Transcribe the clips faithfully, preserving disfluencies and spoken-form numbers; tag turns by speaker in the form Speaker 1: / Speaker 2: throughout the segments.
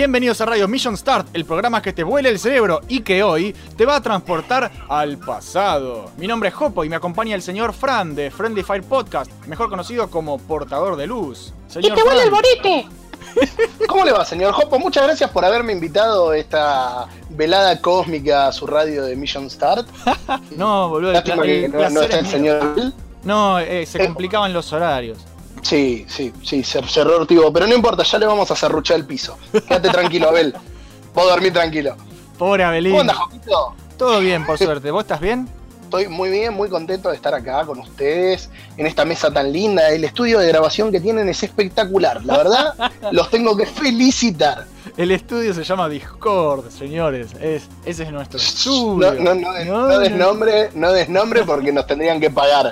Speaker 1: Bienvenidos a Radio Mission Start, el programa que te vuela el cerebro y que hoy te va a transportar al pasado. Mi nombre es Jopo y me acompaña el señor Fran de Friendly Fire Podcast, mejor conocido como Portador de Luz. Señor
Speaker 2: ¡Y te vuela el borete!
Speaker 3: ¿Cómo le va, señor Jopo? Muchas gracias por haberme invitado a esta velada cósmica a su radio de Mission Start.
Speaker 1: No, boludo,
Speaker 3: el, el, el no, no está el señor Bill.
Speaker 1: No, eh, se complicaban los horarios.
Speaker 3: Sí, sí, sí, se cerró Ortigo, pero no importa, ya le vamos a serruchar el piso. Quédate tranquilo, Abel. Vos dormir tranquilo.
Speaker 1: Pobre Abelín.
Speaker 3: ¿Cómo andas, Jopito?
Speaker 1: Todo bien, por suerte. ¿Vos estás bien?
Speaker 3: Estoy muy bien, muy contento de estar acá con ustedes, en esta mesa tan linda. El estudio de grabación que tienen es espectacular, la verdad, los tengo que felicitar.
Speaker 1: El estudio se llama Discord, señores. Es, ese es nuestro estudio.
Speaker 3: No, no, no, no, no des nombre, no des nombre porque nos tendrían que pagar.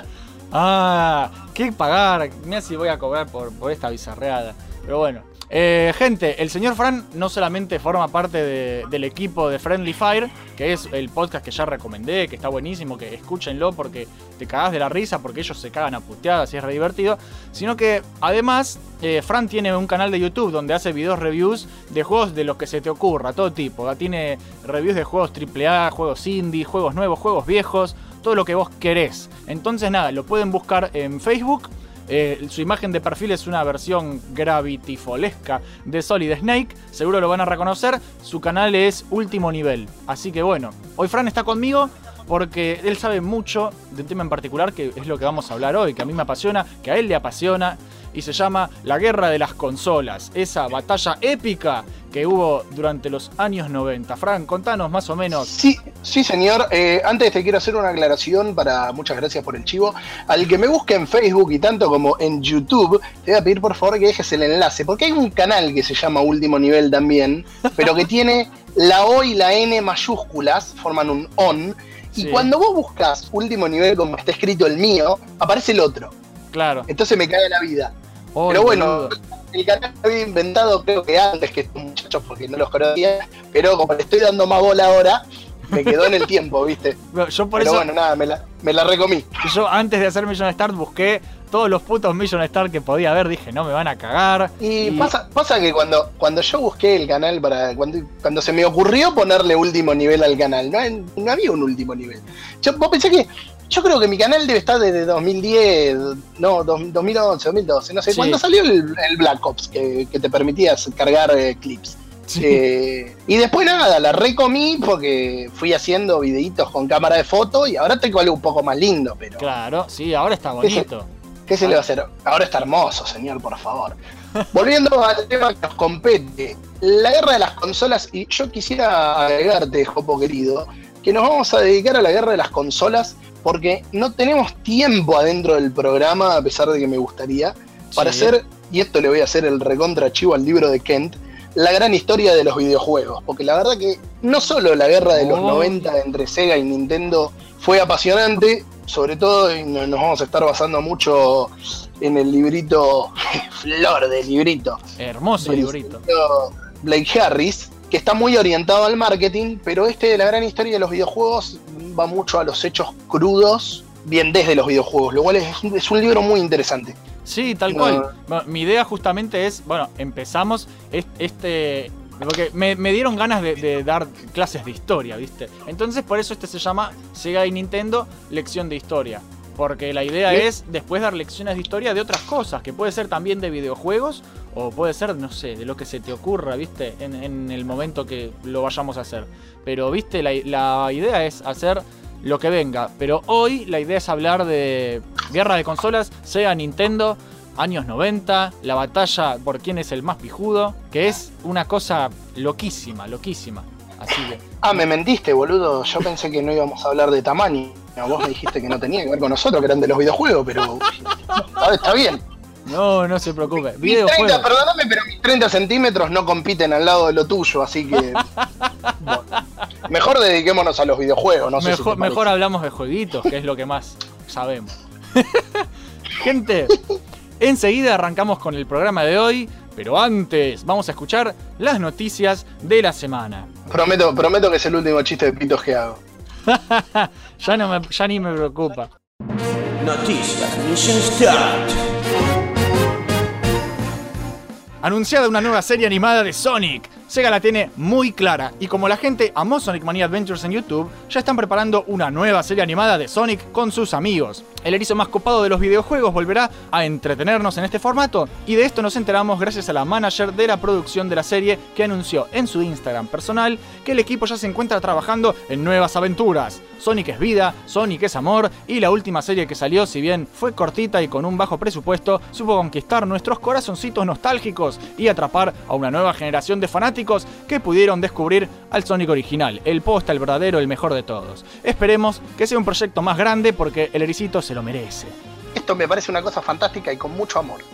Speaker 1: Ah, ¿qué pagar? Mira si voy a cobrar por, por esta bizarreada. Pero bueno. Eh, gente, el señor Fran no solamente forma parte de, del equipo de Friendly Fire, que es el podcast que ya recomendé, que está buenísimo, que escúchenlo porque te cagás de la risa, porque ellos se cagan a puteadas y es re divertido, sino que además eh, Fran tiene un canal de YouTube donde hace videos reviews de juegos de los que se te ocurra, todo tipo. Tiene reviews de juegos triple A, juegos indie, juegos nuevos, juegos viejos, todo lo que vos querés. Entonces nada, lo pueden buscar en Facebook. Eh, su imagen de perfil es una versión gravitifolesca de Solid Snake, seguro lo van a reconocer. Su canal es Último Nivel. Así que bueno, hoy Fran está conmigo porque él sabe mucho de un tema en particular que es lo que vamos a hablar hoy, que a mí me apasiona, que a él le apasiona, y se llama La Guerra de las Consolas, esa batalla épica que hubo durante los años noventa. Fran, contanos más o menos.
Speaker 3: Sí, sí señor. Eh, antes te quiero hacer una aclaración para, muchas gracias por el chivo. Al que me busque en Facebook y tanto como en YouTube, te voy a pedir por favor que dejes el enlace, porque hay un canal que se llama Último Nivel también, pero que tiene la O y la N mayúsculas, forman un on, y sí. Cuando vos buscas Último Nivel como está escrito el mío, aparece el otro.
Speaker 1: Claro.
Speaker 3: Entonces me cae la vida. Oh, pero bueno, boludo. El canal lo había inventado creo que antes que estos muchachos porque no los conocía, pero como le estoy dando más bola ahora, me quedó en el tiempo, ¿viste?
Speaker 1: Yo por
Speaker 3: pero
Speaker 1: eso,
Speaker 3: bueno, nada, me la, me la recomí.
Speaker 1: Yo antes de hacer Mission Start busqué todos los putos Mission Start que podía haber, dije, no me van a cagar.
Speaker 3: Y, y... Pasa, pasa que cuando, cuando yo busqué el canal, para cuando, cuando se me ocurrió ponerle Último Nivel al canal, no, no había un último nivel. Yo, vos pensé que... Yo creo que mi canal debe estar desde dos mil diez, no, dos mil once, dos mil doce, no sé, sí. Cuando salió el, el Black Ops, que, que te permitías cargar eh, clips. Sí. Eh, y después nada, la recomí porque fui haciendo videitos con cámara de foto y ahora tengo algo un poco más lindo, pero...
Speaker 1: Claro, sí, ahora está bonito.
Speaker 3: ¿Qué se, qué se ah. le va a hacer? Ahora está hermoso, señor, por favor. Volviendo al tema que nos compete, la guerra de las consolas, y yo quisiera agregarte, Jopo querido, que nos vamos a dedicar a la guerra de las consolas porque no tenemos tiempo adentro del programa, a pesar de que me gustaría, para sí. hacer, y esto le voy a hacer el recontra chivo al libro de Kent, la gran historia de los videojuegos. Porque la verdad que no solo la guerra de los oh. noventa entre Sega y Nintendo fue apasionante, sobre todo y nos vamos a estar basando mucho en el librito, flor de librito.
Speaker 1: Hermoso librito.
Speaker 3: Blake Harris, que está muy orientado al marketing, pero este de la gran historia de los videojuegos va mucho a los hechos crudos, bien desde los videojuegos, lo cual es un, es un libro muy interesante.
Speaker 1: Sí, tal no. cual. Bueno, mi idea justamente es, bueno, empezamos este... Porque me, me dieron ganas de, de dar clases de historia, ¿viste? Entonces por eso este se llama Sega y Nintendo Lección de Historia. Porque la idea ¿Sí? es después dar lecciones de historia de otras cosas, que puede ser también de videojuegos, o puede ser, no sé, de lo que se te ocurra, ¿viste? En, en el momento que lo vayamos a hacer. Pero, ¿viste? La, la idea es hacer lo que venga. Pero hoy la idea es hablar de guerra de consolas, Sega, Nintendo, años noventa, la batalla por quién es el más pijudo, que es una cosa loquísima, loquísima. Así que...
Speaker 3: Ah, me mentiste, boludo. Yo pensé que no íbamos a hablar de tamaño. Vos me dijiste que no tenía que ver con nosotros, que eran de los videojuegos, pero no, está bien.
Speaker 1: No, no se preocupe.
Speaker 3: Mis treinta, perdóname, pero mis treinta centímetros no compiten al lado de lo tuyo, así que... Bueno, mejor dediquémonos a los videojuegos, no sé
Speaker 1: mejor,
Speaker 3: si
Speaker 1: mejor hablamos de jueguitos, que es lo que más sabemos. Gente, enseguida arrancamos con el programa de hoy, pero antes vamos a escuchar las noticias de la semana.
Speaker 3: Prometo, prometo que es el último chiste de pitos que hago.
Speaker 1: ya, no me, ya ni me preocupa.
Speaker 4: Noticias Mission Start.
Speaker 1: Anunciada una nueva serie animada de Sonic. Sega la tiene muy clara, y como la gente amó Sonic Mania Adventures en YouTube, ya están preparando una nueva serie animada de Sonic con sus amigos. El erizo más copado de los videojuegos volverá a entretenernos en este formato, y de esto nos enteramos gracias a la manager de la producción de la serie, que anunció en su Instagram personal que el equipo ya se encuentra trabajando en nuevas aventuras. Sonic es vida, Sonic es amor, y la última serie que salió, si bien fue cortita y con un bajo presupuesto, supo conquistar nuestros corazoncitos nostálgicos y atrapar a una nueva generación de fanáticos que pudieron descubrir al Sonic original, el posta, el verdadero, el mejor de todos. Esperemos que sea un proyecto más grande porque el ericito se lo merece.
Speaker 3: Esto me parece una cosa fantástica y con mucho amor.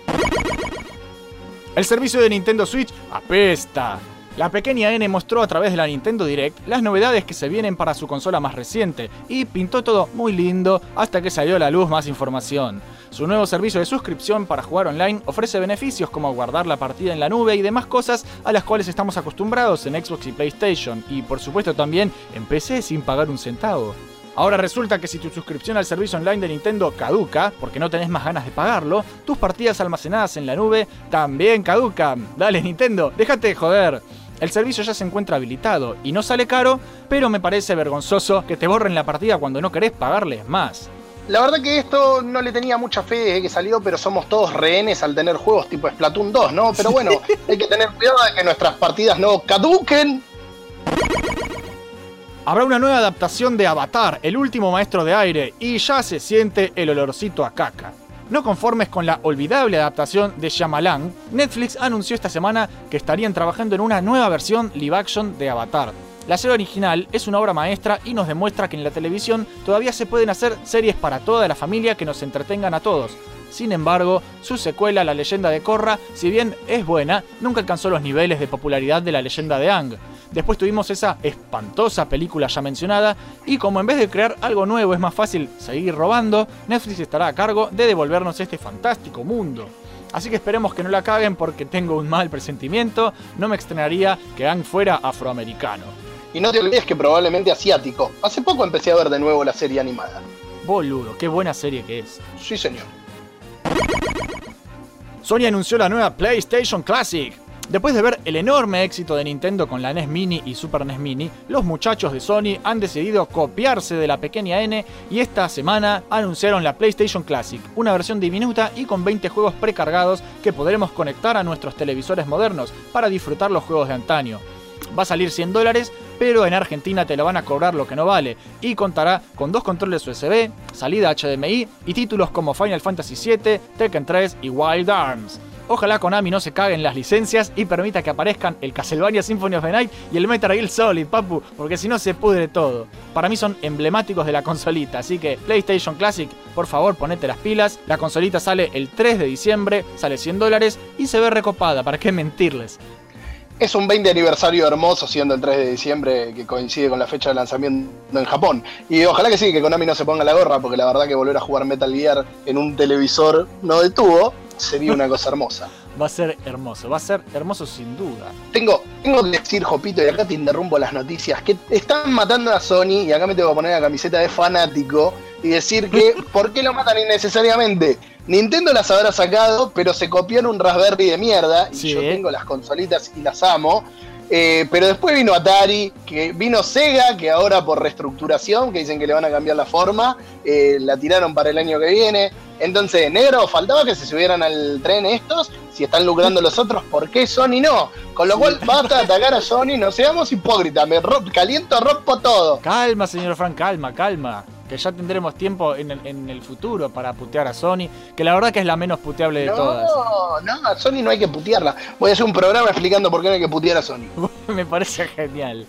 Speaker 1: El servicio de Nintendo Switch apesta. La pequeña N mostró a través de la Nintendo Direct las novedades que se vienen para su consola más reciente y pintó todo muy lindo hasta que salió a la luz más información. Su nuevo servicio de suscripción para jugar online ofrece beneficios como guardar la partida en la nube y demás cosas a las cuales estamos acostumbrados en Xbox y PlayStation, y por supuesto también en P C sin pagar un centavo. Ahora resulta que si tu suscripción al servicio online de Nintendo caduca, porque no tenés más ganas de pagarlo, tus partidas almacenadas en la nube también caducan. Dale Nintendo, déjate de joder. El servicio ya se encuentra habilitado y no sale caro, pero me parece vergonzoso que te borren la partida cuando no querés pagarles más.
Speaker 3: La verdad que esto no le tenía mucha fe desde que salió, pero somos todos rehenes al tener juegos tipo Splatoon dos, ¿no? Pero bueno, hay que tener cuidado de que nuestras partidas no caduquen.
Speaker 1: Habrá una nueva adaptación de Avatar, el último maestro de aire, y ya se siente el olorcito a caca. No conformes con la olvidable adaptación de Shyamalan, Netflix anunció esta semana que estarían trabajando en una nueva versión live action de Avatar. La serie original es una obra maestra y nos demuestra que en la televisión todavía se pueden hacer series para toda la familia que nos entretengan a todos. Sin embargo, su secuela, La leyenda de Korra, si bien es buena, nunca alcanzó los niveles de popularidad de La leyenda de Aang. Después tuvimos esa espantosa película ya mencionada, y como en vez de crear algo nuevo es más fácil seguir robando, Netflix estará a cargo de devolvernos este fantástico mundo. Así que esperemos que no la caguen porque tengo un mal presentimiento, no me extrañaría que Aang fuera afroamericano.
Speaker 3: Y no te olvides que probablemente asiático. Hace poco empecé a ver de nuevo la serie animada.
Speaker 1: Boludo, qué buena serie que es.
Speaker 3: Sí, señor.
Speaker 1: Sony anunció la nueva PlayStation Classic. Después de ver el enorme éxito de Nintendo con la N E S Mini y Super N E S Mini, los muchachos de Sony han decidido copiarse de la pequeña N y esta semana anunciaron la PlayStation Classic, una versión diminuta y con veinte juegos precargados que podremos conectar a nuestros televisores modernos para disfrutar los juegos de antaño. Va a salir cien dólares, pero en Argentina te la van a cobrar lo que no vale, y contará con dos controles U S B, salida H D M I y títulos como Final Fantasy siete, Tekken tres y Wild Arms. Ojalá Konami no se cague en las licencias y permita que aparezcan el Castlevania Symphony of the Night y el Metal Gear Solid, papu, porque si no se pudre todo. Para mí son emblemáticos de la consolita, así que PlayStation Classic, por favor ponete las pilas. La consolita sale el tres de diciembre, sale cien dólares y se ve recopada, ¿para qué mentirles?
Speaker 3: Es un veinte aniversario hermoso, siendo el tres de diciembre, que coincide con la fecha de lanzamiento en Japón. Y ojalá que sí, que Konami no se ponga la gorra, porque la verdad que volver a jugar Metal Gear en un televisor no de tubo sería una cosa hermosa.
Speaker 1: Va a ser hermoso, va a ser hermoso sin duda.
Speaker 3: Tengo, tengo que decir, Jopito, y acá te interrumpo las noticias, que están matando a Sony, y acá me tengo que poner la camiseta de fanático, y decir que, ¿por qué lo matan innecesariamente? Nintendo las habrá sacado, pero se copiaron un Raspberry de mierda, y
Speaker 1: sí,
Speaker 3: yo
Speaker 1: ¿eh?
Speaker 3: tengo las consolitas y las amo. Eh, pero después vino Atari, que vino Sega, que ahora por reestructuración, que dicen que le van a cambiar la forma, eh, la tiraron para el año que viene. Entonces, negro, faltaba que se subieran al tren estos. Si están lucrando los otros, ¿por qué Sony no? Con lo cual, basta de atacar a Sony, no seamos hipócritas, me ro- caliento, rompo todo.
Speaker 1: Calma, señor Frank, calma, calma. Que ya tendremos tiempo en el, en el futuro para putear a Sony, que la verdad que es la menos puteable de
Speaker 3: no,
Speaker 1: todas.
Speaker 3: No, no, a Sony no hay que putearla. Voy a hacer un programa explicando por qué no hay que putear a Sony.
Speaker 1: Me parece genial.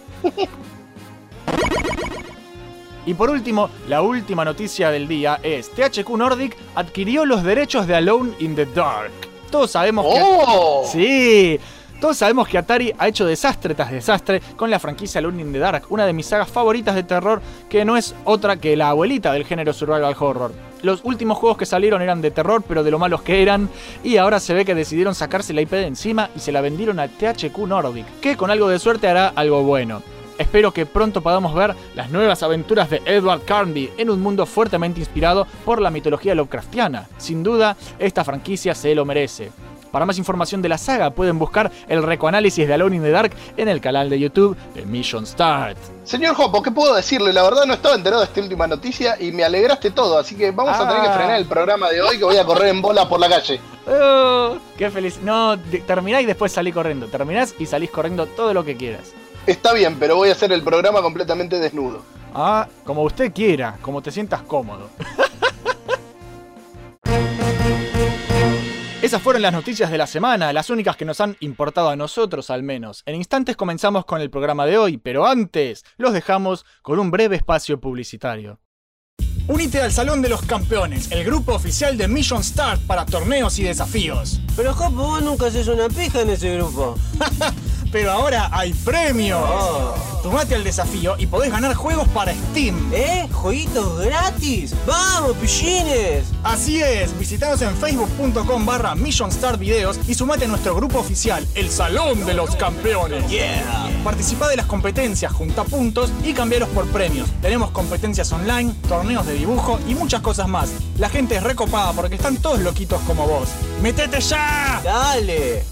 Speaker 1: Y por último, la última noticia del día es: T H Q Nordic adquirió los derechos de Alone in the Dark. Todos sabemos que...
Speaker 3: ¡Oh!
Speaker 1: Sí, todos sabemos que Atari ha hecho desastre tras desastre con la franquicia Alone in the Dark, una de mis sagas favoritas de terror, que no es otra que la abuelita del género survival horror. Los últimos juegos que salieron eran de terror, pero de lo malos que eran, y ahora se ve que decidieron sacarse la I P de encima y se la vendieron a T H Q Nordic, que con algo de suerte hará algo bueno. Espero que pronto podamos ver las nuevas aventuras de Edward Carnby en un mundo fuertemente inspirado por la mitología Lovecraftiana. Sin duda, esta franquicia se lo merece. Para más información de la saga pueden buscar el recoanálisis de Alone in the Dark en el canal de YouTube de Mission Start.
Speaker 3: Señor Jopo, ¿qué puedo decirle? La verdad no estaba enterado de esta última noticia y me alegraste todo, así que vamos ah. a tener que frenar el programa de hoy, que voy a correr en bola por la calle.
Speaker 1: Oh, ¡qué feliz! No, de, terminás y después salí corriendo. Terminás y salís corriendo todo lo que quieras.
Speaker 3: Está bien, pero voy a hacer el programa completamente desnudo.
Speaker 1: Ah, como usted quiera, como te sientas cómodo. Esas fueron las noticias de la semana, las únicas que nos han importado a nosotros al menos. En instantes comenzamos con el programa de hoy, pero antes los dejamos con un breve espacio publicitario. Unite al Salón de los Campeones, el grupo oficial de Mission Start para torneos y desafíos.
Speaker 2: Pero Jopo, vos nunca haces una pija en ese grupo.
Speaker 1: Pero ahora hay premios. Oh. Sumate al desafío y podés ganar juegos para Steam.
Speaker 2: ¿Eh? ¿Jueguitos gratis? ¡Vamos, pillines!
Speaker 1: Así es, visitanos en facebook.com barra Mission Start Videos y sumate a nuestro grupo oficial, el Salón de los Campeones.
Speaker 2: Yeah.
Speaker 1: Participá de las competencias, junta puntos y cambialos por premios. Tenemos competencias online, torneos de dibujo y muchas cosas más. La gente es recopada porque están todos loquitos como vos. ¡Metete ya!
Speaker 2: ¡Dale!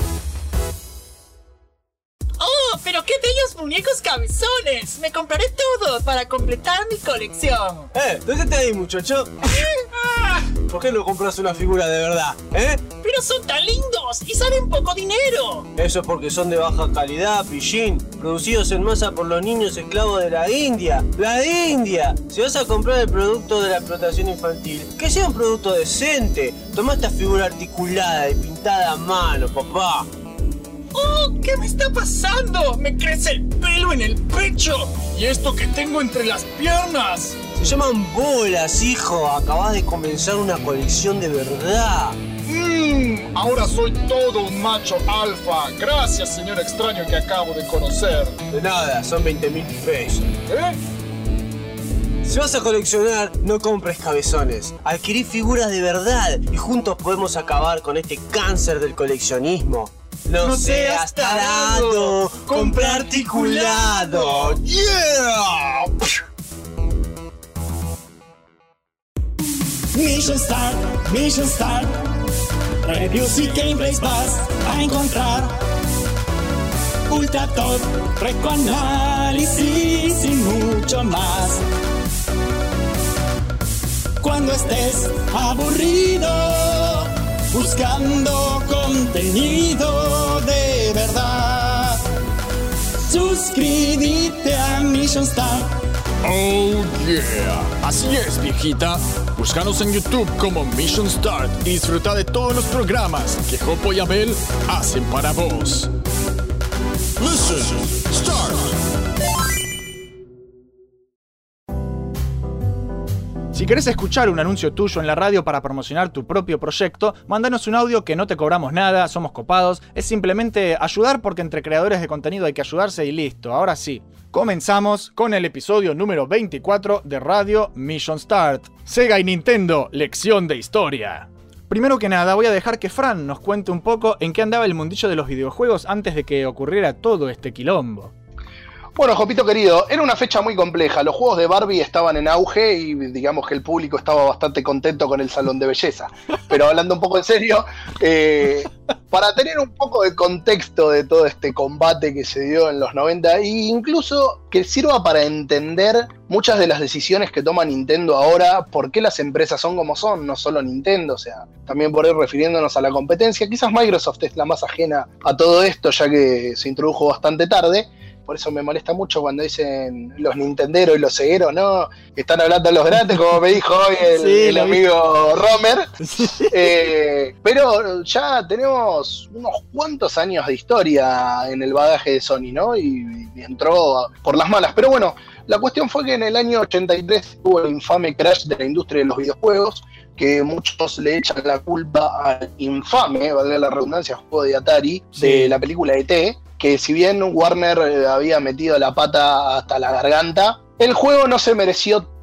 Speaker 5: ¡Oh, pero qué bellos muñecos cabezones! Me compraré todo para completar mi colección.
Speaker 2: ¡Eh! ¿Dónde te ahí, muchacho? ¿Por qué no compras una figura de verdad? ¿Eh?
Speaker 5: ¡Pero son tan lindos y salen poco dinero!
Speaker 2: Eso es porque son de baja calidad, pillín. Producidos en masa por los niños esclavos de la India. ¡La India! Si vas a comprar el producto de la explotación infantil, que sea un producto decente. Toma esta figura articulada y pintada a mano, papá.
Speaker 5: ¡Oh! ¿Qué me está pasando? ¡Me crece el pelo en el pecho! ¿Y esto que tengo entre las piernas?
Speaker 2: Se llaman bolas, hijo. Acabas de comenzar una colección de verdad.
Speaker 1: Mmm, ahora soy todo un macho alfa. Gracias, señor extraño que acabo de conocer.
Speaker 2: De nada, son veinte mil pesos.
Speaker 1: ¿Eh?
Speaker 2: Si vas a coleccionar, no compres cabezones. Adquirí figuras de verdad y juntos podemos acabar con este cáncer del coleccionismo. No, no seas tarado, compra articulado. ¡Yeah!
Speaker 6: Mission Start, Mission Start. Reviews y gameplays vas a encontrar. Ultra top, recoanálisis y mucho más. Cuando estés aburrido, buscando contenido de verdad, suscríbete a Mission Start.
Speaker 7: Oh yeah, así es, viejita. Búscanos en YouTube como Mission Start y disfruta de todos los programas que Jopo y Abel hacen para vos. Mission Start.
Speaker 1: Si querés escuchar un anuncio tuyo en la radio para promocionar tu propio proyecto, mándanos un audio que no te cobramos nada, somos copados, es simplemente ayudar porque entre creadores de contenido hay que ayudarse y listo. Ahora sí, comenzamos con el episodio número veinticuatro de Radio Mission Start. Sega y Nintendo, lección de historia. Primero que nada, voy a dejar que Fran nos cuente un poco en qué andaba el mundillo de los videojuegos antes de que ocurriera todo este quilombo.
Speaker 3: Bueno, Jopito querido, era una fecha muy compleja. Los juegos de Barbie estaban en auge y digamos que el público estaba bastante contento con el salón de belleza. Pero hablando un poco en serio, eh, para tener un poco de contexto de todo este combate que se dio en los noventa e incluso que sirva para entender muchas de las decisiones que toma Nintendo ahora, por qué las empresas son como son, no solo Nintendo, o sea, también por ir refiriéndonos a la competencia. Quizás Microsoft es la más ajena a todo esto, ya que se introdujo bastante tarde. Por eso me molesta mucho cuando dicen los nintenderos y los cegueros, ¿no? Están hablando los grandes, como me dijo hoy el, sí, el amigo Romer. Sí. Eh, pero ya tenemos unos cuantos años de historia en el bagaje de Sony, ¿no? Y, y entró por las malas. Pero bueno, la cuestión fue que en el año ochenta y tres hubo el infame crash de la industria de los videojuegos, que muchos le echan la culpa al infame, valga la redundancia, juego de Atari, sí, de la película E T, que si bien Warner había metido la pata hasta la garganta, el juego no se mereció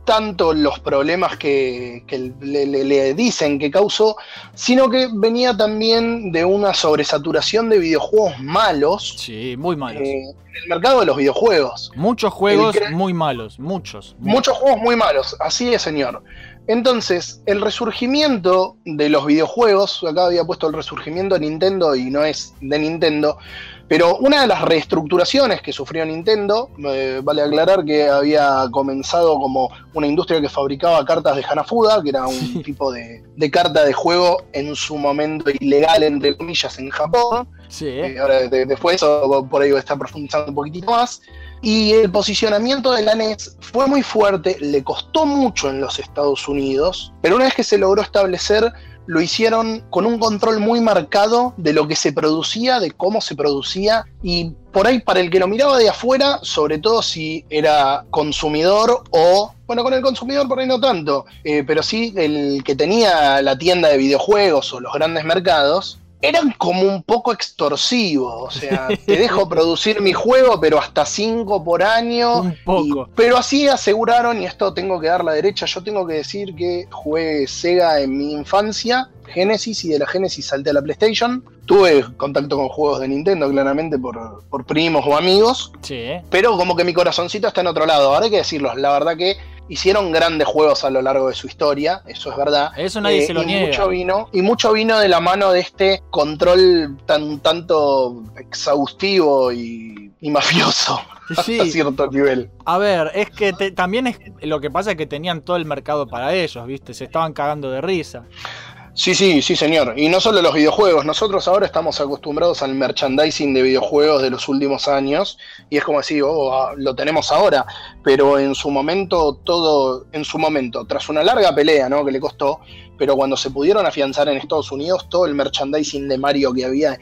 Speaker 3: tanto los problemas que, que le, le, le dicen que causó, sino que venía también de una sobresaturación de videojuegos malos.
Speaker 1: Sí, muy malos.
Speaker 3: Eh, en el mercado de los videojuegos.
Speaker 1: Muchos juegos
Speaker 3: cre-
Speaker 1: muy malos, muchos.
Speaker 3: Muchos juegos muy malos, así es, señor. Entonces, el resurgimiento de los videojuegos, acá había puesto el resurgimiento de Nintendo y no es de Nintendo, pero una de las reestructuraciones que sufrió Nintendo, eh, vale aclarar que había comenzado como una industria que fabricaba cartas de Hanafuda, que era un sí. tipo de, de carta de juego en su momento ilegal, entre comillas, en Japón.
Speaker 1: Sí.
Speaker 3: Eh, ahora, de, después, eso, por ahí está profundizando un poquitito más. Y el posicionamiento de la N E S fue muy fuerte, le costó mucho en los Estados Unidos, pero una vez que se logró establecer, lo hicieron con un control muy marcado de lo que se producía, de cómo se producía, y por ahí para el que lo miraba de afuera, sobre todo si era consumidor o, bueno, con el consumidor por ahí no tanto, eh, pero sí el que tenía la tienda de videojuegos o los grandes mercados, eran como un poco extorsivos, o sea, te dejo producir mi juego, pero hasta cinco por año.
Speaker 1: Un poco.
Speaker 3: Y, pero así aseguraron, y esto tengo que dar la derecha, yo tengo que decir que jugué Sega en mi infancia, Genesis, y de la Genesis salté a la PlayStation. Tuve contacto con juegos de Nintendo, claramente, por, por primos o amigos.
Speaker 1: Sí.
Speaker 3: Pero como que mi corazoncito está en otro lado. Ahora hay que decirlo, la verdad que hicieron grandes juegos a lo largo de su historia, eso es verdad.
Speaker 1: Eso nadie eh, se lo
Speaker 3: y
Speaker 1: niega.
Speaker 3: Mucho vino, y mucho vino de la mano de este control tan tanto exhaustivo y, y mafioso, sí. hasta cierto nivel.
Speaker 1: A ver, es que te, también es lo que pasa es que tenían todo el mercado para ellos, ¿viste? Se estaban cagando de risa.
Speaker 3: Sí, sí, sí, señor. Y no solo los videojuegos. Nosotros ahora estamos acostumbrados al merchandising de videojuegos de los últimos años. Y es como decir, oh, lo tenemos ahora. Pero en su momento, todo, en su momento, tras una larga pelea, ¿no? Que le costó. Pero cuando se pudieron afianzar en Estados Unidos, todo el merchandising de Mario que había,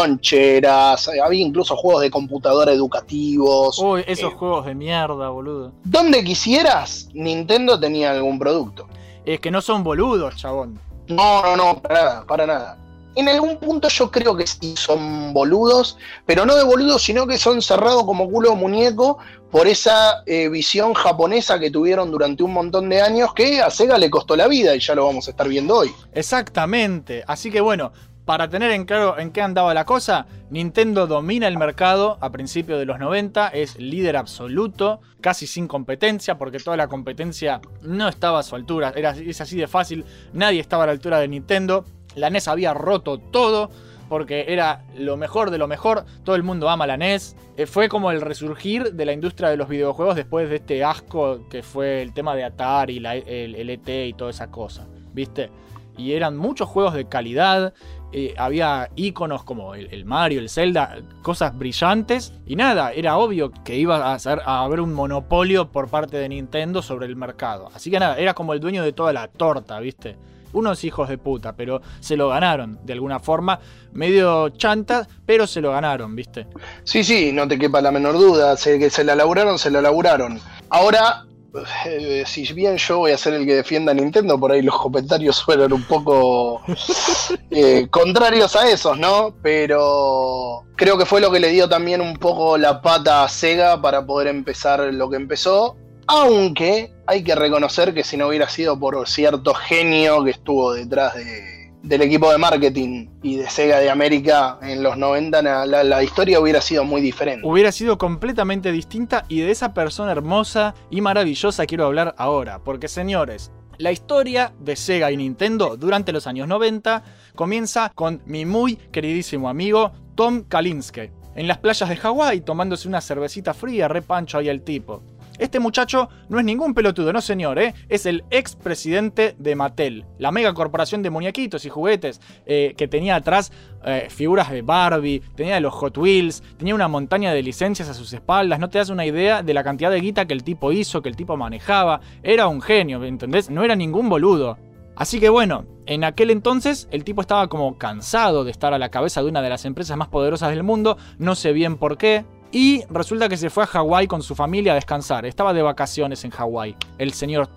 Speaker 3: loncheras, había incluso juegos de computadora educativos.
Speaker 1: Uy, esos
Speaker 3: eh,
Speaker 1: juegos de mierda, boludo.
Speaker 3: Donde quisieras, Nintendo tenía algún producto.
Speaker 1: Es que no son boludos, chabón.
Speaker 3: No, no, no, para nada, para nada. En algún punto yo creo que sí son boludos, pero no de boludos, sino que son cerrados como culo de muñeco por esa eh, visión japonesa que tuvieron durante un montón de años que a Sega le costó la vida y ya lo vamos a estar viendo hoy.
Speaker 1: Exactamente, así que bueno, para tener en claro en qué andaba la cosa, Nintendo domina el mercado a principios de los noventa, es líder absoluto, casi sin competencia, porque toda la competencia no estaba a su altura, era, es así de fácil, nadie estaba a la altura de Nintendo, la N E S había roto todo, porque era lo mejor de lo mejor, todo el mundo ama la N E S, eh, fue como el resurgir de la industria de los videojuegos después de este asco que fue el tema de Atari, la, el, el E T y toda esa cosa, ¿viste? Y eran muchos juegos de calidad, eh, había iconos como el, el Mario, el Zelda, cosas brillantes. Y nada, era obvio que iba a, ser, a haber un monopolio por parte de Nintendo sobre el mercado. Así que nada, era como el dueño de toda la torta, ¿viste? Unos hijos de puta, pero se lo ganaron de alguna forma. Medio chantas, pero se lo ganaron, ¿viste?
Speaker 3: Sí, sí, no te quepa la menor duda. Se, que se la laburaron, se la laburaron. Ahora... Eh, si bien yo voy a ser el que defienda a Nintendo, por ahí los comentarios suenan un poco eh, contrarios a esos, ¿no? Pero creo que fue lo que le dio también un poco la pata a Sega para poder empezar lo que empezó. Aunque hay que reconocer que si no hubiera sido por cierto genio que estuvo detrás de... del equipo de marketing y de Sega de América en los noventa, la, la, la historia hubiera sido muy diferente.
Speaker 1: Hubiera sido completamente distinta, y de esa persona hermosa y maravillosa quiero hablar ahora. Porque, señores, la historia de Sega y Nintendo durante los años noventa comienza con mi muy queridísimo amigo Tom Kalinske, en las playas de Hawái tomándose una cervecita fría, re pancho ahí el tipo. Este muchacho no es ningún pelotudo, no señor, ¿eh? Es el expresidente de Mattel, la mega corporación de muñequitos y juguetes eh, que tenía atrás eh, figuras de Barbie, tenía de los Hot Wheels, tenía una montaña de licencias a sus espaldas. No te das una idea de la cantidad de guita que el tipo hizo, que el tipo manejaba. Era un genio, ¿entendés? No era ningún boludo. Así que bueno, en aquel entonces el tipo estaba como cansado de estar a la cabeza de una de las empresas más poderosas del mundo, no sé bien por qué. Y resulta que se fue a Hawái con su familia a descansar. Estaba de vacaciones en Hawái, el señor Tom.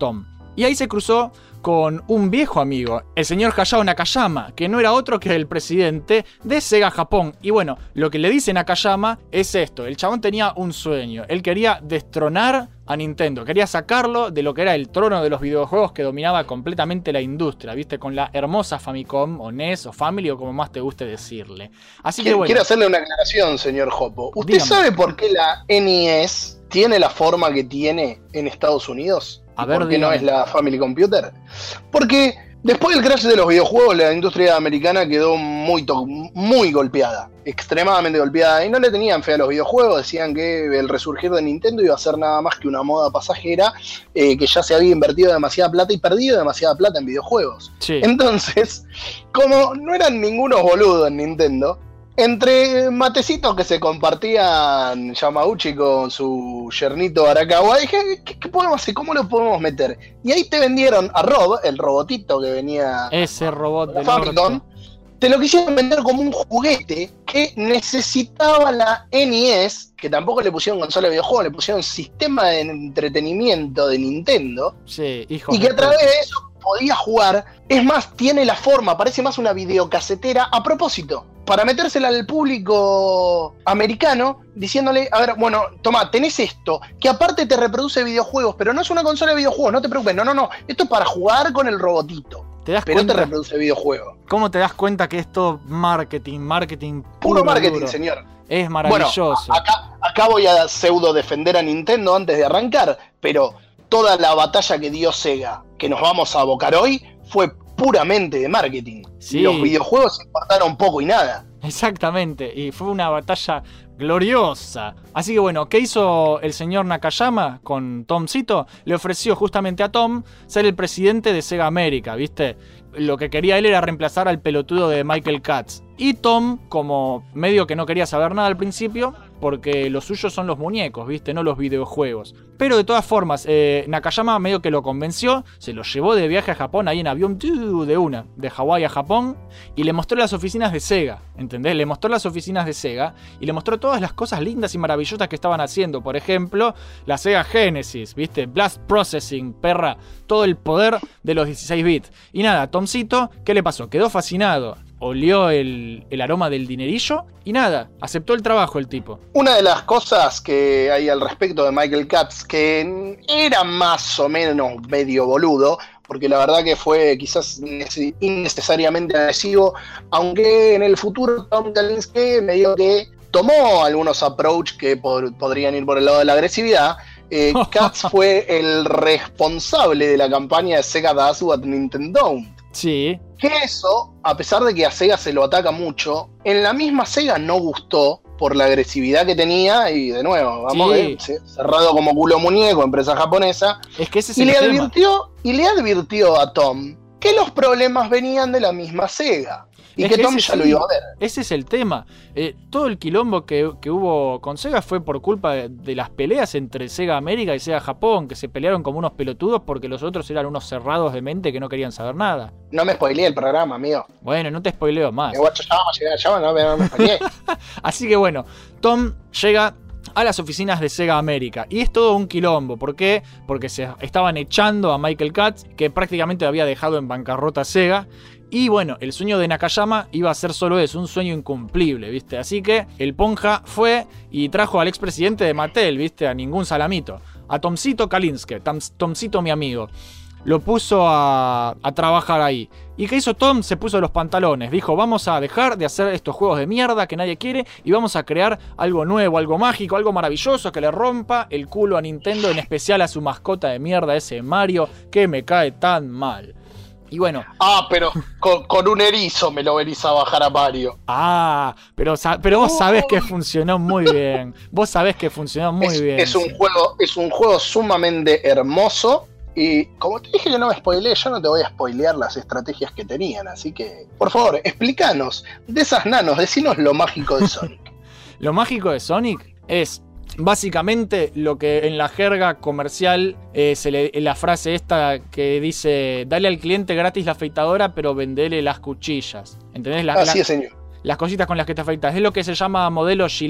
Speaker 1: Y ahí se cruzó con un viejo amigo, el señor Hayao Nakayama, que no era otro que el presidente de Sega Japón. Y bueno, lo que le dice Nakayama es esto: el chabón tenía un sueño, él quería destronar a Nintendo, quería sacarlo de lo que era el trono de los videojuegos que dominaba completamente la industria, ¿viste? Con la hermosa Famicom o N E S o Family o como más te guste decirle. Así que bueno.
Speaker 3: Quiero hacerle una aclaración, señor Jopo. ¿Usted
Speaker 1: Dígame.
Speaker 3: sabe por qué la N E S tiene la forma que tiene en Estados Unidos?
Speaker 1: A ver,
Speaker 3: ¿Por qué
Speaker 1: dígame.
Speaker 3: no es la Family Computer? Porque después del crash de los videojuegos, la industria americana quedó muy, to- muy golpeada, extremadamente golpeada, y no le tenían fe a los videojuegos. Decían que el resurgir de Nintendo iba a ser nada más que una moda pasajera, eh, que ya se había invertido demasiada plata y perdido demasiada plata en videojuegos.
Speaker 1: Sí.
Speaker 3: Entonces, como no eran ningunos boludos en Nintendo, entre matecitos que se compartían Yamauchi con su yernito Arakawa, dije, ¿qué, qué podemos hacer? ¿Cómo lo podemos meter? Y ahí te vendieron a Rob, el robotito que venía
Speaker 1: Ese robot
Speaker 3: de
Speaker 1: del
Speaker 3: Famicom,
Speaker 1: orto.
Speaker 3: te lo quisieron vender como un juguete que necesitaba la N E S, que tampoco le pusieron consola de videojuegos, le pusieron sistema de entretenimiento de Nintendo,
Speaker 1: Sí, hijo
Speaker 3: y que a través de eso podía jugar. Es más, tiene la forma, parece más una videocasetera a propósito, para metérsela al público americano, diciéndole, a ver, bueno, toma, tenés esto, que aparte te reproduce videojuegos, pero no es una consola de videojuegos, no te preocupes, no, no, no, esto es para jugar con el robotito,
Speaker 1: ¿Te das
Speaker 3: pero
Speaker 1: cuenta?
Speaker 3: te reproduce videojuegos.
Speaker 1: ¿Cómo te das cuenta que es todo marketing, marketing
Speaker 3: Puro
Speaker 1: puro y
Speaker 3: marketing,
Speaker 1: duro?
Speaker 3: señor.
Speaker 1: Es maravilloso.
Speaker 3: Bueno, acá, acá voy a pseudo defender a Nintendo antes de arrancar, pero toda la batalla que dio Sega, que nos vamos a abocar hoy, fue puramente de marketing.
Speaker 1: Sí.
Speaker 3: Los videojuegos importaron poco y nada.
Speaker 1: Exactamente, y fue una batalla gloriosa. Así que bueno, ¿qué hizo el señor Nakayama con Tomcito? Le ofreció justamente a Tom ser el presidente de Sega América, ¿viste? Lo que quería él era reemplazar al pelotudo de Michael Katz. Y Tom, como medio que no quería saber nada al principio, porque lo suyo son los muñecos, ¿viste? No los videojuegos. Pero de todas formas, eh, Nakayama medio que lo convenció, se lo llevó de viaje a Japón, ahí en avión, ¡tiu! De una, de Hawái a Japón, y le mostró las oficinas de Sega, ¿entendés? Le mostró las oficinas de Sega, y le mostró todas las cosas lindas y maravillosas que estaban haciendo. Por ejemplo, la Sega Genesis, ¿viste? Blast Processing, perra, todo el poder de los dieciséis bits. Y nada, Tomcito, ¿qué le pasó? Quedó fascinado. Olió el, el aroma del dinerillo y nada, aceptó el trabajo el tipo.
Speaker 3: Una de las cosas que hay al respecto de Michael Katz, que era más o menos medio boludo, porque la verdad que fue quizás innecesariamente agresivo, aunque en el futuro Tom Kalinske medio que tomó algunos approach que por, podrían ir por el lado de la agresividad. eh, Katz fue el responsable de la campaña de Sega Does What Nintendo Don't.
Speaker 1: Sí.
Speaker 3: Que eso, a pesar de que a Sega se lo ataca mucho, en la misma Sega no gustó por la agresividad que tenía, y de nuevo, vamos
Speaker 1: Sí.
Speaker 3: a ver, cerrado como culo muñeco, empresa japonesa,
Speaker 1: Es que ese es
Speaker 3: y
Speaker 1: el
Speaker 3: le
Speaker 1: tema.
Speaker 3: advirtió, y le advirtió a Tom que los problemas venían de la misma Sega. Y
Speaker 1: Es
Speaker 3: que
Speaker 1: que
Speaker 3: Tom
Speaker 1: ese
Speaker 3: ya lo
Speaker 1: sí.
Speaker 3: iba a ver.
Speaker 1: Ese es el tema. Eh, todo el quilombo que, que hubo con Sega fue por culpa de, de las peleas entre Sega América y Sega Japón, que se pelearon como unos pelotudos porque los otros eran unos cerrados de mente que no querían saber nada.
Speaker 3: No me spoileé el programa, amigo.
Speaker 1: Bueno, no te spoileo más.
Speaker 3: Me guacho, ya vamos a llegar allá, no, no me spoileé.
Speaker 1: Así que bueno, Tom llega a las oficinas de Sega América y es todo un quilombo. ¿Por qué? Porque se estaban echando a Michael Katz, que prácticamente había dejado en bancarrota a Sega. Y bueno, el sueño de Nakayama iba a ser solo eso, un sueño incumplible, ¿viste? Así que el Ponja fue y trajo al expresidente de Mattel, ¿viste? A ningún salamito. A Tomcito Kalinske, Tom, Tomcito mi amigo. Lo puso a, a trabajar ahí. ¿Y qué hizo Tom? Se puso los pantalones. Dijo, vamos a dejar de hacer estos juegos de mierda que nadie quiere y vamos a crear algo nuevo, algo mágico, algo maravilloso que le rompa el culo a Nintendo, en especial a su mascota de mierda, ese Mario, que me cae tan mal. Y bueno.
Speaker 3: Ah, pero con, con un erizo me lo venís a bajar a Mario.
Speaker 1: Ah, pero, pero vos sabés que funcionó muy bien. Vos sabés que funcionó muy
Speaker 3: es,
Speaker 1: bien.
Speaker 3: Es un,
Speaker 1: sí.
Speaker 3: juego, es un juego sumamente hermoso. Y como te dije que no me spoileé, yo no te voy a spoilear las estrategias que tenían. Así que, por favor, explícanos de esas nanos, decinos lo mágico de Sonic.
Speaker 1: Lo mágico de Sonic es básicamente lo que en la jerga comercial eh, se le, la frase esta que dice dale al cliente gratis la afeitadora pero vendele las cuchillas. ¿Entendés? La,
Speaker 3: Así
Speaker 1: la,
Speaker 3: es, señor.
Speaker 1: Las cositas con las que te afeitas. Es lo que se llama modelo Gillette.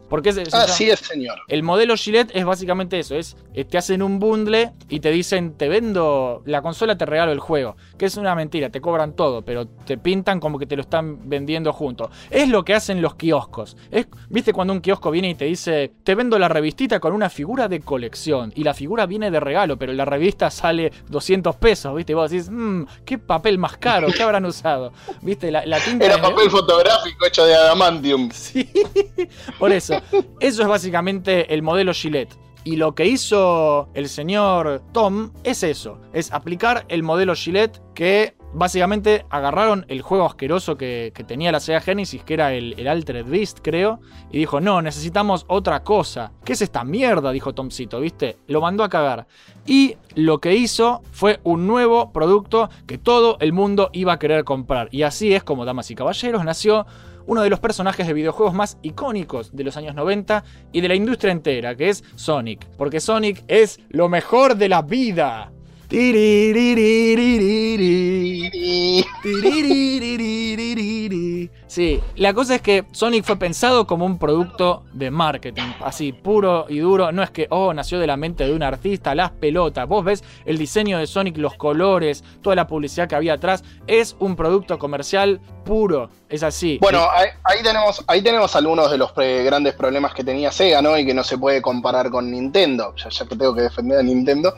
Speaker 1: Porque es,
Speaker 3: Así es, señor.
Speaker 1: El modelo Gillette es básicamente eso, es te hacen un bundle y te dicen, te vendo la consola, te regalo el juego. Que es una mentira, te cobran todo, pero te pintan como que te lo están vendiendo junto. Es lo que hacen los kioscos. Es, ¿viste cuando un kiosco viene y te dice, te vendo la revistita con una figura de colección? Y la figura viene de regalo, pero la revista sale doscientos pesos, ¿viste? Y vos decís, mmm, qué papel más caro, ¿qué habrán usado? ¿Viste? La, la tinta
Speaker 3: Era
Speaker 1: de...
Speaker 3: papel fotográfico hecho de adamantium.
Speaker 1: Sí, por eso. Eso es básicamente el modelo Gillette. Y lo que hizo el señor Tom es eso. Es aplicar el modelo Gillette que básicamente agarraron el juego asqueroso que, que tenía la Sega Genesis, que era el, el Altered Beast, creo. Y dijo, no, necesitamos otra cosa. ¿Qué es esta mierda? Dijo Tomcito, ¿viste? Lo mandó a cagar. Y lo que hizo fue un nuevo producto que todo el mundo iba a querer comprar. Y así es como, damas y caballeros, nació uno de los personajes de videojuegos más icónicos de los años noventa y de la industria entera, que es Sonic. Porque Sonic es lo mejor de la vida. Sí, la cosa es que Sonic fue pensado como un producto de marketing, así puro y duro. No es que, oh, nació de la mente de un artista, las pelotas. Vos ves el diseño de Sonic, los colores, toda la publicidad que había atrás. Es un producto comercial puro, es así.
Speaker 3: Bueno, ahí, ahí tenemos ahí tenemos algunos de los pre- grandes problemas que tenía Sega, ¿no? Y que no se puede comparar con Nintendo, ya, ya que tengo que defender a Nintendo.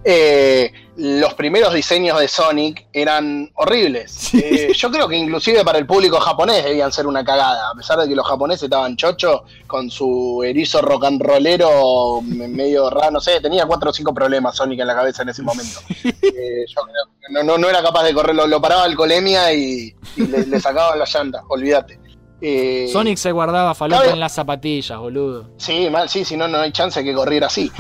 Speaker 3: Eh, los primeros diseños de Sonic eran horribles. Sí. Eh, yo creo que inclusive para el público japonés debían ser una cagada, a pesar de que los japoneses estaban chochos con su erizo rock and rollero medio raro, no sé, tenía cuatro o cinco problemas Sonic en la cabeza en ese momento. Eh, yo creo que no, no, no era capaz de correr, lo, lo paraba alcoholemia y, y le, le sacaban la llanta, olvídate. Eh,
Speaker 1: Sonic se guardaba falopa
Speaker 3: cabe...
Speaker 1: en las zapatillas, boludo.
Speaker 3: Sí, mal, sí, si no, no hay chance de que corriera así.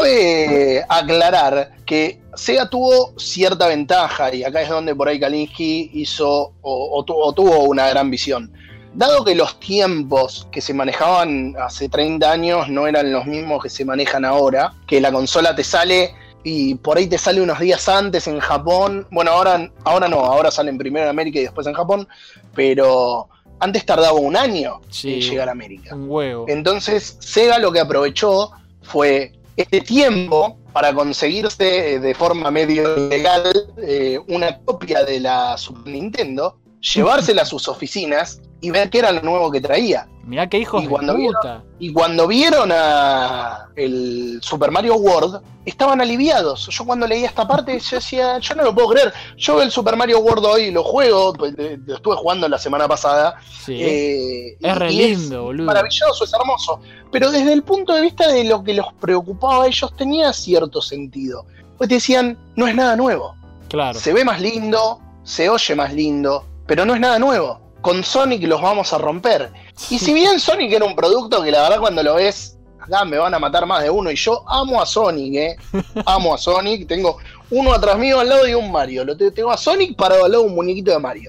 Speaker 3: Cabe aclarar que Sega tuvo cierta ventaja, y acá es donde por ahí Kalinsky hizo o, o, tu, o tuvo una gran visión. Dado que los tiempos que se manejaban hace treinta años no eran los mismos que se manejan ahora, que la consola te sale y por ahí te sale unos días antes en Japón. Bueno, ahora, ahora no, ahora salen primero en América y después en Japón, pero antes tardaba un año sí, en llegar a América.
Speaker 1: Un huevo.
Speaker 3: Entonces, Sega lo que aprovechó fue este tiempo para conseguirse de forma medio ilegal eh, una copia de la Super Nintendo, llevársela a sus oficinas y ver qué era lo nuevo que traía.
Speaker 1: Mirá qué hijos
Speaker 3: y cuando
Speaker 1: de puta.
Speaker 3: Vieron, y cuando vieron a el Super Mario World, estaban aliviados. Yo cuando leía esta parte, yo decía, yo no lo puedo creer. Yo el Super Mario World hoy lo juego, lo estuve jugando la semana pasada.
Speaker 1: Sí.
Speaker 3: Eh,
Speaker 1: es re lindo, boludo.
Speaker 3: Maravilloso, es hermoso. Pero desde el punto de vista de lo que los preocupaba a ellos, tenía cierto sentido. Pues decían, no es nada nuevo.
Speaker 1: Claro.
Speaker 3: Se ve más lindo, se oye más lindo, pero no es nada nuevo. Con Sonic los vamos a romper. Y si bien Sonic era un producto que la verdad cuando lo ves, acá me van a matar más de uno, y yo amo a Sonic, eh. Amo a Sonic, tengo uno atrás mío al lado de un Mario, lo tengo a Sonic parado al lado de un muñequito de Mario.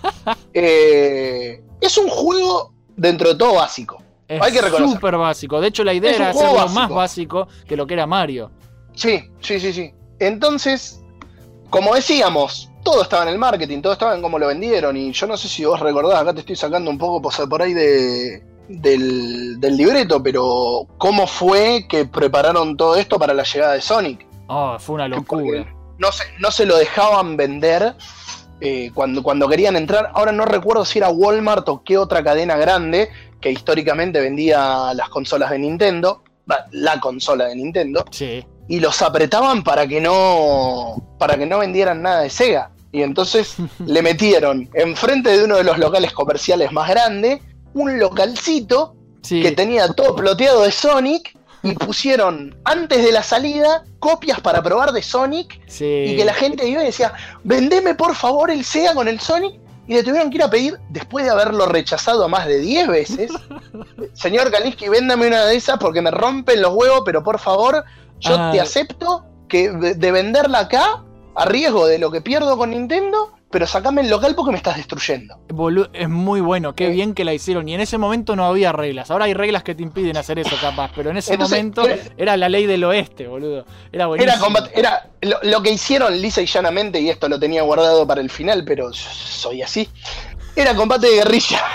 Speaker 3: eh, es un juego dentro de todo básico.
Speaker 1: Es
Speaker 3: hay que reconocer.
Speaker 1: Súper básico, de hecho la idea era hacerlo básico. Más básico que lo que era Mario.
Speaker 3: Sí, sí, sí, sí. Entonces, como decíamos, todo estaba en el marketing, todo estaba en cómo lo vendieron, y yo no sé si vos recordás, acá te estoy sacando un poco por ahí de, del, del libreto, pero cómo fue que prepararon todo esto para la llegada de Sonic.
Speaker 1: Oh, fue una locura.
Speaker 3: No se, no se lo dejaban vender eh, cuando, cuando querían entrar. Ahora no recuerdo si era Walmart o qué otra cadena grande que históricamente vendía las consolas de Nintendo, la consola de Nintendo.
Speaker 1: Sí.
Speaker 3: Y los apretaban para que no para que no vendieran nada de Sega. Y entonces le metieron enfrente de uno de los locales comerciales más grandes un localcito sí. que tenía todo ploteado de Sonic, y pusieron antes de la salida copias para probar de Sonic
Speaker 1: sí.
Speaker 3: y que la gente iba y decía, vendeme por favor el Sega con el Sonic, y le tuvieron que ir a pedir, después de haberlo rechazado más de diez veces, señor Kalinsky, véndame una de esas porque me rompen los huevos, pero por favor, yo ah. te acepto que de venderla acá, a riesgo de lo que pierdo con Nintendo, pero sacame el local porque me estás destruyendo.
Speaker 1: Boludo, es muy bueno, qué bien que la hicieron. Y en ese momento no había reglas. Ahora hay reglas que te impiden hacer eso, capaz. Pero en ese Entonces, momento era, era la ley del oeste, boludo. Era buenísimo.
Speaker 3: Era, combat- era lo, lo que hicieron lisa y llanamente, y esto lo tenía guardado para el final, pero soy así. Era combate de guerrilla.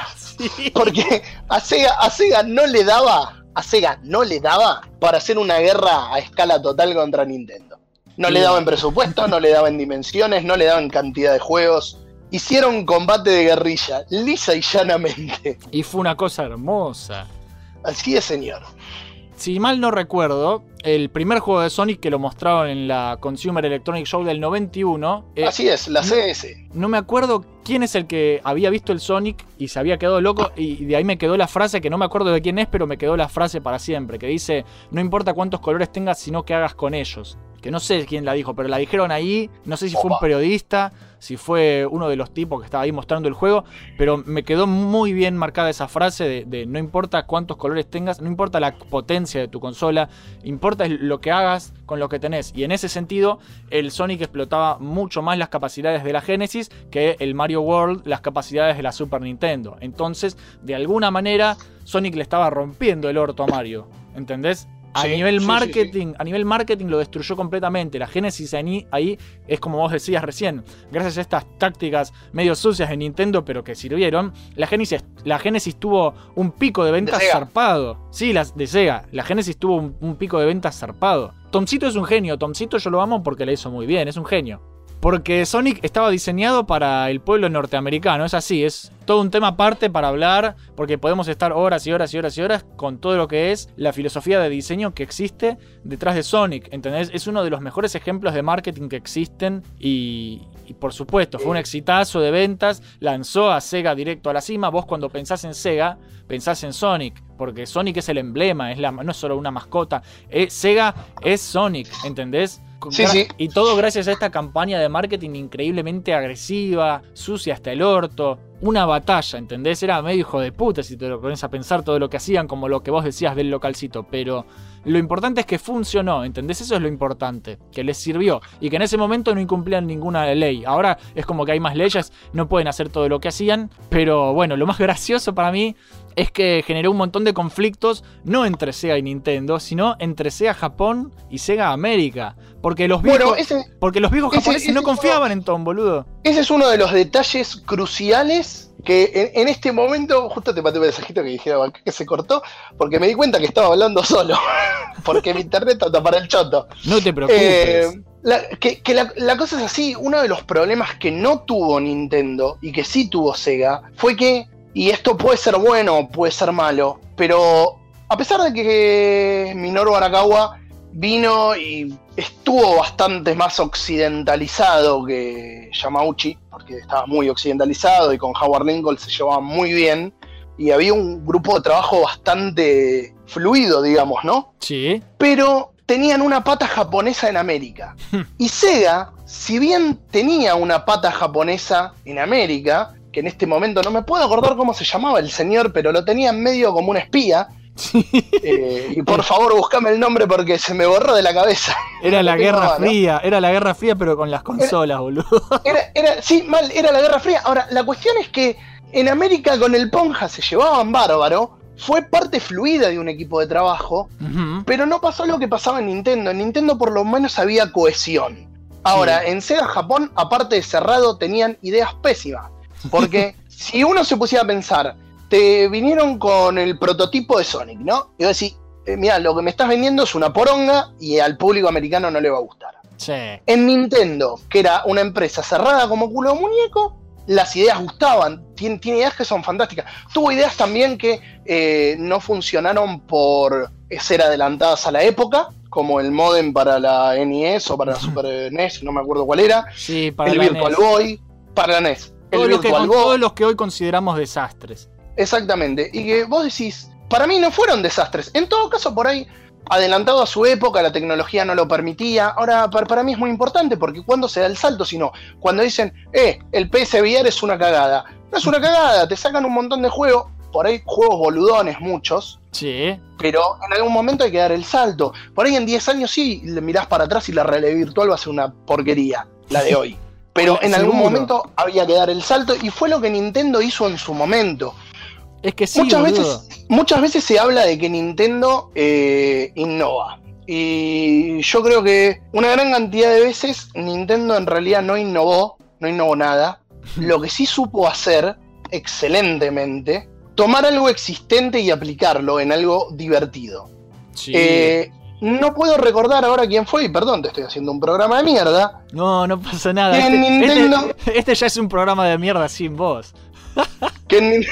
Speaker 3: Porque a Sega, a Sega no le daba, a Sega no le daba para hacer una guerra a escala total contra Nintendo. No le daba en presupuesto, no le daba en dimensiones, no le daba en cantidad de juegos. Hicieron combate de guerrilla, lisa y llanamente.
Speaker 1: Y fue una cosa hermosa.
Speaker 3: Así es, señor.
Speaker 1: Si mal no recuerdo, el primer juego de Sonic que lo mostraron en la Consumer Electronic Show del noventa y uno... Eh,
Speaker 3: Así es, la C S.
Speaker 1: No, no me acuerdo quién es el que había visto el Sonic y se había quedado loco, y de ahí me quedó la frase, que no me acuerdo de quién es, pero me quedó la frase para siempre, que dice: no importa cuántos colores tengas, sino que hagas con ellos. Que no sé quién la dijo, pero la dijeron ahí, no sé si fue un periodista, si fue uno de los tipos que estaba ahí mostrando el juego, pero me quedó muy bien marcada esa frase de, de no importa cuántos colores tengas, no importa la potencia de tu consola, importa lo que hagas con lo que tenés. Y en ese sentido, el Sonic explotaba mucho más las capacidades de la Genesis que el Mario World las capacidades de la Super Nintendo. Entonces, de alguna manera, Sonic le estaba rompiendo el orto a Mario, ¿entendés? A sí, nivel sí, marketing, sí, sí. a nivel marketing lo destruyó completamente. La Genesis ahí, ahí es como vos decías recién, gracias a estas tácticas medio sucias de Nintendo, pero que sirvieron, la Genesis, la Genesis tuvo un pico de ventas de zarpado. Sí, las de Sega. La Genesis tuvo un, un pico de ventas zarpado. Tomcito es un genio. Tomcito yo lo amo porque le hizo muy bien, es un genio. Porque Sonic estaba diseñado para el pueblo norteamericano, es así, es todo un tema aparte para hablar, porque podemos estar horas y horas y horas y horas con todo lo que es la filosofía de diseño que existe detrás de Sonic, ¿entendés? Es uno de los mejores ejemplos de marketing que existen y, y por supuesto, fue un exitazo de ventas, lanzó a Sega directo a la cima. Vos cuando pensás en Sega, pensás en Sonic, porque Sonic es el emblema, es la, no es solo una mascota, es, Sega es Sonic, ¿entendés?
Speaker 3: Sí, sí.
Speaker 1: Y todo gracias a esta campaña de marketing increíblemente agresiva, sucia hasta el orto. Una batalla, ¿entendés? Era medio hijo de puta si te lo pones a pensar todo lo que hacían, como lo que vos decías del localcito. Pero lo importante es que funcionó, ¿entendés? Eso es lo importante, que les sirvió. Y que en ese momento no incumplían ninguna ley. Ahora es como que hay más leyes, no pueden hacer todo lo que hacían. Pero bueno, lo más gracioso para mí es que generó un montón de conflictos, no entre Sega y Nintendo, sino entre Sega Japón y Sega América. Porque los viejos, bueno, ese, porque los viejos japoneses ese, ese no confiaban uno, en Tom, boludo.
Speaker 3: Ese es uno de los detalles cruciales que en, en este momento, justo te pateé un mensajito que dijera que se cortó, porque me di cuenta que estaba hablando solo, porque mi internet está para el choto.
Speaker 1: No te preocupes.
Speaker 3: Eh, la, que que la, la cosa es así, uno de los problemas que no tuvo Nintendo y que sí tuvo Sega fue que, y esto puede ser bueno o puede ser malo, pero a pesar de que Minoru Arakawa vino y estuvo bastante más occidentalizado que Yamauchi, porque estaba muy occidentalizado y con Howard Lincoln se llevaban muy bien y había un grupo de trabajo bastante fluido, digamos, ¿no?
Speaker 1: Sí.
Speaker 3: Pero tenían una pata japonesa en América. Y Sega, si bien tenía una pata japonesa en América, que en este momento no me puedo acordar cómo se llamaba el señor, pero lo tenía medio como un espía. Sí. Eh, y por favor buscame el nombre porque se me borró de la cabeza.
Speaker 1: Era la Guerra Fría, era la Guerra Fría pero con las consolas, era, boludo.
Speaker 3: Era, era, sí, mal, era la Guerra Fría. Ahora, la cuestión es que en América con el Ponja se llevaban bárbaro, fue parte fluida de un equipo de trabajo, uh-huh. Pero no pasó lo que pasaba en Nintendo. En Nintendo por lo menos había cohesión. Ahora, sí. En Sega Japón, aparte de cerrado, tenían ideas pésimas. Porque si uno se pusiera a pensar, te vinieron con el prototipo de Sonic, ¿no? Y vos decís, eh, mirá, lo que me estás vendiendo es una poronga y al público americano no le va a gustar.
Speaker 1: Sí.
Speaker 3: En Nintendo, que era una empresa cerrada como culo de muñeco, las ideas gustaban, tiene, tiene ideas que son fantásticas. Tuvo ideas también que eh, no funcionaron por ser adelantadas a la época, como el modem para la N E S o para la Super N E S, no me acuerdo cuál era.
Speaker 1: Sí, para
Speaker 3: el
Speaker 1: la
Speaker 3: Virtual
Speaker 1: N E S.
Speaker 3: Boy, para la N E S.
Speaker 1: Todo
Speaker 3: el
Speaker 1: lo
Speaker 3: Virtual
Speaker 1: que,
Speaker 3: Boy.
Speaker 1: Todos los que hoy consideramos desastres.
Speaker 3: Exactamente, y que vos decís, para mí no fueron desastres. En todo caso, por ahí, adelantado a su época, la tecnología no lo permitía. Ahora, para, para mí es muy importante, porque cuando se da el salto, sino cuando dicen, eh, el P S V R es una cagada. No es una cagada, te sacan un montón de juegos, por ahí juegos boludones muchos.
Speaker 1: Sí.
Speaker 3: Pero en algún momento hay que dar el salto. Por ahí en diez años sí, le mirás para atrás y la realidad virtual va a ser una porquería, la de hoy. Pero en algún momento había que dar el salto y fue lo que Nintendo hizo en su momento.
Speaker 1: Es que sí,
Speaker 3: muchas
Speaker 1: boludo.
Speaker 3: veces, muchas veces se habla de que Nintendo eh, innova. Y yo creo que una gran cantidad de veces Nintendo en realidad no innovó, no innovó nada. Lo que sí supo hacer excelentemente tomar algo existente y aplicarlo en algo divertido.
Speaker 1: Sí.
Speaker 3: Eh, no puedo recordar ahora quién fue, y perdón, te estoy haciendo un programa de mierda.
Speaker 1: No, no pasa nada.
Speaker 3: Que
Speaker 1: Este,
Speaker 3: Nintendo-
Speaker 1: este- este ya es un programa de mierda sin vos.
Speaker 3: Que en,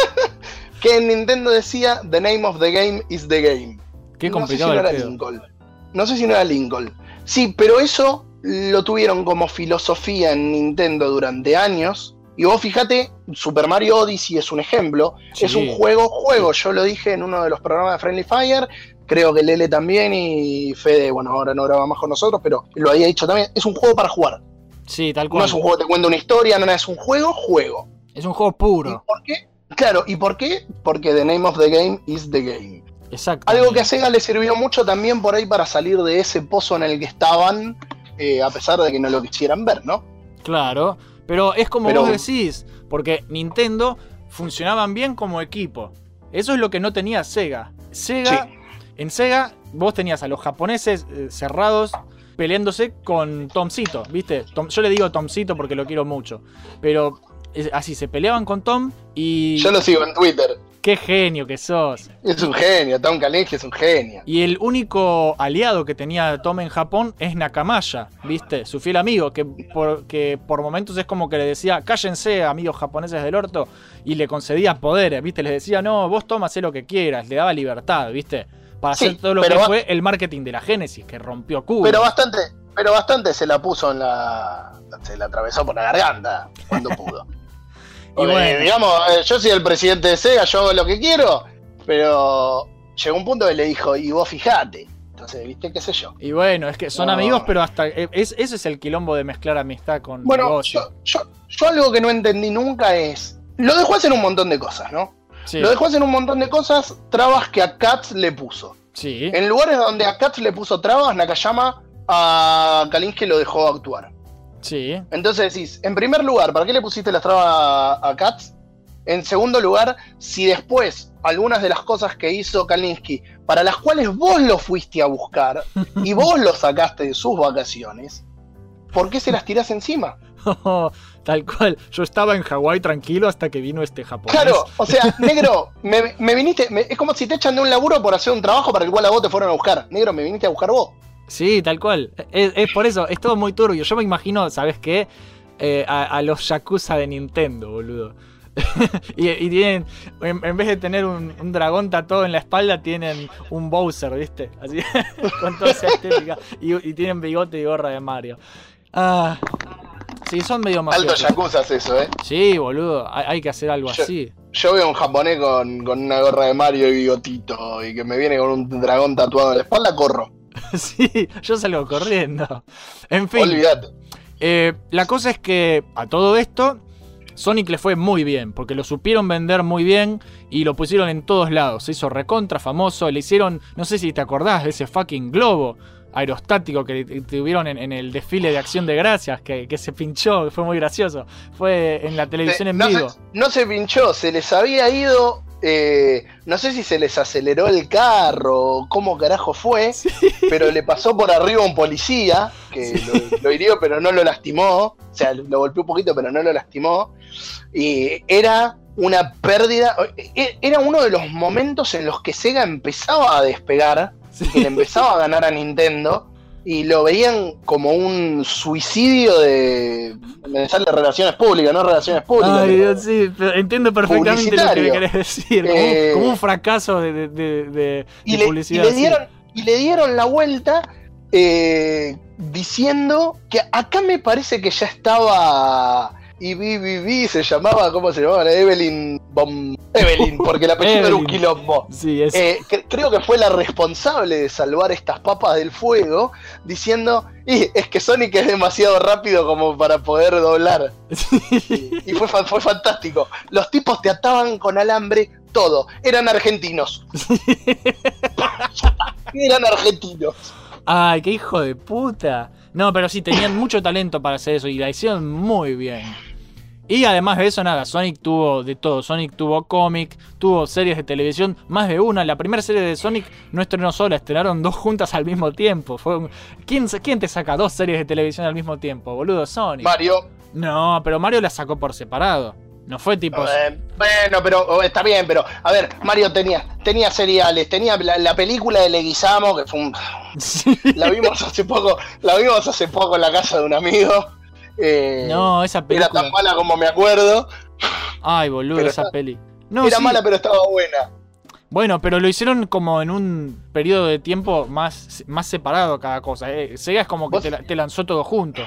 Speaker 3: que en Nintendo decía, the name of the game is the game.
Speaker 1: Qué
Speaker 3: No sé si
Speaker 1: complicado
Speaker 3: no
Speaker 1: el
Speaker 3: era
Speaker 1: pedo.
Speaker 3: Lincoln. No sé si no era Lincoln. Sí, pero eso lo tuvieron como filosofía en Nintendo durante años. Y vos fíjate, Super Mario Odyssey es un ejemplo.
Speaker 1: Sí.
Speaker 3: Es un juego, juego. Yo lo dije en uno de los programas de Friendly Fire. Creo que Lele también y Fede, bueno, ahora no graba más con nosotros, pero lo había dicho también. Es un juego para jugar.
Speaker 1: Sí, tal cual.
Speaker 3: No es un juego que te cuenta una historia, no, no, es un juego, juego.
Speaker 1: Es un juego
Speaker 3: ¿Y
Speaker 1: puro.
Speaker 3: por qué? Claro, ¿y por qué? Porque the name of the game is the game.
Speaker 1: Exacto.
Speaker 3: Algo que a Sega le sirvió mucho también por ahí para salir de ese pozo en el que estaban, eh, a pesar de que no lo quisieran ver, ¿no?
Speaker 1: Claro, pero es como
Speaker 3: Pero-
Speaker 1: vos decís, porque Nintendo funcionaban bien como equipo. Eso es lo que no tenía Sega. Sega,
Speaker 3: Sí.
Speaker 1: en Sega, vos tenías a los japoneses eh, cerrados peleándose con Tomcito, ¿viste? Tom- yo le digo Tomcito porque lo quiero mucho, pero es así, se peleaban con Tom y...
Speaker 3: Yo lo sigo en Twitter.
Speaker 1: ¡Qué genio que sos!
Speaker 3: Es un genio, Tom Kalinske es un genio.
Speaker 1: Y el único aliado que tenía Tom en Japón es Nakamaya, ¿viste? Su fiel amigo, que por, que por momentos es como que le decía, cállense, amigos japoneses del orto, y le concedía poderes, ¿viste? Les decía, no, vos Tom, hacé lo que quieras, le daba libertad, ¿viste? Para
Speaker 3: Sí,
Speaker 1: hacer todo lo
Speaker 3: pero
Speaker 1: que
Speaker 3: va-
Speaker 1: fue el marketing de la Genesis, que rompió culo.
Speaker 3: Pero bastante, pero bastante se la puso en la... se la atravesó por la garganta cuando pudo. Porque,
Speaker 1: bueno.
Speaker 3: digamos, eh, yo soy el presidente de Sega, yo hago lo que quiero, pero llegó un punto que le dijo, y vos fijate. Entonces, ¿viste? ¿Qué sé yo?
Speaker 1: Y bueno, es que son
Speaker 3: No.
Speaker 1: amigos, pero hasta... Es, ese es el quilombo de mezclar amistad con
Speaker 3: Bueno,
Speaker 1: negocio.
Speaker 3: yo, yo, yo algo que no entendí nunca es... Lo dejó hacer un montón de cosas, ¿no?
Speaker 1: Sí,
Speaker 3: Lo dejó hacer un montón de cosas, trabas que a Katz le puso.
Speaker 1: sí,
Speaker 3: En lugares donde a Katz le puso trabas, Nakayama a Kalinske lo dejó actuar.
Speaker 1: sí.
Speaker 3: Entonces decís, en primer lugar, ¿para qué le pusiste las trabas a, a Katz? En segundo lugar, si después algunas de las cosas que hizo Kalinske, para las cuales vos lo fuiste a buscar y vos lo sacaste de sus vacaciones, ¿por qué se las tirás encima?
Speaker 1: Tal cual. Yo estaba en Hawái tranquilo hasta que vino este japonés.
Speaker 3: Claro, o sea, negro, me, me viniste, me- es como si te echan de un laburo por hacer un trabajo para el cual a vos te fueron a buscar. Negro, me viniste a buscar vos.
Speaker 1: Sí, tal cual. Es, es por eso, es todo muy turbio. Yo me imagino, ¿sabes qué? Eh, a, a los Yakuza de Nintendo, boludo. y, y tienen, en, en vez de tener un, un dragón tatuado en la espalda, tienen un Bowser, ¿viste? Así, con toda esa estética. Y, y tienen bigote y gorra de Mario. Ah, sí, son medio
Speaker 3: Alto
Speaker 1: mafiosos.
Speaker 3: yakuza es eso, ¿eh?
Speaker 1: Sí, boludo, hay, hay que hacer algo
Speaker 3: Yo-
Speaker 1: así.
Speaker 3: Yo veo a un japonés con, con una gorra de Mario y bigotito y que me viene con un dragón tatuado en la espalda, corro.
Speaker 1: Sí, yo salgo corriendo. En fin.
Speaker 3: Olvídate.
Speaker 1: Eh, la cosa es que a todo esto Sonic le fue muy bien, porque lo supieron vender muy bien y lo pusieron en todos lados. Se hizo recontra famoso, le hicieron, no sé si te acordás de ese fucking globo aerostático que tuvieron en, en el desfile de Acción de Gracias, que, que se pinchó, que fue muy gracioso. Fue en la televisión en
Speaker 3: no,
Speaker 1: vivo.
Speaker 3: Se, no se pinchó, se les había ido. Eh, no sé si se les aceleró el carro o cómo carajo fue,
Speaker 1: Sí.
Speaker 3: pero le pasó por arriba un policía que
Speaker 1: Sí.
Speaker 3: lo, lo hirió pero no lo lastimó, o sea, lo golpeó un poquito pero no lo lastimó, y era una pérdida, e- era uno de los momentos en los que Sega empezaba a despegar,
Speaker 1: Sí.
Speaker 3: que le empezaba a ganar a Nintendo, y lo veían como un suicidio de... me sale relaciones públicas, no relaciones públicas.
Speaker 1: Ay,
Speaker 3: pero-
Speaker 1: Dios, sí, pero entiendo perfectamente lo que me
Speaker 3: Publicitario.
Speaker 1: querés decir. Como,
Speaker 3: Eh,
Speaker 1: como un fracaso de, de, de- de-
Speaker 3: y
Speaker 1: de
Speaker 3: le, y
Speaker 1: publicidad.
Speaker 3: le
Speaker 1: sí.
Speaker 3: dieron, y le dieron la vuelta eh, diciendo que acá me parece que ya estaba y B B B se llamaba, ¿cómo se llamaba? Evelyn Bom- Evelyn, porque el apellido era un
Speaker 1: Evelyn.
Speaker 3: quilombo.
Speaker 1: Sí, es.
Speaker 3: Eh, cre- creo que fue la responsable de salvar estas papas del fuego, diciendo, y es que Sonic es demasiado rápido como para poder doblar. Y, y fue, fa- fue fantástico. Los tipos te ataban con alambre todo. Eran argentinos. Eran argentinos.
Speaker 1: Ay, qué hijo de puta. No, pero sí, tenían mucho talento para hacer eso y la hicieron muy bien. Y además de eso, nada, Sonic tuvo de todo. Sonic tuvo cómic, tuvo series de televisión, más de una. La primera serie de Sonic no estrenó sola, estrenaron dos juntas al mismo tiempo. Fue un... ¿Quién, ¿Quién te saca dos series de televisión al mismo tiempo, boludo? Sonic.
Speaker 3: Mario.
Speaker 1: No, pero Mario las sacó por separado. No fue tipo...
Speaker 3: Eh, bueno, pero está bien, pero a ver, Mario tenía, tenía seriales, tenía la, la película de Leguizamo, que fue un...
Speaker 1: Sí.
Speaker 3: La vimos hace poco, la vimos hace poco en la casa de un amigo. Eh,
Speaker 1: No, esa película...
Speaker 3: Era tan mala como me acuerdo.
Speaker 1: Ay, boludo,
Speaker 3: Pero
Speaker 1: esa
Speaker 3: está-
Speaker 1: peli. No,
Speaker 3: Era
Speaker 1: sí.
Speaker 3: mala, pero estaba buena.
Speaker 1: Bueno, pero lo hicieron como en un periodo de tiempo más, más separado cada cosa. Eh. Sega es como que
Speaker 3: ¿Vos?
Speaker 1: te, la- te lanzó todo junto.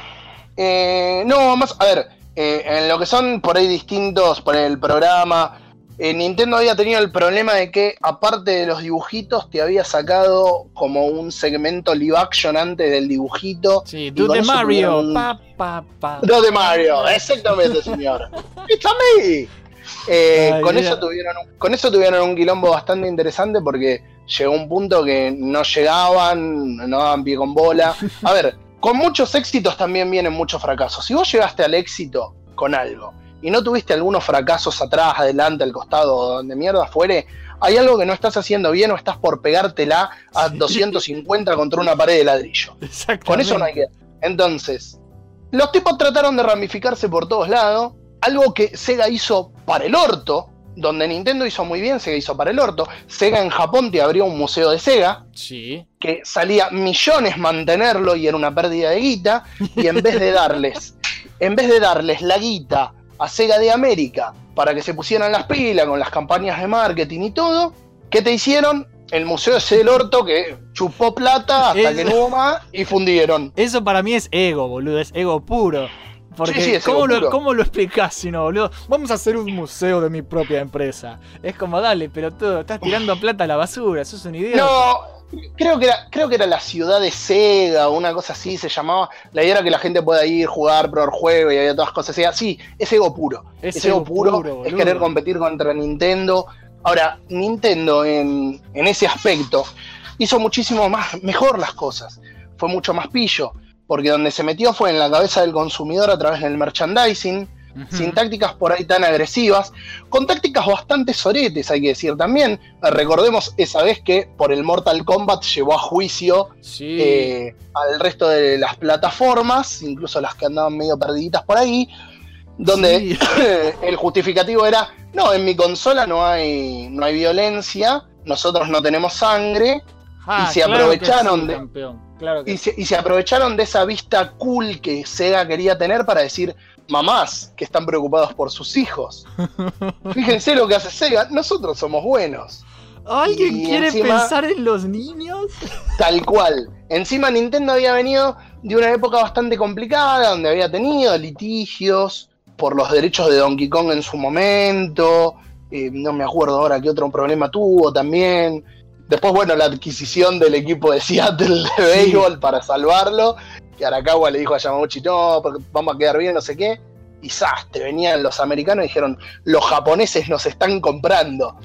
Speaker 3: Eh, no, más, a ver, eh, en lo que son por ahí distintos, por el programa, eh, Nintendo había tenido el problema de que, aparte de los dibujitos, te había sacado como un segmento live action antes del dibujito.
Speaker 1: Sí,
Speaker 3: y
Speaker 1: Do
Speaker 3: con
Speaker 1: de
Speaker 3: eso
Speaker 1: Mario.
Speaker 3: tuvieron un-
Speaker 1: Pa, pa, pa.
Speaker 3: Do de Mario, exactamente, señor. It's a me. Eh,
Speaker 1: Ay,
Speaker 3: con,
Speaker 1: mira.
Speaker 3: eso tuvieron un, con eso tuvieron un quilombo bastante interesante porque llegó un punto que no llegaban, no daban pie con bola. A ver, con muchos éxitos también vienen muchos fracasos. Si vos llegaste al éxito con algo y no tuviste algunos fracasos atrás, adelante, al costado, donde mierda fuere, hay algo que no estás haciendo bien o estás por pegártela a doscientos cincuenta contra una pared de ladrillo.
Speaker 1: Exactamente.
Speaker 3: Con eso no hay que... Entonces, los tipos trataron de ramificarse por todos lados. Algo que Sega hizo para el orto, donde Nintendo hizo muy bien, Sega hizo para el orto. Sega en Japón te abrió un museo de Sega,
Speaker 1: Sí.
Speaker 3: que salía millones mantenerlo y era una pérdida de guita. Y en vez de darles, en vez de darles la guita a Sega de América para que se pusieran las pilas con las campañas de marketing y todo, ¿qué te hicieron? El museo ese del orto que chupó plata hasta
Speaker 1: Es-
Speaker 3: que no hubo más y fundieron.
Speaker 1: Eso para mí es ego, boludo. Es ego puro. Porque,
Speaker 3: Sí, sí, es
Speaker 1: ¿cómo,
Speaker 3: ego
Speaker 1: lo,
Speaker 3: puro.
Speaker 1: ¿cómo lo explicás si no, boludo? Vamos a hacer un museo de mi propia empresa. Es como, dale, pero todo, estás tirando plata a la basura, sos un idiota.
Speaker 3: No, creo que era, creo que era la ciudad de Sega o una cosa así se llamaba. La idea era que la gente pueda ir, jugar, probar juego y había todas cosas así. Sí, es ego puro.
Speaker 1: Es
Speaker 3: Es, ego,
Speaker 1: ego
Speaker 3: puro,
Speaker 1: puro,
Speaker 3: es
Speaker 1: boludo.
Speaker 3: querer competir contra Nintendo. Ahora, Nintendo en, en ese aspecto hizo muchísimo más, mejor las cosas. Fue mucho más pillo. Porque donde se metió fue en la cabeza del consumidor a través del merchandising,
Speaker 1: Ujú.
Speaker 3: sin tácticas por ahí tan agresivas, con tácticas bastante soretes, hay que decir también. Recordemos esa vez que por el Mortal Kombat llevó a juicio
Speaker 1: Sí.
Speaker 3: eh, al resto de las plataformas, incluso las que andaban medio perdiditas por ahí, donde
Speaker 1: Sí.
Speaker 3: el justificativo era, no, en mi consola no hay, no hay violencia, nosotros no tenemos sangre,
Speaker 1: Ah,
Speaker 3: y se
Speaker 1: claro que
Speaker 3: aprovecharon
Speaker 1: sí,
Speaker 3: de-
Speaker 1: campeón. Claro que
Speaker 3: y se, y se aprovecharon de esa vista cool que Sega quería tener para decir mamás que están preocupados por sus hijos. Fíjense lo que hace Sega, nosotros somos buenos.
Speaker 1: ¿Alguien
Speaker 3: Y
Speaker 1: quiere
Speaker 3: encima-
Speaker 1: pensar en los niños?
Speaker 3: Tal cual. Encima Nintendo había venido de una época bastante complicada, donde había tenido litigios por los derechos de Donkey Kong en su momento. Eh, no me acuerdo ahora qué otro problema tuvo también. Después, bueno, la adquisición del equipo de Seattle de béisbol para salvarlo. Y Arakawa le dijo a Yamauchi, no, porque vamos a quedar bien, no sé qué. Y ¡zas! Te venían los americanos y dijeron, los japoneses nos están comprando.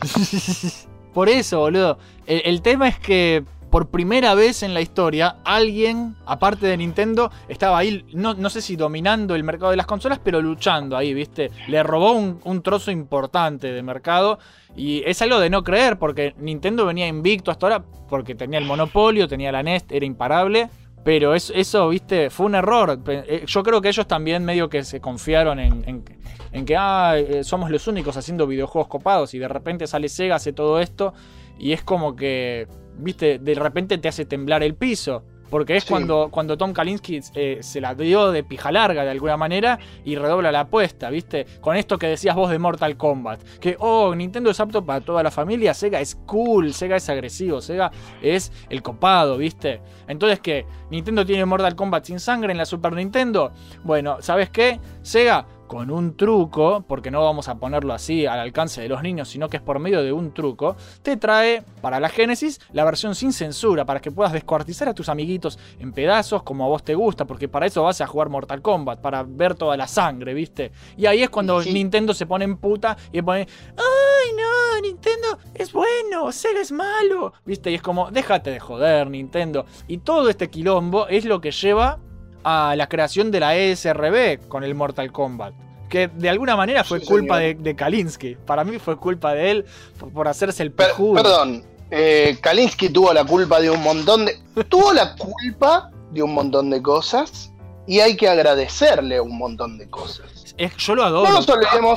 Speaker 1: Por eso, boludo. El, el tema es que por primera vez en la historia, alguien, aparte de Nintendo, estaba ahí, no, no sé si dominando el mercado de las consolas, pero luchando ahí, ¿viste? Le robó un, un trozo importante de mercado. Y es algo de no creer, porque Nintendo venía invicto hasta ahora, porque tenía el monopolio, tenía la N E S, era imparable. Pero eso, eso, viste, fue un error. Pe- Yo creo que ellos también medio que se confiaron en, en, en que ah, eh, somos los únicos haciendo videojuegos copados. Y de repente sale Sega, hace todo esto. Y es como que, viste, de repente te hace temblar el piso. Porque es
Speaker 3: Sí.
Speaker 1: cuando, cuando Tom Kalinske eh, se la dio de pija larga de alguna manera y redobla la apuesta, ¿viste? Con esto que decías vos de Mortal Kombat. Que, oh, Nintendo es apto para toda la familia, Sega es cool, Sega es agresivo, Sega es el copado, ¿viste? Entonces, ¿qué? ¿Nintendo tiene Mortal Kombat sin sangre en la Super Nintendo? Bueno, ¿sabes qué? Sega, con un truco, porque no vamos a ponerlo así al alcance de los niños, sino que es por medio de un truco, te trae para la Genesis la versión sin censura, para que puedas descuartizar a tus amiguitos en pedazos como a vos te gusta, porque para eso vas a jugar Mortal Kombat, para ver toda la sangre, ¿viste? Y ahí es cuando
Speaker 3: Sí.
Speaker 1: Nintendo se pone en puta y pone, ¡ay no! Nintendo es bueno, Sega es malo, ¿viste? Y es como, déjate de joder, Nintendo. Y todo este quilombo es lo que lleva a la creación de la E S R B con el Mortal Kombat. Que de alguna manera fue
Speaker 3: Sí,
Speaker 1: culpa de,
Speaker 3: señor.
Speaker 1: de Kalinske. Para mí fue culpa de él por, por hacerse el
Speaker 3: Per-
Speaker 1: pejudo.
Speaker 3: perdón, eh, Kalinske tuvo la culpa de un montón de... tuvo la culpa de un montón de cosas y hay que agradecerle un montón de cosas.
Speaker 1: Es- yo lo
Speaker 3: No
Speaker 1: adoro.
Speaker 3: nos olvidemos,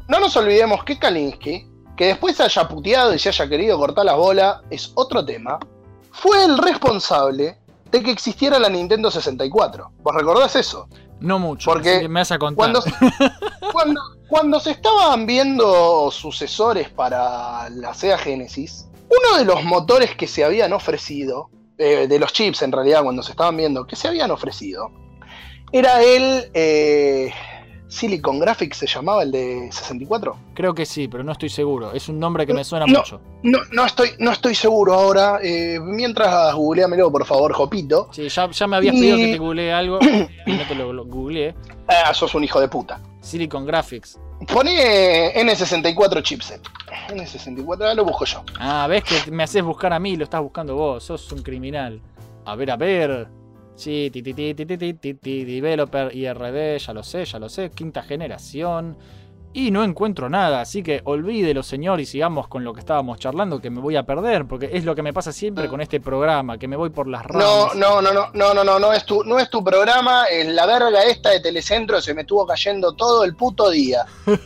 Speaker 3: no nos olvidemos que Kalinsky, que después se haya puteado y se haya querido cortar las bolas, es otro tema, fue el responsable de que existiera la Nintendo sesenta y cuatro. ¿Vos recordás eso?
Speaker 1: No mucho,
Speaker 3: porque
Speaker 1: así que me vas a contar.
Speaker 3: Cuando, cuando, cuando se estaban viendo sucesores para la Sega Genesis, uno de los motores que se habían ofrecido, eh, de los chips en realidad, cuando se estaban viendo, que se habían ofrecido, era el eh, Silicon Graphics, se llamaba el de sesenta y cuatro.
Speaker 1: Creo que sí, pero no estoy seguro. Es un nombre que me suena
Speaker 3: no,
Speaker 1: mucho.
Speaker 3: No, no, estoy, no estoy seguro ahora. Eh, mientras googleamelo, por favor, Jopito.
Speaker 1: Sí, ya, ya me habías y... pedido que te googlee algo y no te lo, lo googleé.
Speaker 3: Ah, sos un hijo de puta.
Speaker 1: Silicon Graphics.
Speaker 3: Poné N sesenta y cuatro chipset. N sesenta y cuatro, lo busco yo.
Speaker 1: Ah, ves que me haces buscar a mí y lo estás buscando vos. Sos un criminal. A ver, a ver. Sí, ti, ti, ti, ti, ti, ti, ti, ti, Developer I R B, ya lo sé, ya lo sé. Quinta generación. Y no encuentro nada, así que olvídelo, señor, y sigamos con lo que estábamos charlando, que me voy a perder, porque es lo que me pasa siempre con este programa, que me voy por las ramas.
Speaker 3: No, no, no, no, no, no, no, no es tu, no es tu programa, es la verga esta de Telecentro, se me estuvo cayendo todo el puto día.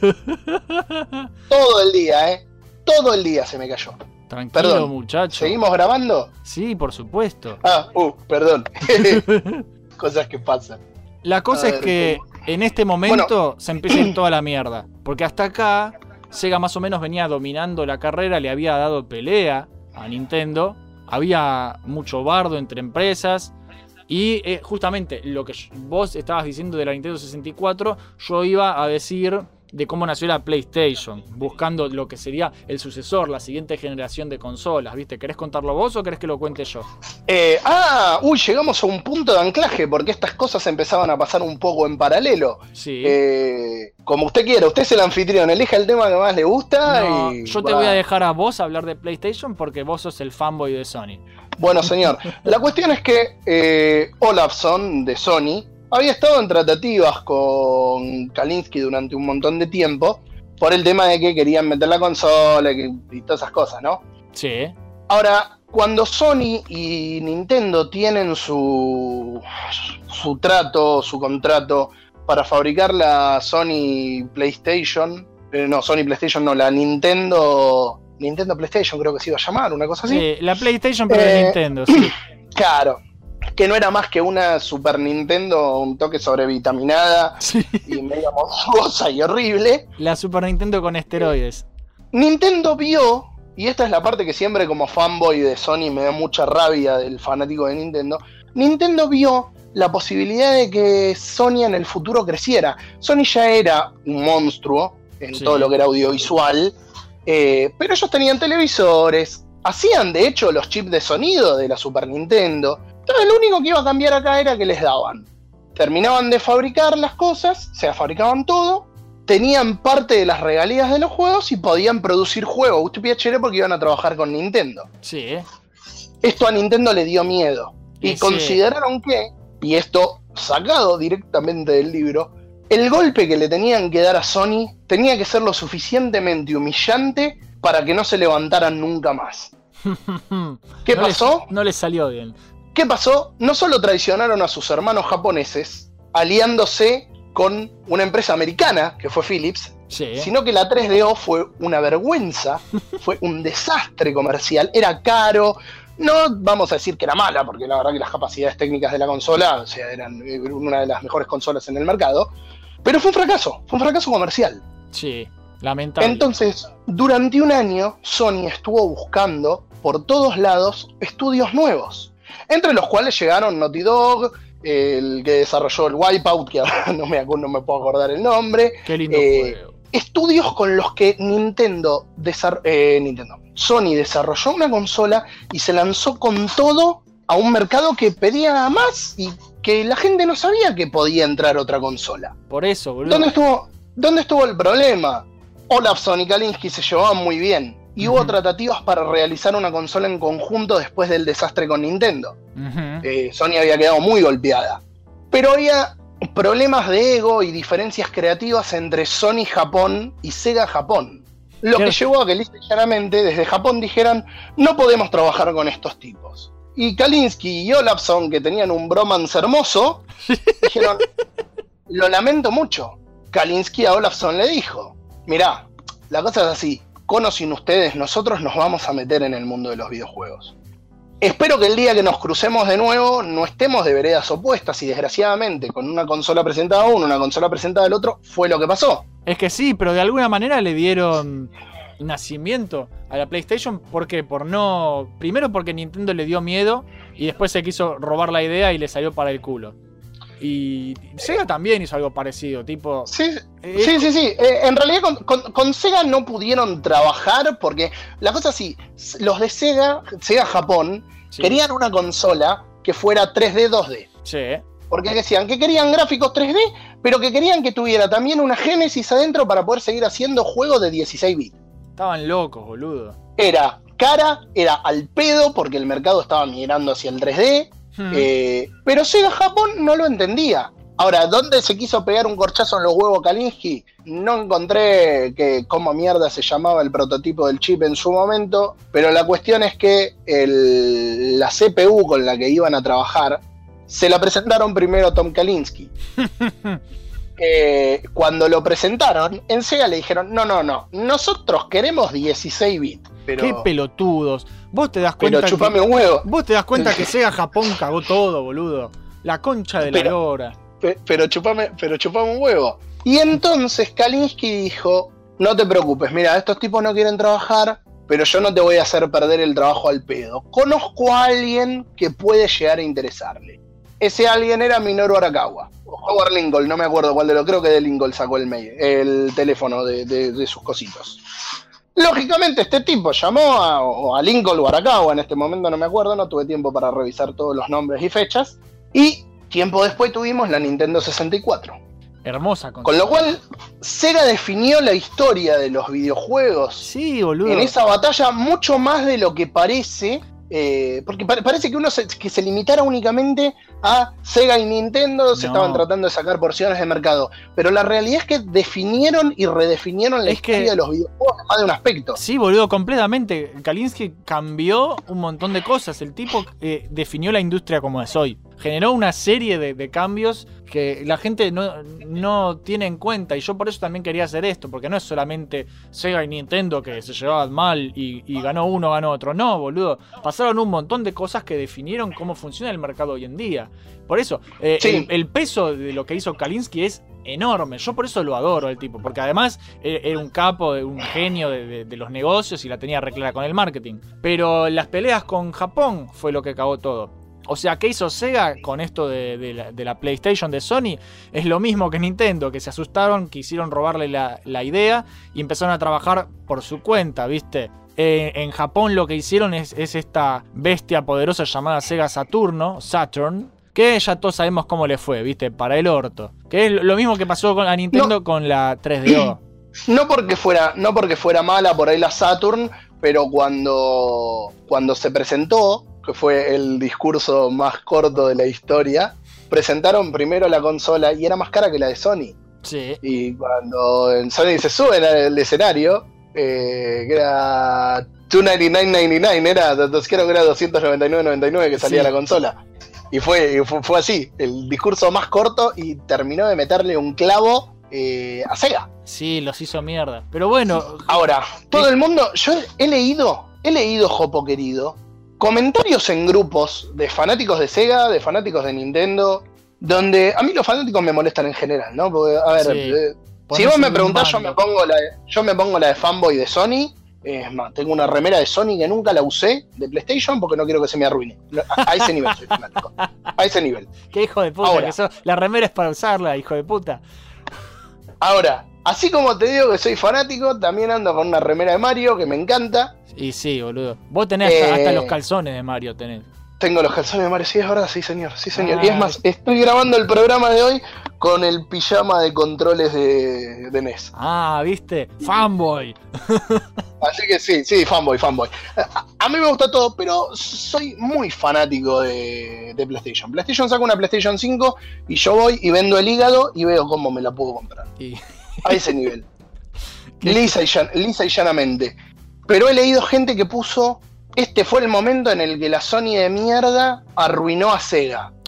Speaker 3: Todo el día, eh. Todo el día se me cayó.
Speaker 1: Tranquilo, perdón, muchacho.
Speaker 3: ¿Seguimos grabando?
Speaker 1: Sí, por supuesto.
Speaker 3: Ah, uh, perdón. Cosas que pasan.
Speaker 1: La cosa a es ver, que ¿cómo? En este momento bueno. se empieza a ir toda la mierda. Porque hasta acá, Sega más o menos venía dominando la carrera, le había dado pelea a Nintendo. Había mucho bardo entre empresas. Y eh, justamente lo que vos estabas diciendo de la Nintendo sesenta y cuatro, yo iba a decir de cómo nació la PlayStation, buscando lo que sería el sucesor, la siguiente generación de consolas, ¿viste? ¿Querés contarlo vos o querés que lo cuente yo?
Speaker 3: Eh, ah, uy, llegamos a un punto de anclaje, porque estas cosas empezaban a pasar un poco en paralelo.
Speaker 1: Sí.
Speaker 3: Eh, como usted quiera, usted es el anfitrión, elija el tema que más le gusta
Speaker 1: no,
Speaker 3: y...
Speaker 1: Yo te va. voy a dejar a vos hablar de PlayStation porque vos sos el fanboy de Sony.
Speaker 3: Bueno, señor, la cuestión es que eh, Olafson, de Sony, había estado en tratativas con Kalinsky durante un montón de tiempo por el tema de que querían meter la consola y, y todas esas cosas, ¿no?
Speaker 1: Sí.
Speaker 3: Ahora, cuando Sony y Nintendo tienen su, su trato, su contrato para fabricar la Sony PlayStation, eh, no, Sony PlayStation no, la Nintendo... Nintendo PlayStation creo que se iba a llamar, una cosa así.
Speaker 1: Sí, la PlayStation pero
Speaker 3: eh,
Speaker 1: de Nintendo, sí.
Speaker 3: Claro. Que no era más que una Super Nintendo, un toque sobrevitaminada sí. y medio monstruosa y horrible.
Speaker 1: La Super Nintendo con esteroides.
Speaker 3: Nintendo vio, y esta es la parte que siempre como fanboy de Sony me da mucha rabia del fanático de Nintendo, Nintendo vio la posibilidad de que Sony en el futuro creciera. Sony ya era un monstruo en sí. todo lo que era audiovisual, eh, pero ellos tenían televisores, hacían de hecho los chips de sonido de la Super Nintendo. Entonces lo único que iba a cambiar acá era que les daban. Terminaban de fabricar las cosas, se fabricaban todo, tenían parte de las regalías de los juegos y podían producir juegos. Usted piachere porque iban a trabajar con Nintendo.
Speaker 1: Sí.
Speaker 3: Esto a Nintendo le dio miedo. Y
Speaker 1: sí.
Speaker 3: consideraron que, y esto sacado directamente del libro, el golpe que le tenían que dar a Sony tenía que ser lo suficientemente humillante para que no se levantaran nunca más. ¿Qué
Speaker 1: no
Speaker 3: pasó?
Speaker 1: Les, no les salió bien.
Speaker 3: ¿Qué pasó? No solo traicionaron a sus hermanos japoneses, aliándose con una empresa americana, que fue Philips,
Speaker 1: sí.
Speaker 3: sino que la tres D O fue una vergüenza, fue un desastre comercial, era caro, no vamos a decir que era mala, porque la verdad que las capacidades técnicas de la consola, o sea, eran una de las mejores consolas en el mercado, pero fue un fracaso, fue un fracaso comercial.
Speaker 1: Sí, lamentable.
Speaker 3: Entonces, durante un año, Sony estuvo buscando por todos lados estudios nuevos, entre los cuales llegaron Naughty Dog, el que desarrolló el Wipeout, que ahora no me, no me puedo acordar el nombre.
Speaker 1: Qué lindo
Speaker 3: eh,
Speaker 1: juego.
Speaker 3: Estudios con los que Nintendo, desar- eh, Nintendo, Sony desarrolló una consola y se lanzó con todo a un mercado que pedía más y que la gente no sabía que podía entrar otra consola.
Speaker 1: Por eso, boludo.
Speaker 3: ¿Dónde estuvo, dónde estuvo el problema? Olafson y Kalinsky se llevaban muy bien. Y hubo uh-huh. tratativas para realizar una consola en conjunto después del desastre con Nintendo.
Speaker 1: Uh-huh.
Speaker 3: Eh, Sony había quedado muy golpeada. Pero había problemas de ego y diferencias creativas entre Sony Japón y Sega Japón. Lo que llevó a que lisa y llanamente desde Japón dijeran, no podemos trabajar con estos tipos. Y Kalinsky y Olafson, que tenían un bromance hermoso, dijeron, lo lamento mucho. Kalinsky a Olafson le dijo, Mirá, la cosa es así. Con o sin ustedes, nosotros nos vamos a meter en el mundo de los videojuegos. Espero que el día que nos crucemos de nuevo no estemos de veredas opuestas y desgraciadamente con una consola presentada uno, una consola presentada el otro, fue lo que pasó.
Speaker 1: Es que sí, pero de alguna manera le dieron nacimiento a la PlayStation. ¿Por qué? Por no... Primero porque Nintendo le dio miedo y después se quiso robar la idea y le salió para el culo. Y Sega también hizo algo parecido, tipo...
Speaker 3: Sí, eh, sí, sí, sí. Eh, en realidad con, con, con Sega no pudieron trabajar porque la cosa sí, los de Sega, Sega Japón, sí, querían una consola que fuera tres D, dos D.
Speaker 1: Sí.
Speaker 3: Porque decían que querían gráficos tres D, pero que querían que tuviera también una Genesis adentro para poder seguir haciendo juegos de dieciséis bits.
Speaker 1: Estaban locos, boludo.
Speaker 3: Era cara, era al pedo porque el mercado estaba migrando hacia el tres D. Hmm. Eh, pero Sega Japón no lo entendía. Ahora, ¿dónde se quiso pegar un corchazo en los huevos Kalinsky? No encontré que cómo mierda se llamaba el prototipo del chip en su momento, pero la cuestión es que el, la C P U con la que iban a trabajar se la presentaron primero a Tom Kalinske. eh, cuando lo presentaron, en Sega le dijeron, no, no, no, nosotros queremos dieciséis bits. Pero,
Speaker 1: qué pelotudos. Vos te das cuenta.
Speaker 3: Pero chupame un huevo.
Speaker 1: Vos te das cuenta que Sega Japón cagó todo, boludo. La concha de pero, la lora.
Speaker 3: Pe, pero chupame, pero chupame un huevo. Y entonces Kalinske dijo, no te preocupes, mira, estos tipos no quieren trabajar, pero yo no te voy a hacer perder el trabajo al pedo. Conozco a alguien que puede llegar a interesarle. Ese alguien era Minoru Arakawa. O Howard Lincoln, no me acuerdo cuál de lo, creo que de Lincoln sacó el mail, el teléfono de, de, de sus cositos. Lógicamente este tipo llamó a, o a Lincoln o Arakawa, en este momento no me acuerdo, no tuve tiempo para revisar todos los nombres y fechas, y tiempo después tuvimos la Nintendo sesenta y cuatro.
Speaker 1: Hermosa consola.
Speaker 3: Con lo cual, Sega definió la historia de los videojuegos.
Speaker 1: Sí, boludo.
Speaker 3: En esa batalla mucho más de lo que parece, eh, porque pa- parece que uno se, que se limitara únicamente a Sega y Nintendo, se no. estaban tratando de sacar porciones de mercado, pero la realidad es que definieron y redefinieron la es historia que... de los videojuegos en más de un aspecto.
Speaker 1: Sí, boludo, completamente. Kalinske cambió un montón de cosas. El tipo eh, definió la industria como es hoy. Generó una serie de, de cambios que la gente no, no tiene en cuenta, y yo por eso también quería hacer esto, porque no es solamente Sega y Nintendo que se llevaban mal y, y ganó uno, ganó otro. No, boludo, pasaron un montón de cosas que definieron cómo funciona el mercado hoy en día. Por eso, eh, sí. el, el peso de lo que hizo Kalinske es enorme. Yo por eso lo adoro al tipo, porque además era un capo, un genio de, de, de los negocios y la tenía reclara con el marketing. Pero las peleas con Japón fue lo que cagó todo. O sea, ¿qué hizo Sega con esto de, de, la, de la PlayStation de Sony? Es lo mismo que Nintendo, que se asustaron, quisieron robarle la, la idea y empezaron a trabajar por su cuenta, ¿viste? Eh, en Japón lo que hicieron es, es esta bestia poderosa llamada Sega Saturno, Saturn, que ya todos sabemos cómo le fue, ¿viste? Para el orto. Que es lo mismo que pasó con, a Nintendo no, con la tres D O.
Speaker 3: No porque fuera, no porque fuera mala por ahí la Saturn, pero cuando, cuando se presentó, que fue el discurso más corto de la historia, presentaron primero la consola y era más cara que la de Sony.
Speaker 1: Sí.
Speaker 3: Y cuando en Sony se sube al escenario, eh, que era dos noventa y nueve noventa y nueve, era, creo que era doscientos noventa y nueve noventa y nueve que salía sí. la consola. Y fue, fue, fue así, el discurso más corto, y terminó de meterle un clavo eh, a Sega.
Speaker 1: Sí, los hizo mierda. Pero bueno.
Speaker 3: Ahora, todo el mundo, yo he leído, he leído, Jopo querido, comentarios en grupos de fanáticos de Sega, de fanáticos de Nintendo, donde a mí los fanáticos me molestan en general, ¿no? Porque, a ver, sí. eh, si vos me preguntás, yo me pongo la de, yo me pongo la de fanboy de Sony. Es más, tengo una remera de Sony que nunca la usé de PlayStation porque no quiero que se me arruine. A, a ese nivel soy fanático. A ese nivel.
Speaker 1: Qué hijo de puta ahora, que sos. La remera es para usarla, hijo de puta.
Speaker 3: Ahora, así como te digo que soy fanático, también ando con una remera de Mario que me encanta.
Speaker 1: Y sí, boludo. Vos tenés eh, hasta, hasta los calzones de Mario, tenés.
Speaker 3: Tengo los calzones de Mario, sí, es verdad, sí señor, sí señor. Ah, y es más, estoy grabando el programa de hoy con el pijama de controles de, de N E S.
Speaker 1: Ah, ¿viste? Fanboy.
Speaker 3: Así que sí, sí, fanboy, fanboy. A, a mí me gusta todo, pero soy muy fanático de, de PlayStation. PlayStation saca una PlayStation cinco y yo voy y vendo el hígado y veo cómo me la puedo comprar. Y... a ese nivel. Lisa y, llan, lisa y llanamente. Pero he leído gente que puso... Este fue el momento en el que la Sony de mierda arruinó a Sega.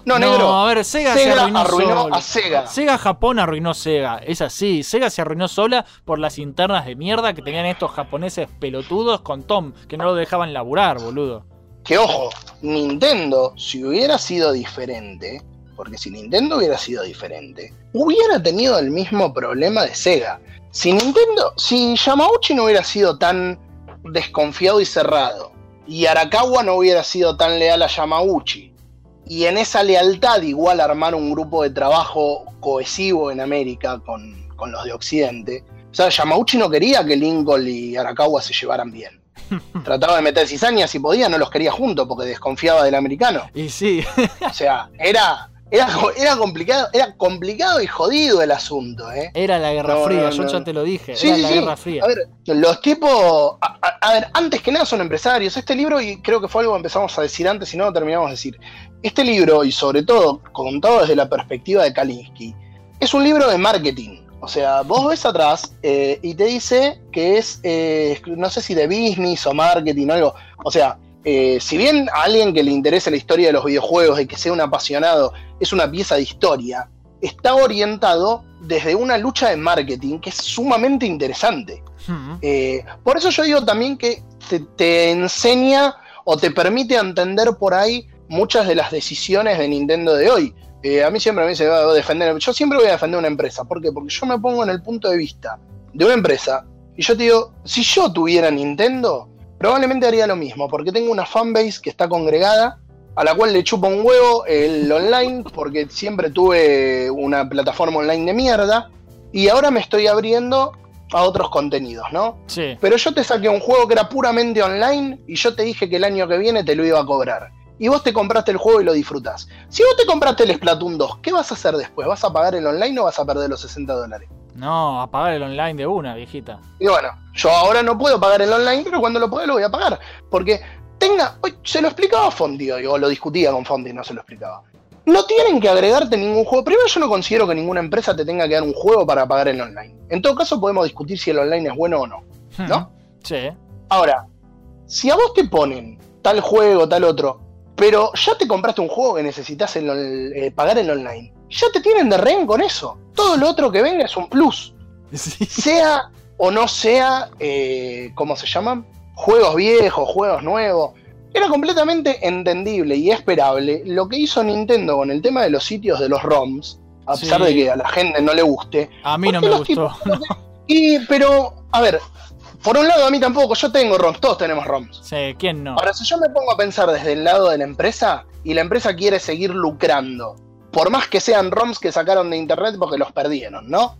Speaker 3: No, negro.
Speaker 1: a ver, Sega,
Speaker 3: Sega
Speaker 1: se arruinó,
Speaker 3: arruinó
Speaker 1: sola.
Speaker 3: a Sega.
Speaker 1: Sega Japón arruinó Sega, es así. Sega se arruinó sola por las internas de mierda que tenían estos japoneses pelotudos con Tom, que no lo dejaban laburar, boludo.
Speaker 3: Que ojo, Nintendo, si hubiera sido diferente, porque si Nintendo hubiera sido diferente, hubiera tenido el mismo problema de Sega. Si Nintendo, si Yamauchi no hubiera sido tan desconfiado y cerrado, y Arakawa no hubiera sido tan leal a Yamauchi, y en esa lealtad igual armar un grupo de trabajo cohesivo en América con, con los de Occidente, o sea, Yamauchi no quería que Lincoln y Arakawa se llevaran bien. Trataba de meter cizaña si podía, no los quería juntos porque desconfiaba del americano.
Speaker 1: Y sí.
Speaker 3: O sea, era, era, era complicado, era complicado y jodido el asunto, ¿eh?
Speaker 1: Era la Guerra
Speaker 3: No,
Speaker 1: Fría,
Speaker 3: no,
Speaker 1: yo
Speaker 3: no.
Speaker 1: ya te lo dije,
Speaker 3: Sí,
Speaker 1: era
Speaker 3: sí,
Speaker 1: la
Speaker 3: sí.
Speaker 1: Guerra Fría.
Speaker 3: A ver, los tipos, a, a- a ver, antes que nada son empresarios. Este libro, y creo que fue algo que empezamos a decir antes y no lo terminamos de decir. Este libro, y sobre todo contado desde la perspectiva de Kalinsky, es un libro de marketing. O sea, vos ves atrás eh, y te dice que es, eh, no sé si de business o marketing o algo. O sea, eh, si bien a alguien que le interese la historia de los videojuegos y que sea un apasionado es una pieza de historia, está orientado desde una lucha de marketing que es sumamente interesante.
Speaker 1: Hmm.
Speaker 3: Eh, por eso yo digo también que te, te enseña o te permite entender por ahí muchas de las decisiones de Nintendo de hoy. Eh, a mí siempre me dice, "Ah, voy a defender", yo siempre voy a defender una empresa. ¿Por qué? Porque yo me pongo en el punto de vista de una empresa y yo te digo, si yo tuviera Nintendo, probablemente haría lo mismo, porque tengo una fanbase que está congregada, a la cual le chupa un huevo el online, porque siempre tuve una plataforma online de mierda, y ahora me estoy abriendo a otros contenidos, ¿no?
Speaker 1: Sí.
Speaker 3: Pero yo te saqué un juego que era puramente online y yo te dije que el año que viene te lo iba a cobrar. Y vos te compraste el juego y lo disfrutás. Si vos te compraste el Splatoon dos, ¿qué vas a hacer después? ¿Vas a pagar el online o vas a perder los sesenta dólares?
Speaker 1: No, apagar el online de una, viejita.
Speaker 3: Y bueno, yo ahora no puedo pagar el online, pero cuando lo pueda lo voy a pagar. Porque tenga... Hoy se lo explicaba a Fonti, o lo discutía con Fonti, no se lo explicaba. No tienen que agregarte ningún juego. Primero, yo no considero que ninguna empresa te tenga que dar un juego para pagar el online. En todo caso, podemos discutir si el online es bueno o no, ¿no?
Speaker 1: Sí.
Speaker 3: Ahora, si a vos te ponen tal juego, tal otro, pero ya te compraste un juego que necesitas el, eh, pagar el online, ya te tienen de rehén con eso. Todo lo otro que venga es un plus.
Speaker 1: Sí.
Speaker 3: Sea o no sea, eh, ¿cómo se llaman? Juegos viejos, juegos nuevos. Era completamente entendible y esperable lo que hizo Nintendo con el tema de los sitios de los ROMs, a
Speaker 1: Sí.
Speaker 3: pesar de que a la gente no le guste.
Speaker 1: A mí no
Speaker 3: Porque
Speaker 1: me
Speaker 3: los
Speaker 1: gustó.
Speaker 3: tipos- porque- y, pero, a ver, por un lado a mí tampoco, yo tengo ROMs, todos tenemos ROMs.
Speaker 1: Sí, ¿quién no?
Speaker 3: Ahora, si yo me pongo a pensar desde el lado de la empresa, y la empresa quiere seguir lucrando, por más que sean ROMs que sacaron de internet porque los perdieron, ¿no?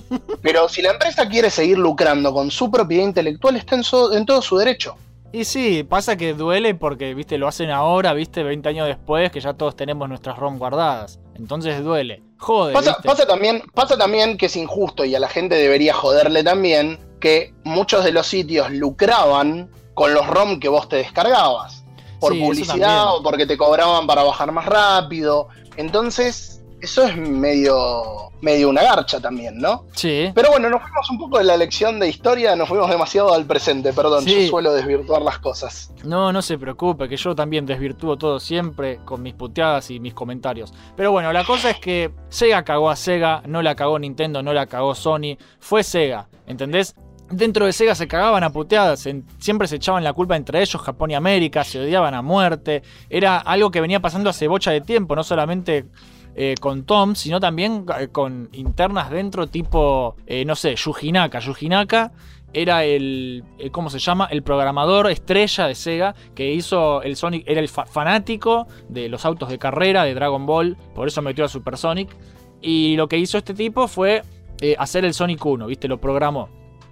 Speaker 3: Pero si la empresa quiere seguir lucrando con su propiedad intelectual, está en, su- en todo su derecho.
Speaker 1: Y sí, pasa que duele porque, viste, lo hacen ahora, viste, veinte años después, que ya todos tenemos nuestras ROM guardadas. Entonces duele. Joder,
Speaker 3: Pasa,
Speaker 1: ¿viste?
Speaker 3: pasa también, pasa también que es injusto, y a la gente debería joderle también, que muchos de los sitios lucraban con los ROM que vos te descargabas. Por
Speaker 1: Sí, eso
Speaker 3: publicidad
Speaker 1: también.
Speaker 3: o porque te cobraban para bajar más rápido. Entonces, eso es medio, medio una garcha también, ¿no?
Speaker 1: Sí.
Speaker 3: Pero bueno, nos fuimos un poco de la lección de historia, nos fuimos demasiado al presente, perdón,
Speaker 1: Sí.
Speaker 3: yo suelo desvirtuar las cosas.
Speaker 1: No, no se preocupe, que yo también desvirtúo todo siempre con mis puteadas y mis comentarios. Pero bueno, la cosa es que Sega cagó a Sega, no la cagó Nintendo, no la cagó Sony, fue Sega, ¿entendés? Dentro de Sega se cagaban a puteadas, en- siempre se echaban la culpa entre ellos, Japón y América, se odiaban a muerte. Era algo que venía pasando hace bocha de tiempo, no solamente eh, con Tom, sino también eh, con internas dentro, tipo, eh, no sé, Yuji Naka. Yuji Naka era el, eh, ¿cómo se llama? El programador estrella de Sega que hizo el Sonic, era el fa- fanático de los autos de carrera de Dragon Ball, por eso metió a Super Sonic. Y lo que hizo este tipo fue eh, hacer el Sonic uno, ¿viste? Lo programó.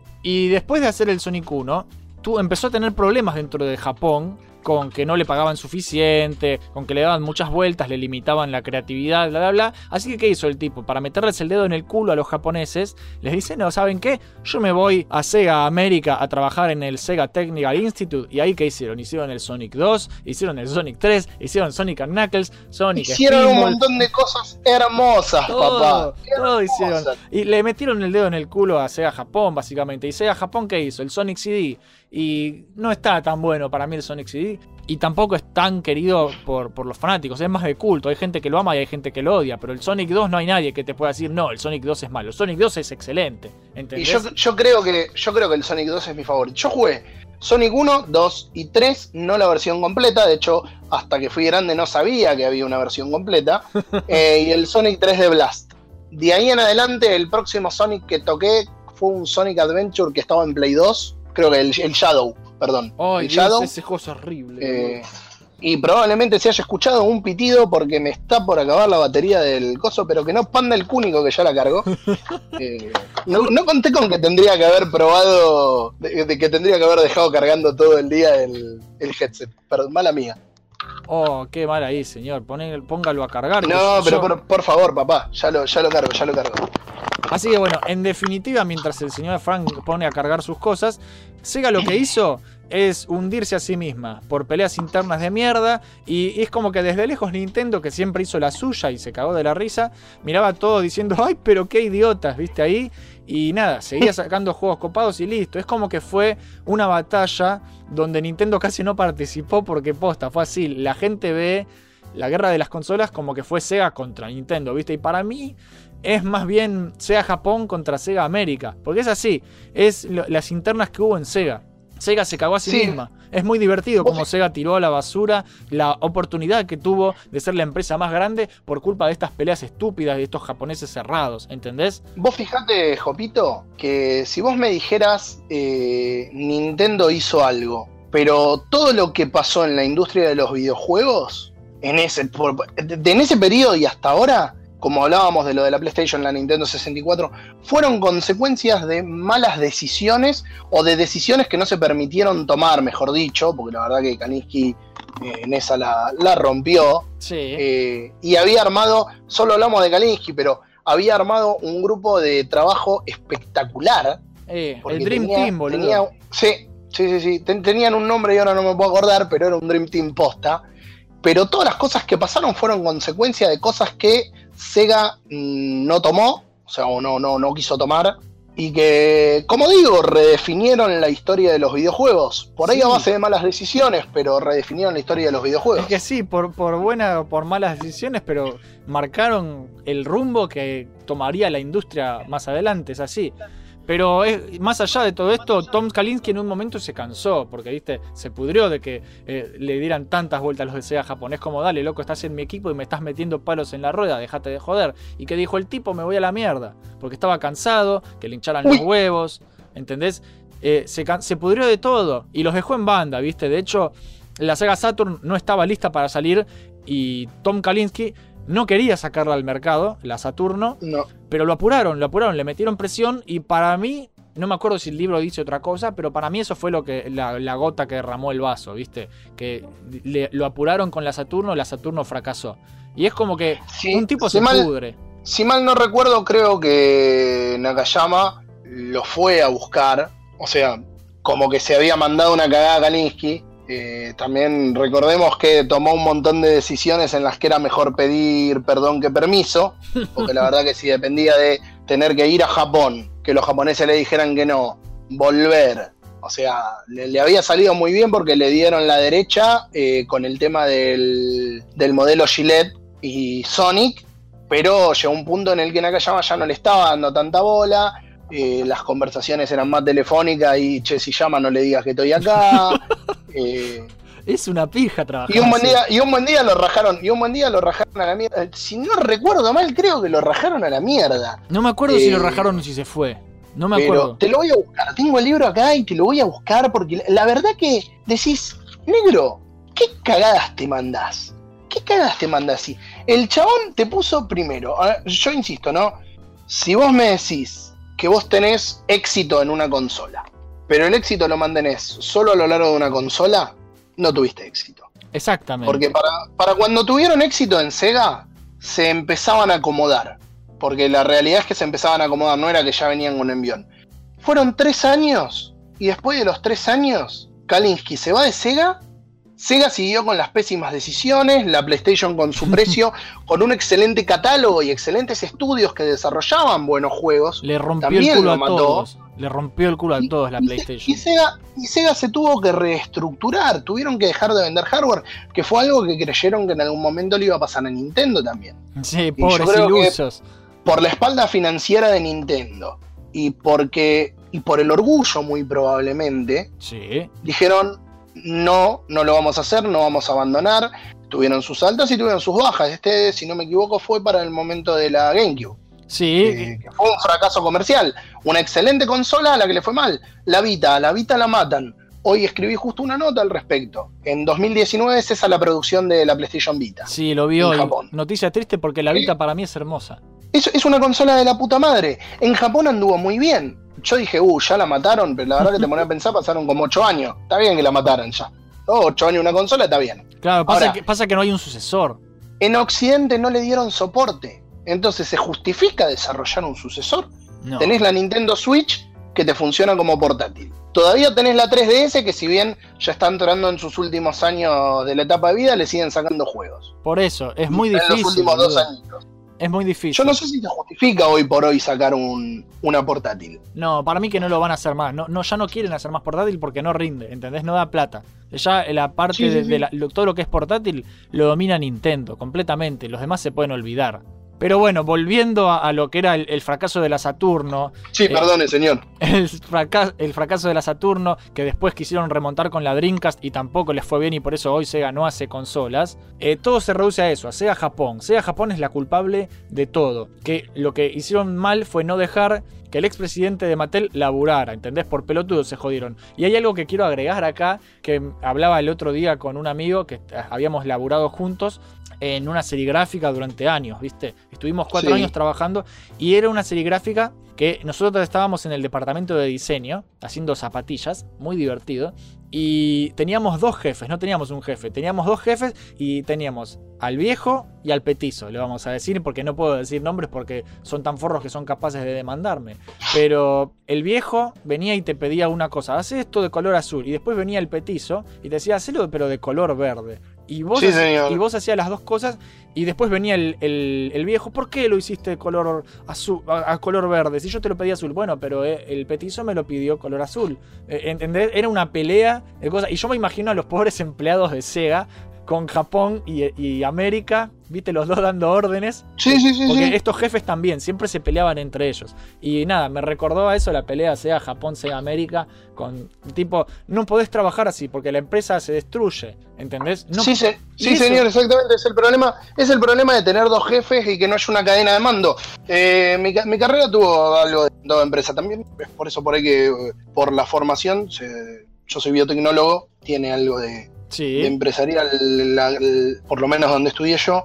Speaker 1: Y después de hacer el Sonic uno, tú empezó a tener problemas dentro de Japón con que no le pagaban suficiente, con que le daban muchas vueltas, le limitaban la creatividad, bla, bla, bla. Así que, ¿qué hizo el tipo? Para meterles el dedo en el culo a los japoneses, les dice, no, ¿saben qué? Yo me voy a Sega América a trabajar en el Sega Technical Institute. ¿Y ahí qué hicieron? Hicieron el Sonic dos, hicieron el Sonic tres, hicieron Sonic and Knuckles, Sonic
Speaker 3: Hicieron un
Speaker 1: Steamboat.
Speaker 3: montón de cosas hermosas,
Speaker 1: Todo,
Speaker 3: papá.
Speaker 1: todo hicieron.
Speaker 3: Hermosas.
Speaker 1: Y le metieron el dedo en el culo a Sega Japón, básicamente. ¿Y Sega Japón qué hizo? El Sonic C D. Y no está tan bueno para mí el Sonic C D. muy... Y tampoco es tan querido por, por los fanáticos, es más de culto. Hay gente que lo ama y hay gente que lo odia. Pero el Sonic dos no hay nadie que te pueda decir, no, el Sonic dos es malo. El Sonic dos es excelente, ¿entendés?
Speaker 3: Y yo, yo, creo que, yo creo que el Sonic dos es mi favorito. Yo jugué Sonic uno, dos y tres, no la versión completa. De hecho, hasta que fui grande no sabía que había una versión completa. eh, y el Sonic tres de Blast. De ahí en adelante, el próximo Sonic que toqué fue un Sonic Adventure que estaba en Play dos. Creo que el, el Shadow. Perdón,
Speaker 1: Ay,
Speaker 3: el Shadow,
Speaker 1: Dios, ese juego es horrible.
Speaker 3: Eh, y probablemente se haya escuchado un pitido porque me está por acabar la batería del coso, pero que no Panda el cúnico que ya la cargó. eh, no, no conté con que tendría que haber probado, de, de que tendría que haber dejado cargando todo el día el, el headset. Perdón, mala mía.
Speaker 1: Oh, qué mal ahí, señor. Poné, póngalo a cargar.
Speaker 3: No, pero
Speaker 1: yo...
Speaker 3: por, por favor, papá, ya lo, ya lo cargo, ya lo cargo.
Speaker 1: Así que bueno, en definitiva, mientras el señor Frank pone a cargar sus cosas, Sega lo que hizo es hundirse a sí misma por peleas internas de mierda. Y es como que desde lejos Nintendo, que siempre hizo la suya y se cagó de la risa, miraba todo diciendo, ay, pero qué idiotas, ¿viste ahí? Y nada, seguía sacando juegos copados y listo. Es como que fue una batalla donde Nintendo casi no participó porque posta, fue así. La gente ve la guerra de las consolas como que fue Sega contra Nintendo, ¿viste? Y para mí es más bien Sega Japón contra Sega América. Porque es así, es lo, las internas que hubo en Sega. Sega se cagó a sí, sí. misma. Es muy divertido como Sega tiró a la basura la oportunidad que tuvo de ser la empresa más grande por culpa de estas peleas estúpidas de estos japoneses cerrados, ¿entendés?
Speaker 3: Vos fijate, Jopito, que si vos me dijeras eh, Nintendo hizo algo, pero todo lo que pasó en la industria de los videojuegos, en ese, por, de, en ese periodo y hasta ahora, como hablábamos de lo de la PlayStation, la Nintendo sesenta y cuatro, fueron consecuencias de malas decisiones o de decisiones que no se permitieron tomar, mejor dicho, porque la verdad que Kaninsky eh, en esa la, la rompió.
Speaker 1: Sí.
Speaker 3: Eh, y había armado, solo hablamos de Kaninsky, pero había armado un grupo de trabajo espectacular.
Speaker 1: Eh, el Dream tenía, Team, boludo.
Speaker 3: Tenía, sí, sí, sí, sí. Ten, tenían un nombre y ahora no me puedo acordar, pero era un Dream Team posta. Pero todas las cosas que pasaron fueron consecuencia de cosas que Sega mmm, no tomó, o sea, o no, no, no quiso tomar, y que, como digo, redefinieron la historia de los videojuegos. Por ahí sí. A base de malas decisiones, pero redefinieron la historia de los videojuegos.
Speaker 1: Es que sí, por, por buenas o por malas decisiones, pero marcaron el rumbo que tomaría la industria más adelante, es así. Pero es, más allá de todo esto, Tom Kalinske en un momento se cansó, porque viste, se pudrió de que eh, le dieran tantas vueltas los de Sega japonés como dale, loco, estás en mi equipo y me estás metiendo palos en la rueda, dejate de joder. Y que dijo el tipo, me voy a la mierda, porque estaba cansado, que le hincharan Uy. los huevos, ¿entendés? Eh, se, se pudrió de todo y los dejó en banda, viste. De hecho, la Sega Saturn no estaba lista para salir y Tom Kalinske no quería sacarla al mercado, la Saturno,
Speaker 3: no.
Speaker 1: Pero lo apuraron, lo apuraron, le metieron presión y para mí, no me acuerdo si el libro dice otra cosa, pero para mí eso fue lo que la, la gota que derramó el vaso, ¿viste? Que le, lo apuraron con la Saturno, la Saturno fracasó. Y es como que sí, un tipo
Speaker 3: si
Speaker 1: se
Speaker 3: mal,
Speaker 1: pudre.
Speaker 3: Si mal no recuerdo, creo que Nakayama lo fue a buscar, o sea, como que se había mandado una cagada a Kalinske. Eh, también recordemos que tomó un montón de decisiones en las que era mejor pedir perdón que permiso, porque la verdad que si dependía de tener que ir a Japón, que los japoneses le dijeran que no, volver, o sea, le, le había salido muy bien porque le dieron la derecha eh, con el tema del, del modelo Gillette y Sonic, pero llegó un punto en el que Nakayama ya no le estaba dando tanta bola. Eh, las conversaciones eran más telefónicas y che, si llama no le digas que estoy acá. eh,
Speaker 1: es una pija trabajar.
Speaker 3: Y un buen día, y un buen día lo rajaron, y un buen día lo rajaron a la mierda. Si no recuerdo mal, creo que lo rajaron a la mierda.
Speaker 1: No me acuerdo eh, si lo rajaron o si se fue. No me
Speaker 3: pero
Speaker 1: acuerdo.
Speaker 3: Te lo voy a buscar. Tengo el libro acá y te lo voy a buscar porque la verdad que decís, negro, ¿qué cagadas te mandás? ¿Qué cagadas te mandás? El chabón te puso primero. Yo insisto, ¿no? Si vos me decís que vos tenés éxito en una consola, pero el éxito lo mantenés solo a lo largo de una consola, no tuviste éxito.
Speaker 1: Exactamente.
Speaker 3: Porque para, para cuando tuvieron éxito en Sega, se empezaban a acomodar. Porque la realidad es que se empezaban a acomodar, no era que ya venían con un envión. Fueron tres años, y después de los tres años, Kalinske se va de Sega Sega siguió con las pésimas decisiones, la PlayStation con su precio, con un excelente catálogo y excelentes estudios que desarrollaban buenos juegos.
Speaker 1: Le rompió
Speaker 3: también
Speaker 1: el culo
Speaker 3: lo
Speaker 1: a
Speaker 3: mató.
Speaker 1: todos. Le rompió el culo a
Speaker 3: Y-
Speaker 1: todos la
Speaker 3: y,
Speaker 1: PlayStation.
Speaker 3: Y Sega, y Sega se tuvo que reestructurar, tuvieron que dejar de vender hardware, que fue algo que creyeron que en algún momento le iba a pasar a Nintendo también.
Speaker 1: Sí,
Speaker 3: yo
Speaker 1: pobres
Speaker 3: creo que-
Speaker 1: ilusos.
Speaker 3: Por la espalda financiera de Nintendo y porque y por el orgullo muy probablemente,
Speaker 1: Sí.
Speaker 3: dijeron no, no lo vamos a hacer, no vamos a abandonar. Tuvieron sus altas y tuvieron sus bajas. Este, si no me equivoco, fue para el momento de la GameCube.
Speaker 1: Sí.
Speaker 3: Eh, que fue un fracaso comercial. Una excelente consola a la que le fue mal. La Vita, la Vita la matan. Hoy escribí justo una nota al respecto. En dos mil diecinueve cesa la producción de la PlayStation Vita.
Speaker 1: Sí, lo vi
Speaker 3: en
Speaker 1: hoy.
Speaker 3: Japón.
Speaker 1: Noticia triste porque la Vita para mí es hermosa.
Speaker 3: Es, es una consola de la puta madre. En Japón anduvo muy bien. Yo dije, uh, ya la mataron, pero la verdad que te pones a pensar, pasaron como ocho años. Está bien que la mataran ya. Oh, ocho años una consola, está bien.
Speaker 1: Claro, pasa,
Speaker 3: Ahora-
Speaker 1: que, pasa que no hay un sucesor.
Speaker 3: En Occidente no le dieron soporte. Entonces, ¿se justifica desarrollar un sucesor?
Speaker 1: No.
Speaker 3: Tenés la Nintendo Switch que te funciona como portátil. Todavía tenés la tres D S que si bien ya está entrando en sus últimos años de la etapa de vida, le siguen sacando juegos.
Speaker 1: Por eso, es muy
Speaker 3: en
Speaker 1: difícil.
Speaker 3: los últimos dos
Speaker 1: boludo.
Speaker 3: añitos.
Speaker 1: Es muy difícil.
Speaker 3: Yo no sé si se justifica hoy por hoy sacar un, una portátil.
Speaker 1: No, para mí que no lo van a hacer más. No, no, ya no quieren hacer más portátil porque no rinde, ¿entendés? No da plata. Ya la parte
Speaker 3: Sí, sí,
Speaker 1: de,
Speaker 3: sí.
Speaker 1: de la- lo- todo lo que es portátil lo domina Nintendo completamente. Los demás se pueden olvidar. Pero bueno, volviendo a, a lo que era el, el fracaso de la Saturno.
Speaker 3: Sí,
Speaker 1: Eh,
Speaker 3: perdone, señor.
Speaker 1: El fracaso, el fracaso de la Saturno, que después quisieron remontar con la Dreamcast y tampoco les fue bien y por eso hoy Sega no hace consolas. Eh, todo se reduce a eso, a Sega Japón. Sega Japón es la culpable de todo. Que lo que hicieron mal fue no dejar que el expresidente de Mattel laburara, ¿entendés? Por pelotudos se jodieron. Y hay algo que quiero agregar acá, que hablaba el otro día con un amigo que habíamos laburado juntos en una serigráfica durante años, ¿viste? Estuvimos cuatro
Speaker 3: Sí.
Speaker 1: años trabajando y era una serigráfica que nosotros estábamos en el departamento de diseño haciendo zapatillas, muy divertido, y teníamos dos jefes, no teníamos un jefe, teníamos dos jefes y teníamos al viejo y al petizo, le vamos a decir, porque no puedo decir nombres porque son tan forros que son capaces de demandarme. Pero el viejo venía y te pedía una cosa, haz esto de color azul, y después venía el petizo y te decía, hacelo pero de color verde. Y vos,
Speaker 3: Sí,
Speaker 1: hac-
Speaker 3: señor.
Speaker 1: y vos hacías las dos cosas y después venía el, el- el viejo, ¿por qué lo hiciste de color azul, a, a color verde? Si yo te lo pedí azul, bueno, pero eh, el petizo me lo pidió color azul. Eh, ¿Entendés? Era una pelea de cosas. Y yo me imagino a los pobres empleados de Sega con Japón y, y América, viste, los dos dando órdenes.
Speaker 3: Sí, sí, sí.
Speaker 1: Porque
Speaker 3: sí.
Speaker 1: estos jefes también siempre se peleaban entre ellos. Y nada, me recordó a eso la pelea Sega Japón, Sega América, con tipo, no podés trabajar así porque la empresa se destruye, ¿entendés? No,
Speaker 3: sí, se-
Speaker 1: y
Speaker 3: sí
Speaker 1: eso-
Speaker 3: señor, exactamente. Es el problema. Es el problema de tener dos jefes y que no haya una cadena de mando. Eh, mi, ca- mi carrera tuvo algo de toda empresa también. Es por eso por ahí que eh, por la formación, se- yo soy biotecnólogo, tiene algo de,
Speaker 1: Sí.
Speaker 3: de empresarial, la- el- por lo menos donde estudié yo.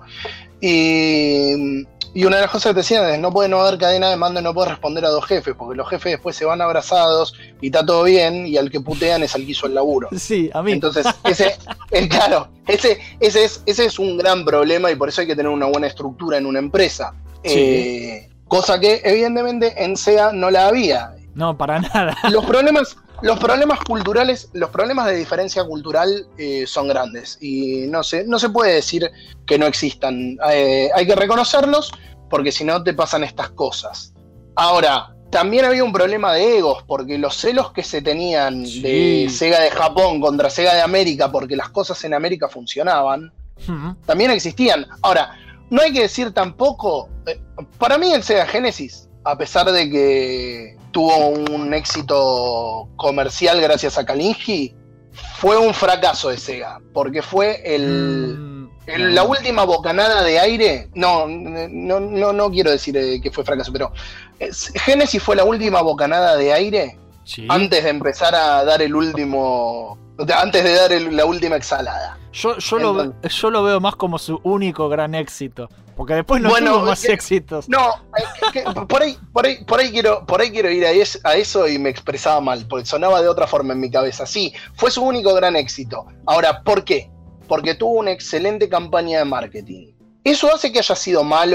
Speaker 3: Y, y una de las cosas que te decían es no puede no haber cadena de mando y no puede responder a dos jefes, porque los jefes después se van abrazados y está todo bien, y al que putean es al que hizo el laburo.
Speaker 1: Sí, a mí.
Speaker 3: Entonces, ese, eh, claro, ese, ese, es, ese es un gran problema y por eso hay que tener una buena estructura en una empresa.
Speaker 1: Sí.
Speaker 3: Eh, cosa que evidentemente en SEGA no la había.
Speaker 1: No, para nada.
Speaker 3: Los problemas, los problemas culturales, los problemas de diferencia cultural eh, son grandes y no se, no se puede decir que no existan. Eh, hay que reconocerlos porque si no te pasan estas cosas. Ahora, también había un problema de egos porque los celos que se tenían
Speaker 1: Sí.
Speaker 3: de Sega de Japón contra Sega de América porque las cosas en América funcionaban,
Speaker 1: Hmm.
Speaker 3: también existían. Ahora, no hay que decir tampoco, eh, para mí el Sega Genesis, a pesar de que tuvo un éxito comercial gracias a Kalinji, fue un fracaso de Sega, porque fue el,
Speaker 1: Mm,
Speaker 3: el-
Speaker 1: no.
Speaker 3: la última bocanada de aire. No, no, no, no quiero decir eh, que fue fracaso, pero eh, Genesis fue la última bocanada de aire
Speaker 1: Sí.
Speaker 3: antes de empezar a dar el último, antes de dar el- la última exhalada.
Speaker 1: Yo, yo, lo, ve-
Speaker 3: Entonces-
Speaker 1: yo lo veo más como su único gran éxito. Porque después no
Speaker 3: Bueno,
Speaker 1: tuvo más
Speaker 3: que-
Speaker 1: éxitos.
Speaker 3: No, eh, que- por ahí, por ahí, por ahí quiero, por ahí quiero ir a, es- a eso y me expresaba mal, porque sonaba de otra forma en mi cabeza. Sí, fue su único gran éxito. Ahora, ¿por qué? Porque tuvo una excelente campaña de marketing. ¿Eso hace que haya sido malo?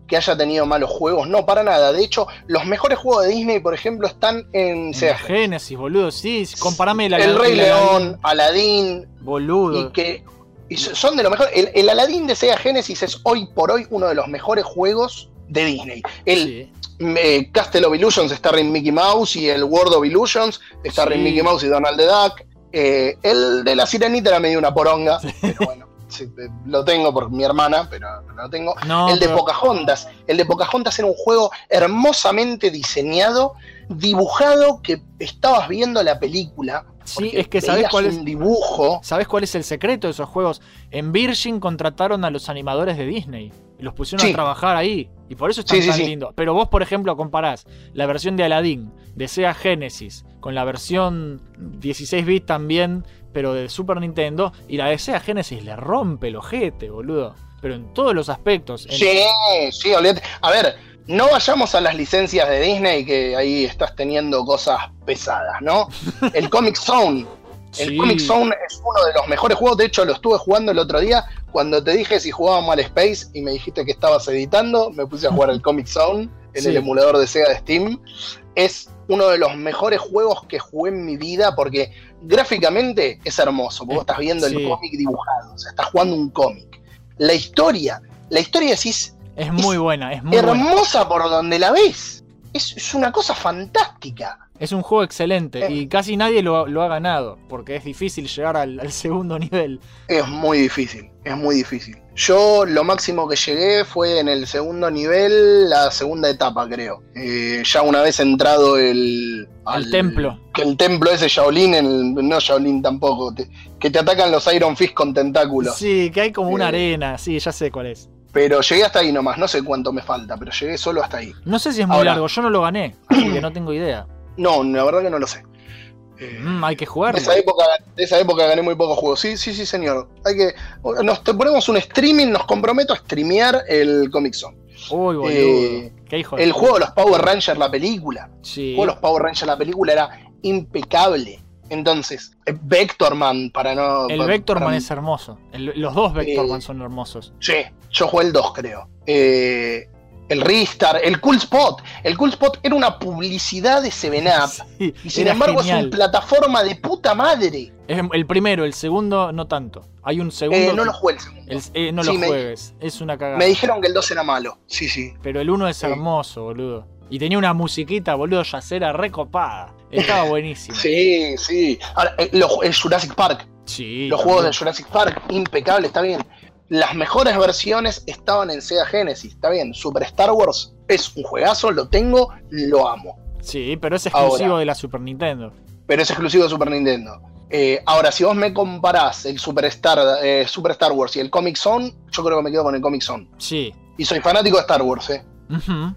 Speaker 3: que haya tenido malos juegos, no, para nada. De hecho, los mejores juegos de Disney, por ejemplo, están en Sega
Speaker 1: Genesis, boludo, sí, comparame la,
Speaker 3: El
Speaker 1: la,
Speaker 3: Rey
Speaker 1: la,
Speaker 3: León, Aladdin,
Speaker 1: boludo.
Speaker 3: y que y son de lo mejor. El, el Aladdin de Sega Genesis es hoy por hoy uno de los mejores juegos de Disney. El
Speaker 1: Sí.
Speaker 3: eh, Castle of Illusions starring Mickey Mouse y el World of Illusions starring
Speaker 1: Sí.
Speaker 3: Mickey Mouse y Donald the Duck. Eh, el de la Sirenita era medio una poronga, pero bueno, sí, eh, lo tengo por mi hermana, pero no lo tengo.
Speaker 1: No,
Speaker 3: el de
Speaker 1: pero-
Speaker 3: Pocahontas. El de Pocahontas era un juego hermosamente diseñado, dibujado, que estabas viendo la película.
Speaker 1: Sí,
Speaker 3: porque
Speaker 1: es que ¿sabés
Speaker 3: veías
Speaker 1: cuál es?
Speaker 3: un dibujo.
Speaker 1: ¿Sabes cuál es el secreto de esos juegos? En Virgin contrataron a los animadores de Disney y los pusieron
Speaker 3: Sí.
Speaker 1: a trabajar ahí. Y por eso están
Speaker 3: Sí, sí,
Speaker 1: tan
Speaker 3: sí.
Speaker 1: lindos. Pero vos, por ejemplo, comparás la versión de Aladdin de Sega Genesis con la versión dieciséis bits también, pero de Super Nintendo, y la de Sega Genesis le rompe el ojete, boludo. Pero en todos los aspectos. En-
Speaker 3: Sí, sí, olvídate. A ver, no vayamos a las licencias de Disney, que ahí estás teniendo cosas pesadas, ¿no? El Comic Zone. El
Speaker 1: Sí.
Speaker 3: Comic Zone es uno de los mejores juegos. De hecho, lo estuve jugando el otro día cuando te dije si jugábamos al Space y me dijiste que estabas editando. Me puse a jugar el Comic Zone en
Speaker 1: Sí.
Speaker 3: el emulador de Sega de Steam. Es uno de los mejores juegos que jugué en mi vida porque gráficamente es hermoso. Vos estás viendo
Speaker 1: Sí.
Speaker 3: el cómic dibujado, o sea, estás jugando un cómic. La historia, la historia decís,
Speaker 1: Es muy buena, es muy buena.
Speaker 3: hermosa por donde la ves. Es, es una cosa fantástica.
Speaker 1: Es un juego excelente
Speaker 3: Eh.
Speaker 1: y casi nadie lo, lo ha ganado, porque es difícil llegar al, al segundo nivel.
Speaker 3: Es muy difícil, es muy difícil. Yo lo máximo que llegué fue en el segundo nivel, la segunda etapa, creo. Eh, ya una vez entrado el...
Speaker 1: Al templo.
Speaker 3: Que el templo ese Shaolin, el, no Shaolin tampoco, te- que te atacan los Iron Fist con tentáculos.
Speaker 1: Sí, que hay como una
Speaker 3: Eh.
Speaker 1: arena, sí, ya sé cuál es.
Speaker 3: Pero llegué hasta ahí nomás, no sé cuánto me falta, pero llegué solo hasta ahí.
Speaker 1: No sé si es muy
Speaker 3: Ahora-
Speaker 1: largo, yo no lo gané, así que no tengo idea.
Speaker 3: No, la verdad que no lo sé. Eh,
Speaker 1: Mm, hay que
Speaker 3: De
Speaker 1: jugarlo.
Speaker 3: esa, época, de esa época gané muy pocos juegos. Sí, sí, sí, señor. Hay que. Nos te ponemos un streaming, nos comprometo a streamear el Comic Zone.
Speaker 1: Uy, boludo.
Speaker 3: Eh,
Speaker 1: Qué hijo de
Speaker 3: El
Speaker 1: puta.
Speaker 3: juego de los Power Rangers, la película.
Speaker 1: Sí.
Speaker 3: El juego de los Power Rangers, la película era impecable. Entonces, eh, Vectorman, para no.
Speaker 1: El
Speaker 3: para-
Speaker 1: Vectorman
Speaker 3: para-
Speaker 1: es hermoso. El- los dos Vectorman
Speaker 3: Eh,
Speaker 1: son hermosos.
Speaker 3: Sí, yo jugué el dos, creo. Eh, el Ristar, el Cool Spot. El Cool Spot era una publicidad de seven up.
Speaker 1: Sí,
Speaker 3: Y sin
Speaker 1: era
Speaker 3: embargo, es
Speaker 1: genial.
Speaker 3: una plataforma de puta madre.
Speaker 1: Es el primero, el segundo no tanto. Hay un segundo.
Speaker 3: Eh, no
Speaker 1: que-
Speaker 3: lo jugué el segundo.
Speaker 1: el- eh, no
Speaker 3: Sí,
Speaker 1: lo
Speaker 3: me-
Speaker 1: juegues. Es una cagada.
Speaker 3: Me dijeron que el dos era malo. Sí, sí.
Speaker 1: Pero el uno es
Speaker 3: Sí.
Speaker 1: hermoso, boludo. Y tenía una musiquita, boludo, yacera recopada. Estaba buenísimo.
Speaker 3: Sí, sí. Ahora, eh, lo- el Jurassic Park.
Speaker 1: Sí,
Speaker 3: Los
Speaker 1: también.
Speaker 3: juegos de Jurassic Park, impecable, está bien. Las mejores versiones estaban en Sega Genesis, está bien. Super Star Wars es un juegazo, lo tengo, lo amo.
Speaker 1: Sí, pero es exclusivo
Speaker 3: Ahora.
Speaker 1: de la Super Nintendo.
Speaker 3: Pero es exclusivo de Super Nintendo. Eh, ahora, si vos me comparás el Super Star, eh, Super Star Wars y el Comic Zone, yo creo que me quedo con el Comic Zone.
Speaker 1: Sí.
Speaker 3: Y soy fanático de Star Wars, eh.
Speaker 1: Ujú.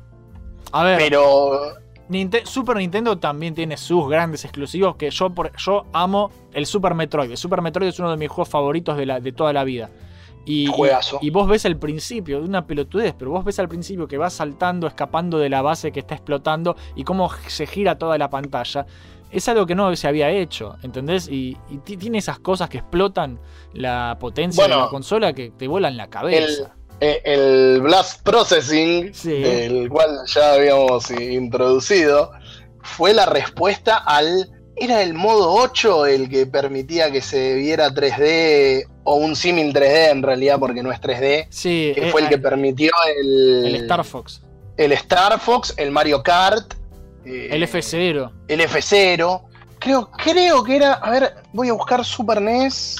Speaker 1: A ver,
Speaker 3: Pero
Speaker 1: Ninte- Super Nintendo también tiene sus grandes exclusivos que yo, por, yo amo el Super Metroid. El Super Metroid es uno de mis juegos favoritos de, la, de toda la vida. Y,
Speaker 3: Juegazo.
Speaker 1: y, y vos ves al principio, de una pelotudez, pero vos ves al principio que va saltando, escapando de la base que está explotando y cómo se gira toda la pantalla. Es algo que no se había hecho, ¿entendés? Y, y ti- tiene esas cosas que explotan la potencia
Speaker 3: Bueno,
Speaker 1: de la consola que te vuelan la
Speaker 3: el,
Speaker 1: cabeza.
Speaker 3: eh, el Blast Processing,
Speaker 1: Sí.
Speaker 3: el cual ya habíamos introducido, fue la respuesta al... Era el modo ocho el que permitía que se viera tres D, o un símil tres D en realidad, porque no es tres D,
Speaker 1: Sí,
Speaker 3: que
Speaker 1: eh,
Speaker 3: fue el que permitió el,
Speaker 1: el Star Fox,
Speaker 3: el Star Fox, el Mario Kart, eh,
Speaker 1: el F cero.
Speaker 3: el F cero. Creo, creo que era... A ver, voy a buscar Super N E S.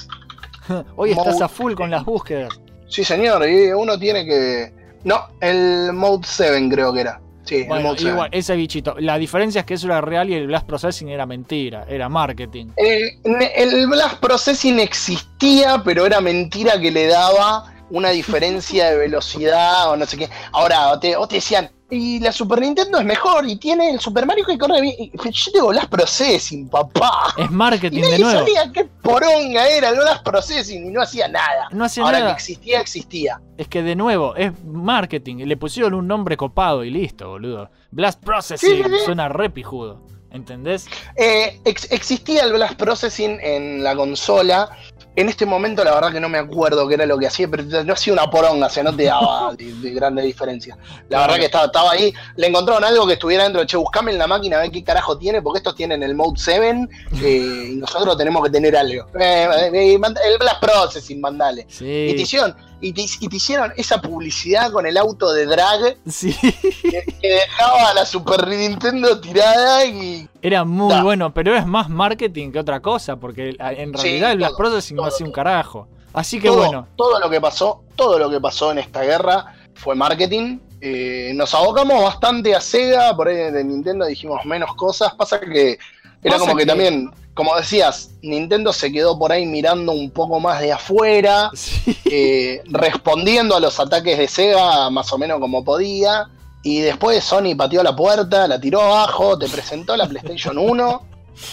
Speaker 1: Hoy estás
Speaker 3: Mode-
Speaker 1: a full con las búsquedas.
Speaker 3: Sí, señor, y uno tiene que... No, el Mode siete creo que era. Sí, el
Speaker 1: Bueno,
Speaker 3: Mode siete.
Speaker 1: igual, ese bichito. La diferencia es que eso era real y el Blast Processing era mentira, era marketing.
Speaker 3: Eh, el Blast Processing existía, pero era mentira que le daba una diferencia de velocidad o no sé qué. Ahora, o te, o te decían, y la Super Nintendo es mejor y tiene el Super Mario que corre bien. Y yo tengo Blast Processing, papá.
Speaker 1: Es
Speaker 3: Y
Speaker 1: marketing de
Speaker 3: nadie
Speaker 1: nuevo.
Speaker 3: sabía qué poronga era el Blast Processing y no hacía nada.
Speaker 1: No hacía
Speaker 3: Ahora
Speaker 1: nada.
Speaker 3: que existía, existía.
Speaker 1: Es que de nuevo, es marketing. Le pusieron un nombre copado y listo, boludo. Blast Processing
Speaker 3: Sí, sí, sí.
Speaker 1: suena re pijudo. ¿Entendés?
Speaker 3: Eh, ex- existía el Blast Processing en la consola, En este momento la verdad que no me acuerdo qué era lo que hacía, pero no hacía una poronga, o sea, no te daba de, de grande diferencia. La verdad que estaba, estaba ahí, le encontraron algo que estuviera dentro, che, buscame en la máquina a ver qué carajo tiene, porque estos tienen el Mode siete eh, y nosotros tenemos que tener algo. Eh, eh, el Blast Processing, mandale.
Speaker 1: Sí.
Speaker 3: Y te hicieron, y te, y te hicieron esa publicidad con el auto de drag
Speaker 1: Sí.
Speaker 3: que, que dejaba a la Super Nintendo tirada y...
Speaker 1: Era muy
Speaker 3: Da.
Speaker 1: bueno, pero es más marketing que otra cosa, porque en realidad
Speaker 3: Sí,
Speaker 1: el Blast
Speaker 3: todo,
Speaker 1: Processing no
Speaker 3: todo,
Speaker 1: hacía un
Speaker 3: todo.
Speaker 1: carajo. Así que
Speaker 3: todo,
Speaker 1: bueno.
Speaker 3: todo lo que pasó, todo lo que pasó en esta guerra fue marketing. Eh, nos abocamos bastante a Sega, por ahí de Nintendo dijimos menos cosas. Pasa que era
Speaker 1: Pasa
Speaker 3: como que,
Speaker 1: que-
Speaker 3: también, como decías, Nintendo se quedó por ahí mirando un poco más de afuera,
Speaker 1: Sí.
Speaker 3: eh, respondiendo a los ataques de Sega más o menos como podía. Y después Sony pateó la puerta, la tiró abajo, te presentó la PlayStation uno.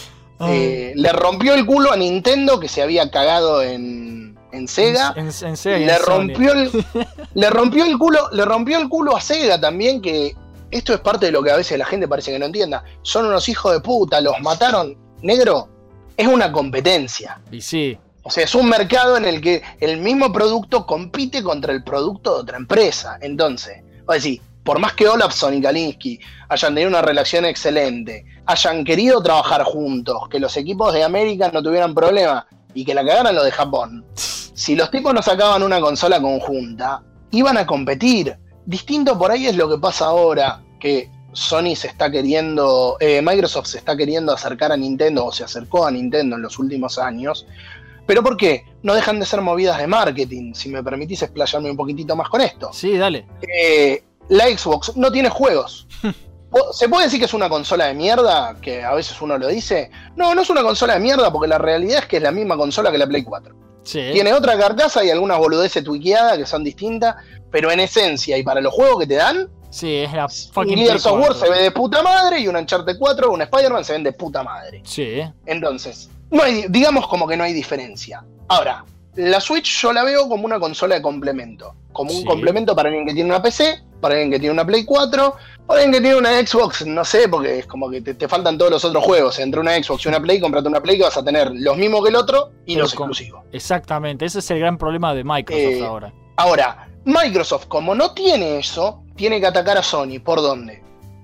Speaker 3: Eh, le rompió el culo a Nintendo, que se había cagado en, en Sega.
Speaker 1: En, en Sega y
Speaker 3: le
Speaker 1: en Sony.
Speaker 3: rompió el, le rompió el culo, le rompió el culo a Sega también, que esto es parte de lo que a veces la gente parece que no entienda. Son unos hijos de puta, los mataron. Negro, es una competencia.
Speaker 1: Y sí.
Speaker 3: O sea, es un mercado en el que el mismo producto compite contra el producto de otra empresa. Entonces, voy a decir, por más que Olafsson y Kalinske hayan tenido una relación excelente, hayan querido trabajar juntos, que los equipos de América no tuvieran problema y que la cagaran los de Japón, si los tipos no sacaban una consola conjunta, iban a competir. Distinto por ahí es lo que pasa ahora, que Sony se está queriendo, eh, Microsoft se está queriendo acercar a Nintendo, o se acercó a Nintendo en los últimos años. ¿Pero por qué? No dejan de ser movidas de marketing. Si me permitís explayarme un poquitito más con esto.
Speaker 1: Sí, dale.
Speaker 3: Eh, la Xbox no tiene juegos. ¿Se puede decir que es una consola de mierda? Que a veces uno lo dice. No, no es una consola de mierda porque la realidad es que es la misma consola que la Play cuatro.
Speaker 1: Sí.
Speaker 3: Tiene otra carcasa y algunas boludeces tuiqueadas que son distintas, pero en esencia y para los juegos que te dan,
Speaker 1: Sí, es la
Speaker 3: un
Speaker 1: fucking
Speaker 3: Gears
Speaker 1: Play
Speaker 3: of War
Speaker 1: cuatro.
Speaker 3: se ve de puta madre y un Uncharted cuatro, un Spider-Man se ven de puta madre.
Speaker 1: Sí.
Speaker 3: Entonces, no hay, digamos como que no hay diferencia. Ahora, la Switch yo la veo como una consola de complemento. Como un
Speaker 1: Sí.
Speaker 3: complemento para alguien que tiene una P C, para alguien que tiene una Play cuatro, para alguien que tiene una Xbox, no sé, porque es como que te, te faltan todos los otros juegos. Entre una Xbox y una Play, comprate una Play que vas a tener los mismos que el otro y
Speaker 1: Pero
Speaker 3: los
Speaker 1: con-
Speaker 3: exclusivos.
Speaker 1: Exactamente. Ese es el gran problema de Microsoft
Speaker 3: Eh,
Speaker 1: ahora.
Speaker 3: Ahora, Microsoft, como no tiene eso, tiene que atacar a Sony. ¿Por dónde?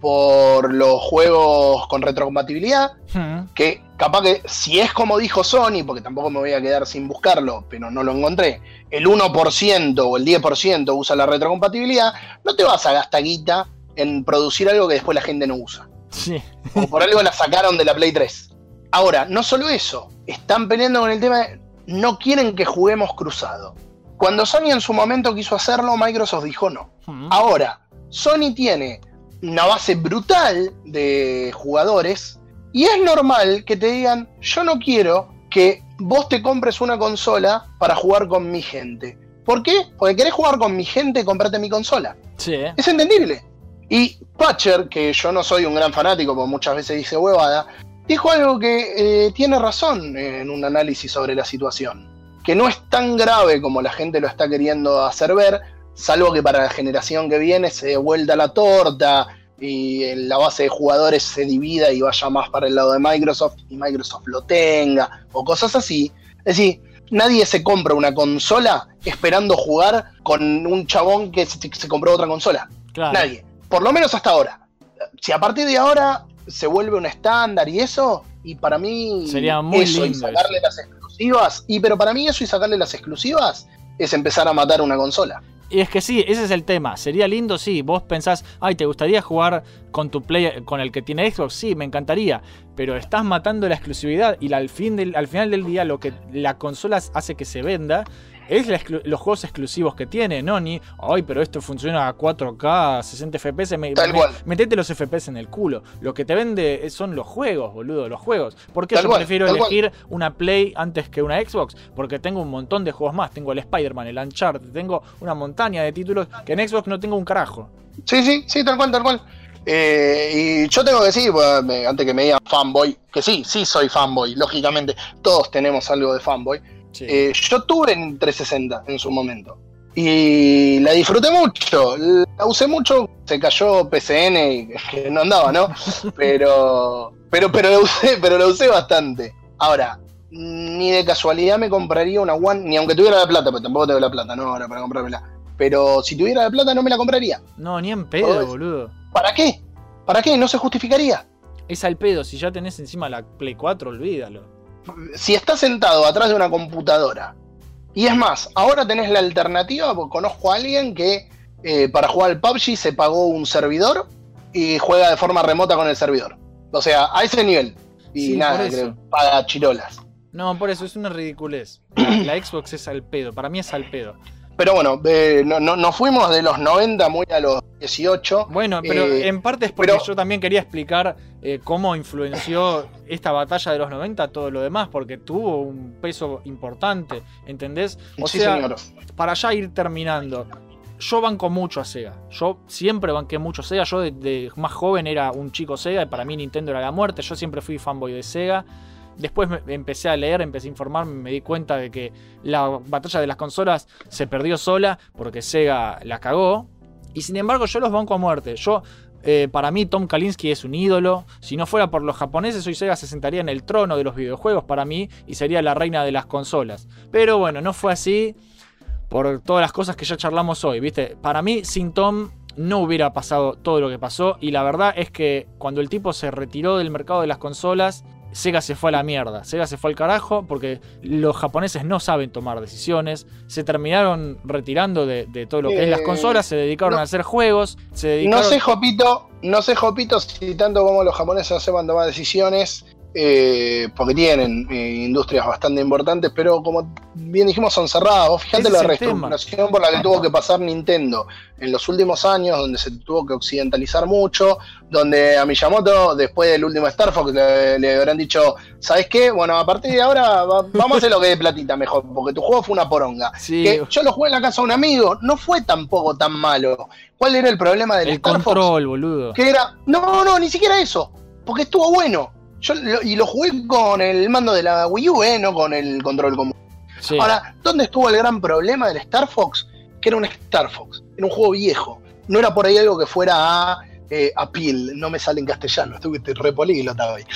Speaker 3: Por los juegos con retrocompatibilidad,
Speaker 1: Hmm.
Speaker 3: que capaz que si es como dijo Sony, porque tampoco me voy a quedar sin buscarlo, pero no lo encontré, el uno por ciento o el diez por ciento usa la retrocompatibilidad, no te vas a gastar guita en producir algo que después la gente no usa.
Speaker 1: Sí.
Speaker 3: O por algo la sacaron de la Play tres. Ahora, no solo eso, están peleando con el tema de no quieren que juguemos cruzado. Cuando Sony en su momento quiso hacerlo, Microsoft dijo no.
Speaker 1: Hmm.
Speaker 3: Ahora, Sony tiene una base brutal de jugadores y es normal que te digan, yo no quiero que vos te compres una consola para jugar con mi gente. ¿Por qué? Porque querés jugar con mi gente, comprate mi consola.
Speaker 1: Sí.
Speaker 3: Es entendible. Y Patcher, que yo no soy un gran fanático, porque muchas veces dice huevada, dijo algo que eh, tiene razón en un análisis sobre la situación. Que no es tan grave como la gente lo está queriendo hacer ver, salvo que para la generación que viene se dé vuelta la torta y la base de jugadores se divida y vaya más para el lado de Microsoft y Microsoft lo tenga, o cosas así. Es decir, nadie se compra una consola esperando jugar con un chabón que se, se compró otra consola.
Speaker 1: Claro.
Speaker 3: Nadie. Por lo menos hasta ahora. Si a partir de ahora se vuelve un estándar y eso, y para mí
Speaker 1: Sería muy
Speaker 3: eso y
Speaker 1: lindo
Speaker 3: sacarle las exclusivas, y pero para mí eso y sacarle las exclusivas es empezar a matar una consola.
Speaker 1: Y es que sí, ese es el tema. Sería lindo, sí. Vos pensás, ay, ¿te gustaría jugar con tu play, con el que tiene Xbox? Sí, me encantaría. Pero estás matando la exclusividad y la- al, fin del, al final del día lo que la consola hace que se venda es la exclu- los juegos exclusivos que tiene, no ni, ay, pero esto funciona a cuatro K, sesenta F P S, me,
Speaker 3: Tal
Speaker 1: me-
Speaker 3: cual.
Speaker 1: metete los F P S en el culo. Lo que te vende son los juegos, boludo, los juegos. ¿Por qué
Speaker 3: Tal
Speaker 1: yo
Speaker 3: cual,
Speaker 1: prefiero
Speaker 3: tal cual.
Speaker 1: elegir una Play antes que una Xbox? Porque tengo un montón de juegos más. Tengo el Spider-Man, el Uncharted, tengo una montaña de títulos que en Xbox no tengo un carajo.
Speaker 3: Sí, sí, sí, tal cual, tal cual. Eh, y yo tengo que decir, pues, me- antes que me digan fanboy, que sí, sí soy fanboy, lógicamente, todos tenemos algo de fanboy.
Speaker 1: Sí.
Speaker 3: Eh, yo tuve en trescientos sesenta en su momento y la disfruté mucho, la usé mucho, se cayó P C N y que no andaba, ¿no? Pero, pero, pero la usé, pero la usé bastante. Ahora, ni de casualidad me compraría una One, ni aunque tuviera la plata, porque tampoco tengo la plata, no, ahora para comprármela. Pero si tuviera la plata no me la compraría.
Speaker 1: No, ni en pedo, boludo.
Speaker 3: ¿Para qué? ¿Para qué? No se justificaría.
Speaker 1: Es al pedo, si ya tenés encima la Play cuatro, olvídalo.
Speaker 3: Si estás sentado atrás de una computadora, y es más, ahora tenés la alternativa, porque conozco a alguien que eh, para jugar al P U B G se pagó un servidor y juega de forma remota con el servidor. O sea, a ese nivel. Y
Speaker 1: Sí,
Speaker 3: nada,
Speaker 1: por eso.
Speaker 3: que paga chirolas.
Speaker 1: No, por eso es una ridiculez. La, la Xbox es al pedo, para mí es al pedo.
Speaker 3: Pero bueno, eh, no, no, nos fuimos de los noventa muy a los dieciocho.
Speaker 1: Bueno, pero
Speaker 3: Eh,
Speaker 1: en parte es porque
Speaker 3: pero-
Speaker 1: yo también quería explicar eh, cómo influenció esta batalla de los noventa a todo lo demás, porque tuvo un peso importante, ¿entendés? O
Speaker 3: sí,
Speaker 1: sea,
Speaker 3: señor.
Speaker 1: para ya ir terminando, yo banco mucho a Sega. Yo siempre banqué mucho a Sega. Yo de, de más joven era un chico Sega y para mí Nintendo era la muerte. Yo siempre fui fanboy de Sega. Después me empecé a leer, empecé a informarme, me di cuenta de que la batalla de las consolas se perdió sola porque Sega la cagó. Y sin embargo yo los banco a muerte. Yo, eh, para mí Tom Kalinske es un ídolo. Si no fuera por los japoneses, hoy Sega se sentaría en el trono de los videojuegos para mí y sería la reina de las consolas. Pero bueno, no fue así por todas las cosas que ya charlamos hoy, ¿viste? Para mí, sin Tom no hubiera pasado todo lo que pasó. Y la verdad es que cuando el tipo se retiró del mercado de las consolas, Sega se fue a la mierda. Sega se fue al carajo porque los japoneses no saben tomar decisiones. Se terminaron retirando de, de todo lo que
Speaker 3: Eh,
Speaker 1: es las consolas. Se dedicaron
Speaker 3: no-
Speaker 1: a hacer juegos. Se dedicaron...
Speaker 3: No sé, Jopito, no sé, Jopito, si tanto como los japoneses no sepan tomar decisiones, eh, porque tienen eh, industrias bastante importantes, pero como bien dijimos, son cerradas. Vos fijate
Speaker 1: Ese
Speaker 3: la
Speaker 1: es el
Speaker 3: reestructuración por la que tuvo que pasar Nintendo en los últimos años, donde se tuvo que occidentalizar mucho, donde a Miyamoto, después del último Star Fox, le, le habrán dicho, ¿sabes qué? Bueno, a partir de ahora va- vamos a hacer lo que de platita mejor, porque tu juego fue una poronga.
Speaker 1: Sí.
Speaker 3: Que yo lo jugué en la casa de un amigo, no fue tampoco tan malo. ¿Cuál era el problema del
Speaker 1: El
Speaker 3: Star Fox?
Speaker 1: control, boludo.
Speaker 3: Que era, no, no, ni siquiera eso, porque estuvo bueno. Yo lo- y lo jugué con el mando de la Wii U, eh, no con el control común.
Speaker 1: Sí.
Speaker 3: Ahora, ¿dónde estuvo el gran problema del Star Fox? Que era un Star Fox, era un juego viejo. No era por ahí algo que fuera a eh, appeal, no me sale en castellano, estuve re políglota hoy.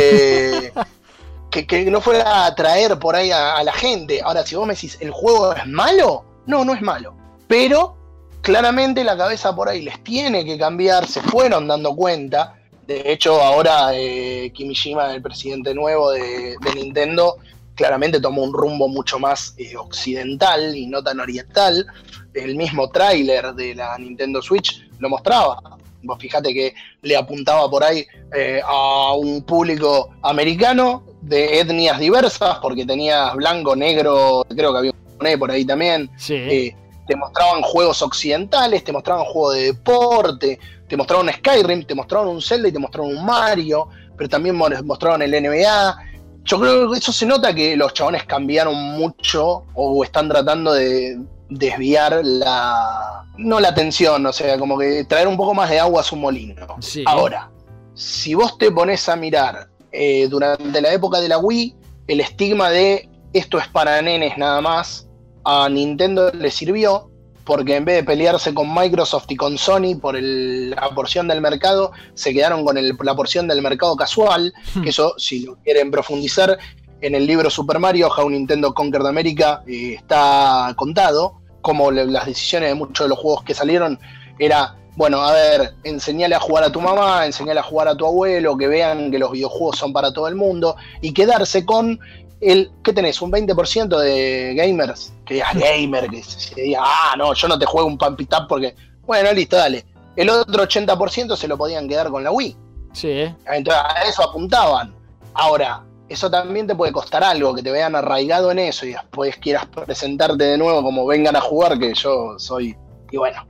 Speaker 3: Eh, que, que no fuera a atraer por ahí a, a la gente. Ahora, si vos me decís, ¿el juego es malo? No, no es malo. Pero claramente la cabeza por ahí les tiene que cambiar, se fueron dando cuenta. De hecho, ahora eh, Kimishima, el presidente nuevo de, de Nintendo, claramente tomó un rumbo mucho más eh, occidental y no tan oriental. El mismo tráiler de la Nintendo Switch lo mostraba. Vos fíjate que le apuntaba por ahí eh, a un público americano de etnias diversas, porque tenías blanco, negro, creo que había un japonés por ahí también.
Speaker 1: Sí.
Speaker 3: Eh, te mostraban juegos occidentales, te mostraban juegos de deporte, te mostraron Skyrim, te mostraron un Zelda y te mostraron un Mario, pero también mostraron el N B A. Yo creo que eso se nota que los chabones cambiaron mucho o están tratando de desviar la... no la atención, o sea, como que traer un poco más de agua a su molino.
Speaker 1: Sí.
Speaker 3: Ahora, si vos te pones a mirar eh, durante la época de la Wii, el estigma de esto es para nenes nada más, a Nintendo le sirvió, porque en vez de pelearse con Microsoft y con Sony por el- la porción del mercado, se quedaron con el- la porción del mercado casual, que eso, si lo quieren profundizar, en el libro Super Mario, How Nintendo Conquered America, eh, está contado, como le- las decisiones de muchos de los juegos que salieron era, bueno, a ver, enseñale a jugar a tu mamá, enseñale a jugar a tu abuelo, que vean que los videojuegos son para todo el mundo, y quedarse con el, ¿qué tenés? Un veinte por ciento de gamers, que digas gamer, que se, se diga, ah, no, yo no te juego un Pump It Up porque, bueno, listo, dale. El otro ochenta por ciento se lo podían quedar con la Wii.
Speaker 1: Sí, ¿eh?
Speaker 3: Entonces a eso apuntaban. Ahora, eso también te puede costar algo, que te vean arraigado en eso y después quieras presentarte de nuevo como vengan a jugar, que yo soy... Y bueno,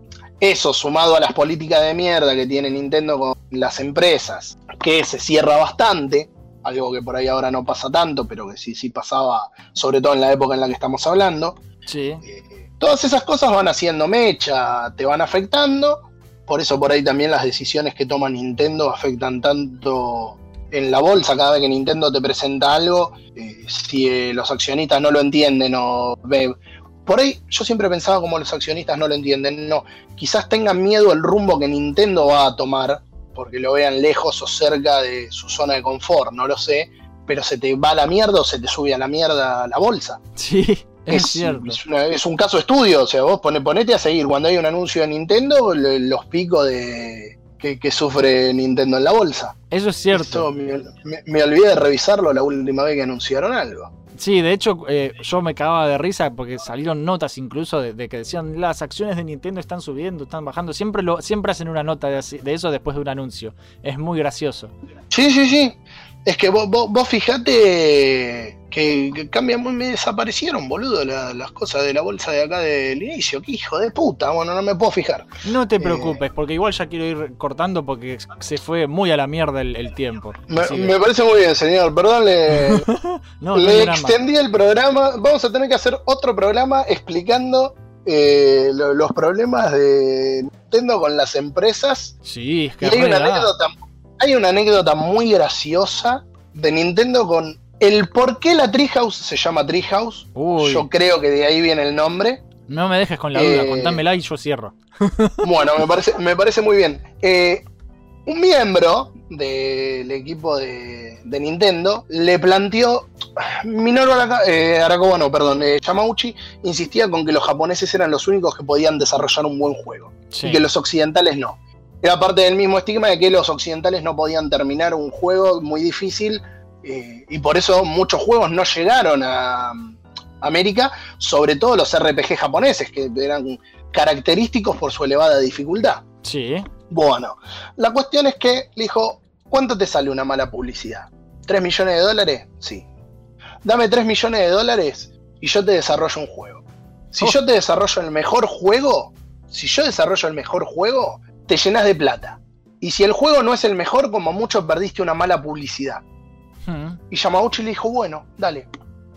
Speaker 3: eso sumado a las políticas de mierda que tiene Nintendo con las empresas, que se cierra bastante, algo que por ahí ahora no pasa tanto, pero que sí, sí pasaba, sobre todo en la época en la que estamos hablando.
Speaker 1: Sí.
Speaker 3: Eh, todas esas cosas van haciendo mecha, te van afectando, por eso por ahí también las decisiones que toma Nintendo afectan tanto en la bolsa. Cada vez que Nintendo te presenta algo, eh, si eh, los accionistas no lo entienden o ve, por ahí yo siempre pensaba como los accionistas no lo entienden, no, quizás tengan miedo el rumbo que Nintendo va a tomar, porque lo vean lejos o cerca de su zona de confort, no lo sé, pero se te va a la mierda o se te sube a la mierda la bolsa.
Speaker 1: Sí, es,
Speaker 3: es
Speaker 1: cierto.
Speaker 3: Es, una, es un caso estudio, o sea, vos pone, ponete a seguir cuando hay un anuncio de Nintendo, le, los picos de que, que sufre Nintendo en la bolsa.
Speaker 1: Eso es cierto.
Speaker 3: Esto, me, me, me olvidé de revisarlo la última vez que anunciaron algo.
Speaker 1: Sí, de hecho, eh, yo me cagaba de risa porque salieron notas incluso de, de que decían las acciones de Nintendo están subiendo, están bajando. Siempre lo siempre hacen una nota de, de eso después de un anuncio. Es muy gracioso.
Speaker 3: Sí, sí, sí. Es que vos, vos, vos fijate que, que cambian muy, me desaparecieron, boludo, la, las cosas de la bolsa de acá del inicio. Qué hijo de puta, bueno, no me puedo fijar.
Speaker 1: No te preocupes, eh, porque igual ya quiero ir cortando porque se fue muy a la mierda el, el tiempo.
Speaker 3: Me, me parece muy bien, señor. Perdón, le, no, le no extendí el programa. Vamos a tener que hacer otro programa explicando eh, lo, los problemas de Nintendo con las empresas.
Speaker 1: Sí, es que
Speaker 3: y hay una anécdota. Hay una anécdota muy graciosa de Nintendo con el por qué la Treehouse se llama Treehouse. Uy. Yo creo que de ahí viene el nombre.
Speaker 1: No me dejes con la duda, eh, contámela y yo cierro.
Speaker 3: Bueno, me parece, me parece muy bien. Eh, un miembro del equipo de, de Nintendo le planteó, Minoru Araka, eh, Arakawa, no, perdón, eh, Yamauchi insistía con que los japoneses eran los únicos que podían desarrollar un buen juego, sí, y que los occidentales no. Era parte del mismo estigma de que los occidentales no podían terminar un juego muy difícil, eh, y por eso muchos juegos no llegaron a América, sobre todo los R P G japoneses, que eran característicos por su elevada dificultad.
Speaker 1: Sí.
Speaker 3: Bueno, la cuestión es que le dijo, ¿cuánto te sale una mala publicidad? ¿tres millones de dólares? Sí. Dame tres millones de dólares y yo te desarrollo un juego. Si oh. yo te desarrollo el mejor juego, si yo desarrollo el mejor juego, te llenas de plata. Y si el juego no es el mejor, como mucho perdiste una mala publicidad. Hmm. Y Yamauchi le dijo, bueno, dale.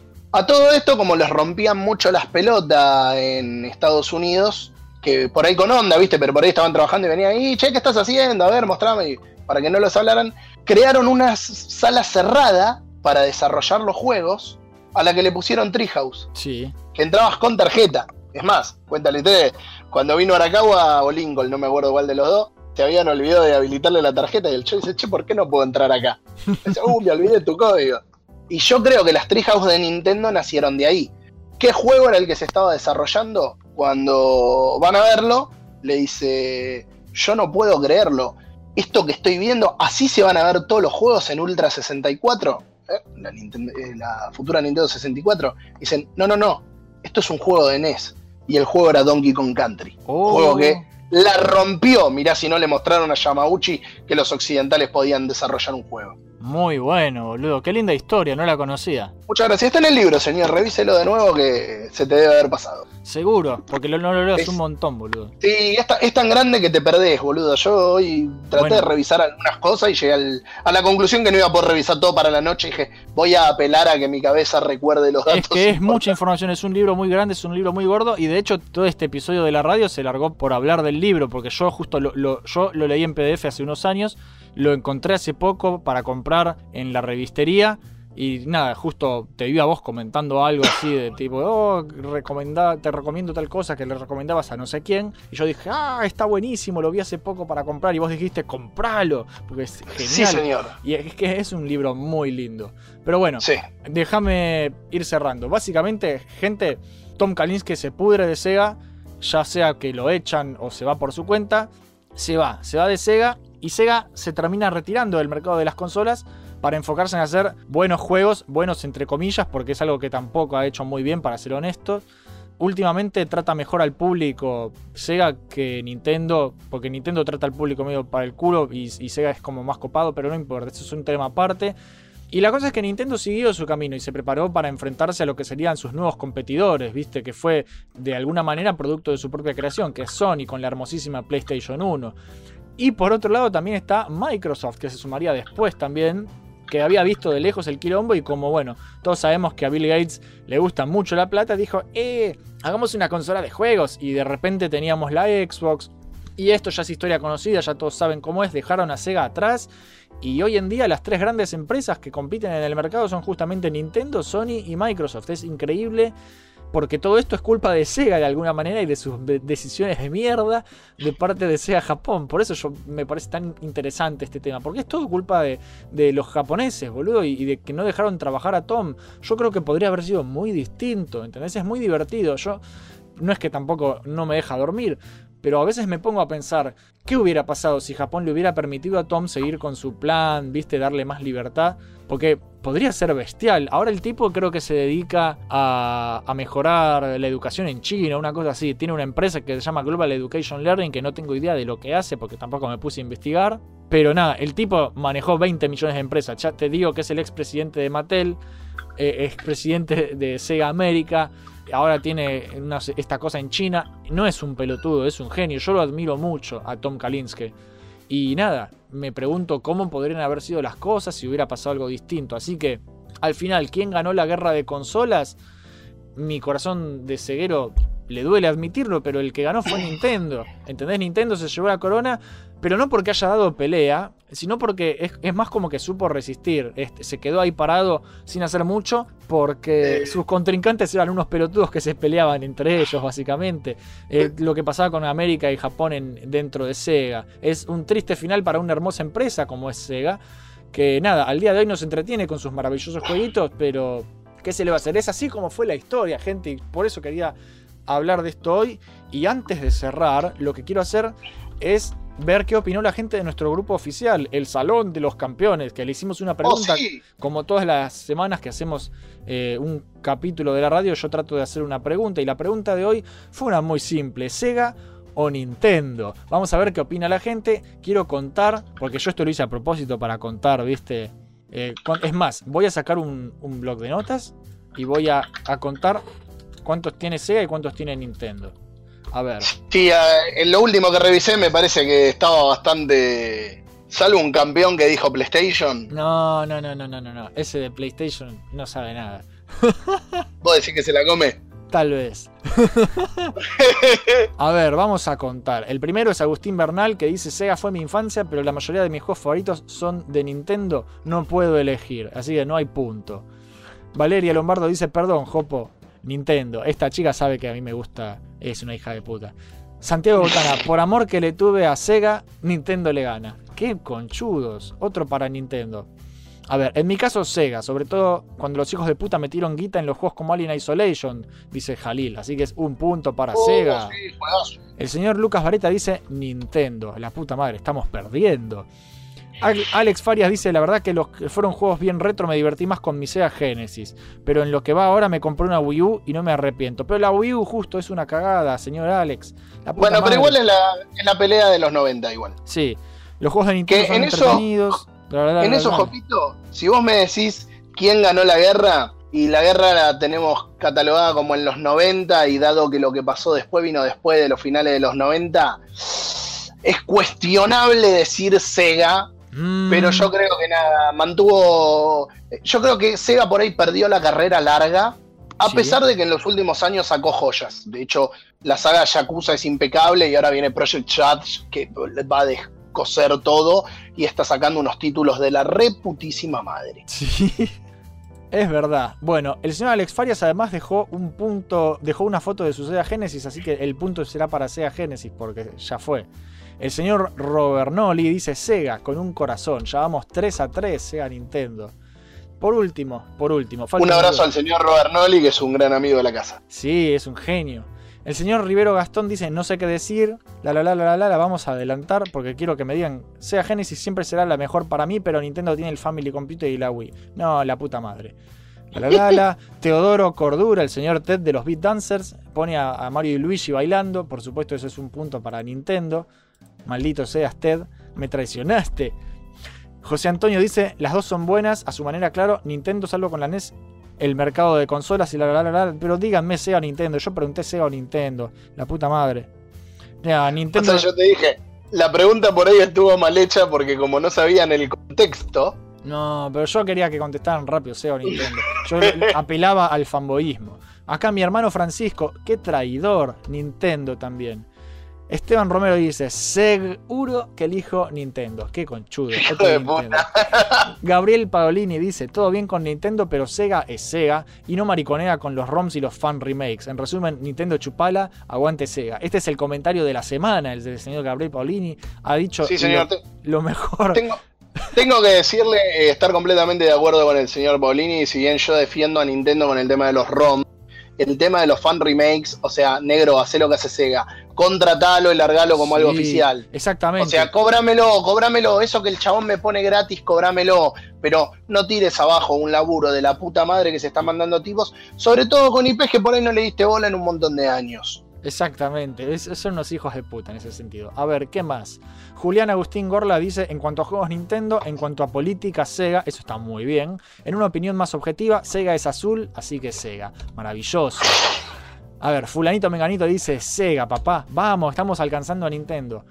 Speaker 3: A todo esto, como les rompían mucho las pelotas en Estados Unidos, que por ahí con onda, ¿viste? Pero por ahí estaban trabajando y venían, y che, ¿qué estás haciendo? A ver, mostrame. Y para que no los hablaran, crearon una sala cerrada para desarrollar los juegos, a la que le pusieron Treehouse.
Speaker 1: Sí.
Speaker 3: Que entrabas con tarjeta. Es más, cuéntale usted, cuando vino Arakawa o Lincoln, no me acuerdo cuál de los dos, se habían olvidado de habilitarle la tarjeta y el chico dice, che, ¿por qué no puedo entrar acá? Dice, uh, me olvidé tu código. Y yo creo que las Treehouse de Nintendo nacieron de ahí. ¿Qué juego era el que se estaba desarrollando? Cuando van a verlo, le dice, yo no puedo creerlo. Esto que estoy viendo, ¿así se van a ver todos los juegos en Ultra sesenta y cuatro? ¿Eh? La, Nintendo, eh, la futura Nintendo sesenta y cuatro. Dicen, no, no, no, esto es un juego de N E S. Y el juego era Donkey Kong Country. Oh. Un juego que la rompió. Mirá si no le mostraron a Yamauchi que los occidentales podían desarrollar un juego.
Speaker 1: Muy bueno, boludo. Qué linda historia, no la conocía.
Speaker 3: Muchas gracias. Está en el libro, señor. Revíselo de nuevo que se te debe haber pasado.
Speaker 1: Seguro, porque lo, no lo leas un montón, boludo.
Speaker 3: Sí, es, es tan grande que te perdés, boludo. Yo hoy traté bueno. de revisar algunas cosas y llegué al, a la conclusión que no iba a poder revisar todo para la noche. Y dije, voy a apelar a que mi cabeza recuerde los datos.
Speaker 1: Es que es mucha información, es un libro muy grande, es un libro muy gordo. Y de hecho, todo este episodio de la radio se largó por hablar del libro, porque yo justo lo, lo, yo lo leí en P D F hace unos años. Lo encontré hace poco para comprar en la revistería. Y nada, justo te vi a vos comentando algo así de tipo, oh, recomenda, te recomiendo tal cosa que le recomendabas a no sé quién. Y yo dije, ah, está buenísimo, lo vi hace poco para comprar. Y vos dijiste, compralo, porque es genial.
Speaker 3: Sí, señor.
Speaker 1: Y es que es un libro muy lindo. Pero bueno,
Speaker 3: sí.
Speaker 1: Déjame ir cerrando. Básicamente, gente, Tom Kalinske se pudre de Sega, ya sea que lo echan o se va por su cuenta. Se va, se va de Sega y Sega se termina retirando del mercado de las consolas para enfocarse en hacer buenos juegos, buenos entre comillas, porque es algo que tampoco ha hecho muy bien, para ser honestos. Últimamente trata mejor al público Sega que Nintendo, porque Nintendo trata al público medio para el culo y, y Sega es como más copado, pero no importa, eso es un tema aparte. Y la cosa es que Nintendo siguió su camino y se preparó para enfrentarse a lo que serían sus nuevos competidores, viste, que fue de alguna manera producto de su propia creación, que es Sony con la hermosísima PlayStation uno. Y por otro lado también está Microsoft, que se sumaría después también, que había visto de lejos el quilombo y como, bueno, todos sabemos que a Bill Gates le gusta mucho la plata, dijo, eh, hagamos una consola de juegos. Y de repente teníamos la Xbox. Y esto ya es historia conocida, ya todos saben cómo es, dejaron a Sega atrás. Y hoy en día las tres grandes empresas que compiten en el mercado son justamente Nintendo, Sony y Microsoft. Es increíble. porque todo esto es culpa de Sega de alguna manera y de sus de- decisiones de mierda de parte de Sega Japón. Por eso yo me parece tan interesante este tema, porque es todo culpa de, de los japoneses, boludo, y, y de que no dejaron trabajar a Tom. Yo creo que podría haber sido muy distinto, ¿entendés? Es muy divertido. Yo no es que tampoco no me deja dormir, pero a veces me pongo a pensar, ¿qué hubiera pasado si Japón le hubiera permitido a Tom seguir con su plan, viste, darle más libertad? Porque podría ser bestial. Ahora el tipo creo que se dedica a, a mejorar la educación en China, una cosa así. Tiene una empresa que se llama Global Education Learning, que no tengo idea de lo que hace porque tampoco me puse a investigar. Pero nada, el tipo manejó veinte millones de empresas. Ya te digo que es el expresidente de Mattel, eh, expresidente de Sega América. Ahora tiene una, esta cosa en China. No es un pelotudo, es un genio. Yo lo admiro mucho a Tom Kalinske. Y nada, me pregunto cómo podrían haber sido las cosas si hubiera pasado algo distinto. Así que, al final, ¿quién ganó la guerra de consolas? Mi corazón de ceguero le duele admitirlo, pero el que ganó fue Nintendo. ¿Entendés? Nintendo se llevó la corona, pero no porque haya dado pelea, sino porque es, es más como que supo resistir. Este, se quedó ahí parado sin hacer mucho porque sus contrincantes eran unos pelotudos que se peleaban entre ellos, básicamente. Eh, lo que pasaba con América y Japón en, dentro de Sega. Es un triste final para una hermosa empresa como es Sega, que nada, al día de hoy nos entretiene con sus maravillosos jueguitos, pero ¿qué se le va a hacer? Es así como fue la historia, gente, y por eso quería hablar de esto hoy. Y antes de cerrar, lo que quiero hacer es ver qué opinó la gente de nuestro grupo oficial, el Salón de los Campeones, que le hicimos una pregunta.
Speaker 3: Oh, sí.
Speaker 1: Como todas las semanas que hacemos eh, un capítulo de la radio, yo trato de hacer una pregunta, y la pregunta de hoy fue una muy simple: ¿Sega o Nintendo? Vamos a ver qué opina la gente. Quiero contar, porque yo esto lo hice a propósito para contar, ¿viste? Eh, con, es más, voy a sacar un, un blog de notas y voy a, a contar cuántos tiene Sega y cuántos tiene Nintendo. A ver.
Speaker 3: Sí, en lo último que revisé me parece que estaba bastante... Salvo un campeón que dijo PlayStation.
Speaker 1: No, no, no, no, no, no, no. Ese de PlayStation no sabe nada.
Speaker 3: ¿Vos decís que se la come?
Speaker 1: Tal vez. A ver, vamos a contar. El primero es Agustín Bernal, que dice: Sega fue mi infancia, pero la mayoría de mis juegos favoritos son de Nintendo. No puedo elegir, así que no hay punto. Valeria Lombardo dice: perdón, Jopo, Nintendo. Esta chica sabe que a mí me gusta. Es una hija de puta. Santiago Botana: por amor que le tuve a Sega, Nintendo le gana. Qué conchudos. Otro para Nintendo. A ver, en mi caso Sega, sobre todo cuando los hijos de puta metieron guita en los juegos como Alien Isolation, dice Jalil, así que es un punto para
Speaker 3: Oh,
Speaker 1: Sega.
Speaker 3: sí, juegazo.
Speaker 1: El señor Lucas Vareta dice Nintendo, la puta madre, estamos perdiendo. Al- Alex Farias dice: la verdad que los que fueron juegos bien retro, me divertí más con mi Sega Genesis, pero en lo que va ahora me compré una Wii U y no me arrepiento. Pero la Wii U justo es una cagada, señor Alex. La puta
Speaker 3: Bueno, pero
Speaker 1: madre.
Speaker 3: igual en la, en la pelea de los noventa igual.
Speaker 1: Sí, los juegos de Nintendo
Speaker 3: Que
Speaker 1: son
Speaker 3: en eso-
Speaker 1: entretenidos. bla, bla, bla,
Speaker 3: En
Speaker 1: bla,
Speaker 3: eso,
Speaker 1: bla.
Speaker 3: Jopito, si vos me decís quién ganó la guerra, y la guerra la tenemos catalogada como en los noventa, y dado que lo que pasó después vino después de los finales de los noventa, es cuestionable decir Sega,
Speaker 1: Mm.
Speaker 3: pero yo creo que nada, mantuvo... Yo creo que Sega por ahí perdió la carrera larga, a
Speaker 1: Sí.
Speaker 3: pesar de que en los últimos años sacó joyas. De hecho, la saga Yakuza es impecable, y ahora viene Project Chat, que va a descoser todo, y está sacando unos títulos de la reputísima madre.
Speaker 1: Sí, es verdad. Bueno, el señor Alex Farias además dejó un punto, dejó una foto de su Sega Genesis, así que el punto será para Sega Genesis, porque ya fue. El señor Robernoli dice Sega con un corazón. Ya vamos tres a tres, Sega Nintendo. Por último, por último. falta
Speaker 3: Un abrazo
Speaker 1: un-
Speaker 3: al señor Robert Nolli, que es un gran amigo de la casa.
Speaker 1: Sí, es un genio. El señor Rivero Gastón dice: no sé qué decir, la la la la la la, la vamos a adelantar porque quiero que me digan, Sega Genesis siempre será la mejor para mí, pero Nintendo tiene el Family Computer y la Wii. No, la puta madre. La la la la. Teodoro Cordura, el señor Ted de los Beat Dancers, pone a, a Mario y Luigi bailando. Por supuesto, eso es un punto para Nintendo. Maldito seas, Ted, me traicionaste. José Antonio dice: las dos son buenas, a su manera, claro. Nintendo, salvo con la N E S, el mercado de consolas y la la la la. Pero díganme Sega o Nintendo. Yo pregunté Sega o Nintendo. La puta madre. Ya,
Speaker 3: O
Speaker 1: Nintendo.
Speaker 3: sea, yo te dije, la pregunta por ahí estuvo mal hecha porque como no sabían el contexto,
Speaker 1: No, pero yo quería que contestaran rápido Sega o Nintendo. Yo apelaba al fanboyismo. Acá mi hermano Francisco, qué traidor. Nintendo también. Esteban Romero dice, seguro que elijo Nintendo. Qué conchudo.
Speaker 3: Hijo de puta.
Speaker 1: Gabriel Paolini dice, todo bien con Nintendo, pero Sega es Sega y no mariconea con los ROMs y los fan remakes. En resumen, Nintendo chupala, aguante Sega. Este es el comentario de la semana, el del señor Gabriel Paolini. Ha dicho
Speaker 3: sí, señor,
Speaker 1: lo, lo mejor.
Speaker 3: Tengo, tengo que decirle, eh, estar completamente de acuerdo con el señor Paolini, si bien yo defiendo a Nintendo con el tema de los ROMs, el tema de los fan remakes, o sea, negro, hacé lo que hace Sega, contratalo y largalo como sí, algo oficial.
Speaker 1: Exactamente.
Speaker 3: O sea, cóbramelo, cóbramelo, eso que el chabón me pone gratis, cóbramelo, pero no tires abajo un laburo de la puta madre que se está mandando tipos, sobre todo con I Pes que por ahí no le diste bola en un montón de años.
Speaker 1: Exactamente, es, son unos hijos de puta en ese sentido. A ver, ¿qué más? Julián Agustín Gorla dice, en cuanto a juegos Nintendo, en cuanto a política, Sega, eso está muy bien. En una opinión más objetiva, Sega es azul, así que Sega. Maravilloso. A ver, fulanito menganito dice, Sega, papá, vamos, estamos alcanzando a Nintendo.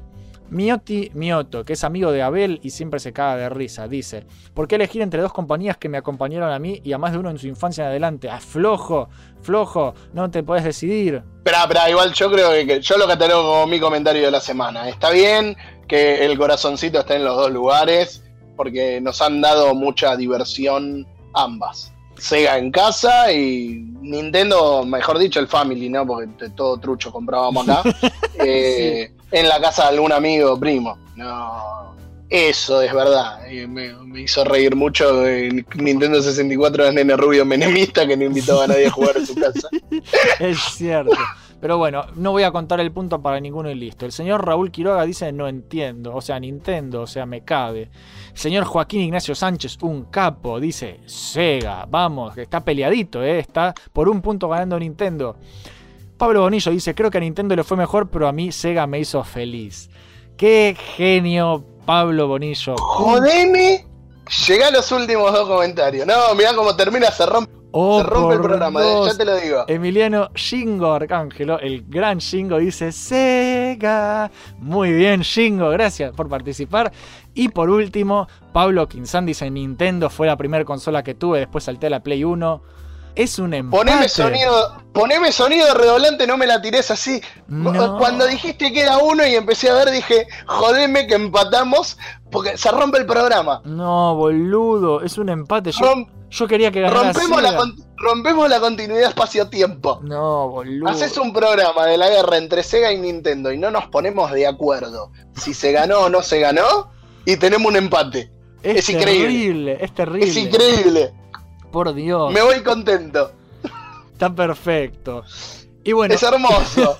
Speaker 1: Mioti Mioto, que es amigo de Abel y siempre se caga de risa, dice, ¿por qué elegir entre dos compañías que me acompañaron a mí y a más de uno en su infancia en adelante? Ah, flojo, flojo, no te podés decidir.
Speaker 3: Pero, pero igual yo creo que, que yo lo catalogo como mi comentario de la semana. Está bien que el corazoncito esté en los dos lugares, porque nos han dado mucha diversión ambas. Sega en casa y Nintendo, mejor dicho, el Family, ¿no? Porque todo trucho comprábamos acá. eh, sí. En la casa de algún amigo, primo. No, eso es verdad. Me, me hizo reír mucho el Nintendo sesenta y cuatro de nene rubio menemista que no invitaba a nadie a jugar en su casa.
Speaker 1: Es cierto. Pero bueno, no voy a contar el punto para ninguno y listo. El señor Raúl Quiroga dice, no entiendo. O sea, Nintendo, o sea, me cabe. El señor Joaquín Ignacio Sánchez, un capo, dice, Sega, vamos, que está peleadito, ¿eh? Está por un punto ganando Nintendo. Pablo Bonillo dice, creo que a Nintendo le fue mejor, pero a mí Sega me hizo feliz. ¡Qué genio, Pablo Bonillo!
Speaker 3: ¡Jodeme! Llegá a los últimos dos comentarios. No, mirá cómo termina, se rompe, oh, se rompe el programa, dos. Ya te lo digo.
Speaker 1: Emiliano Shingo Arcángelo, el gran Shingo, dice, Sega. Muy bien, Shingo, gracias por participar. Y por último, Pablo Quinzán dice, Nintendo fue la primera consola que tuve, después salté a la Play uno. Es un empate.
Speaker 3: Poneme sonido, poneme sonido redoblante, no me la tires así. No. Cuando dijiste que era uno y empecé a ver, dije, jodeme que empatamos, porque se rompe el programa.
Speaker 1: No, boludo, es un empate. Yo, Rom yo quería que ganara
Speaker 3: rompemos la, rompemos la continuidad espacio-tiempo.
Speaker 1: No, boludo.
Speaker 3: Haces un programa de la guerra entre Sega y Nintendo y no nos ponemos de acuerdo si se ganó o no se ganó, y tenemos un empate.
Speaker 1: Es, es increíble. Es terrible.
Speaker 3: Es increíble.
Speaker 1: Por Dios.
Speaker 3: Me voy contento.
Speaker 1: Está perfecto. Y bueno.
Speaker 3: Es hermoso.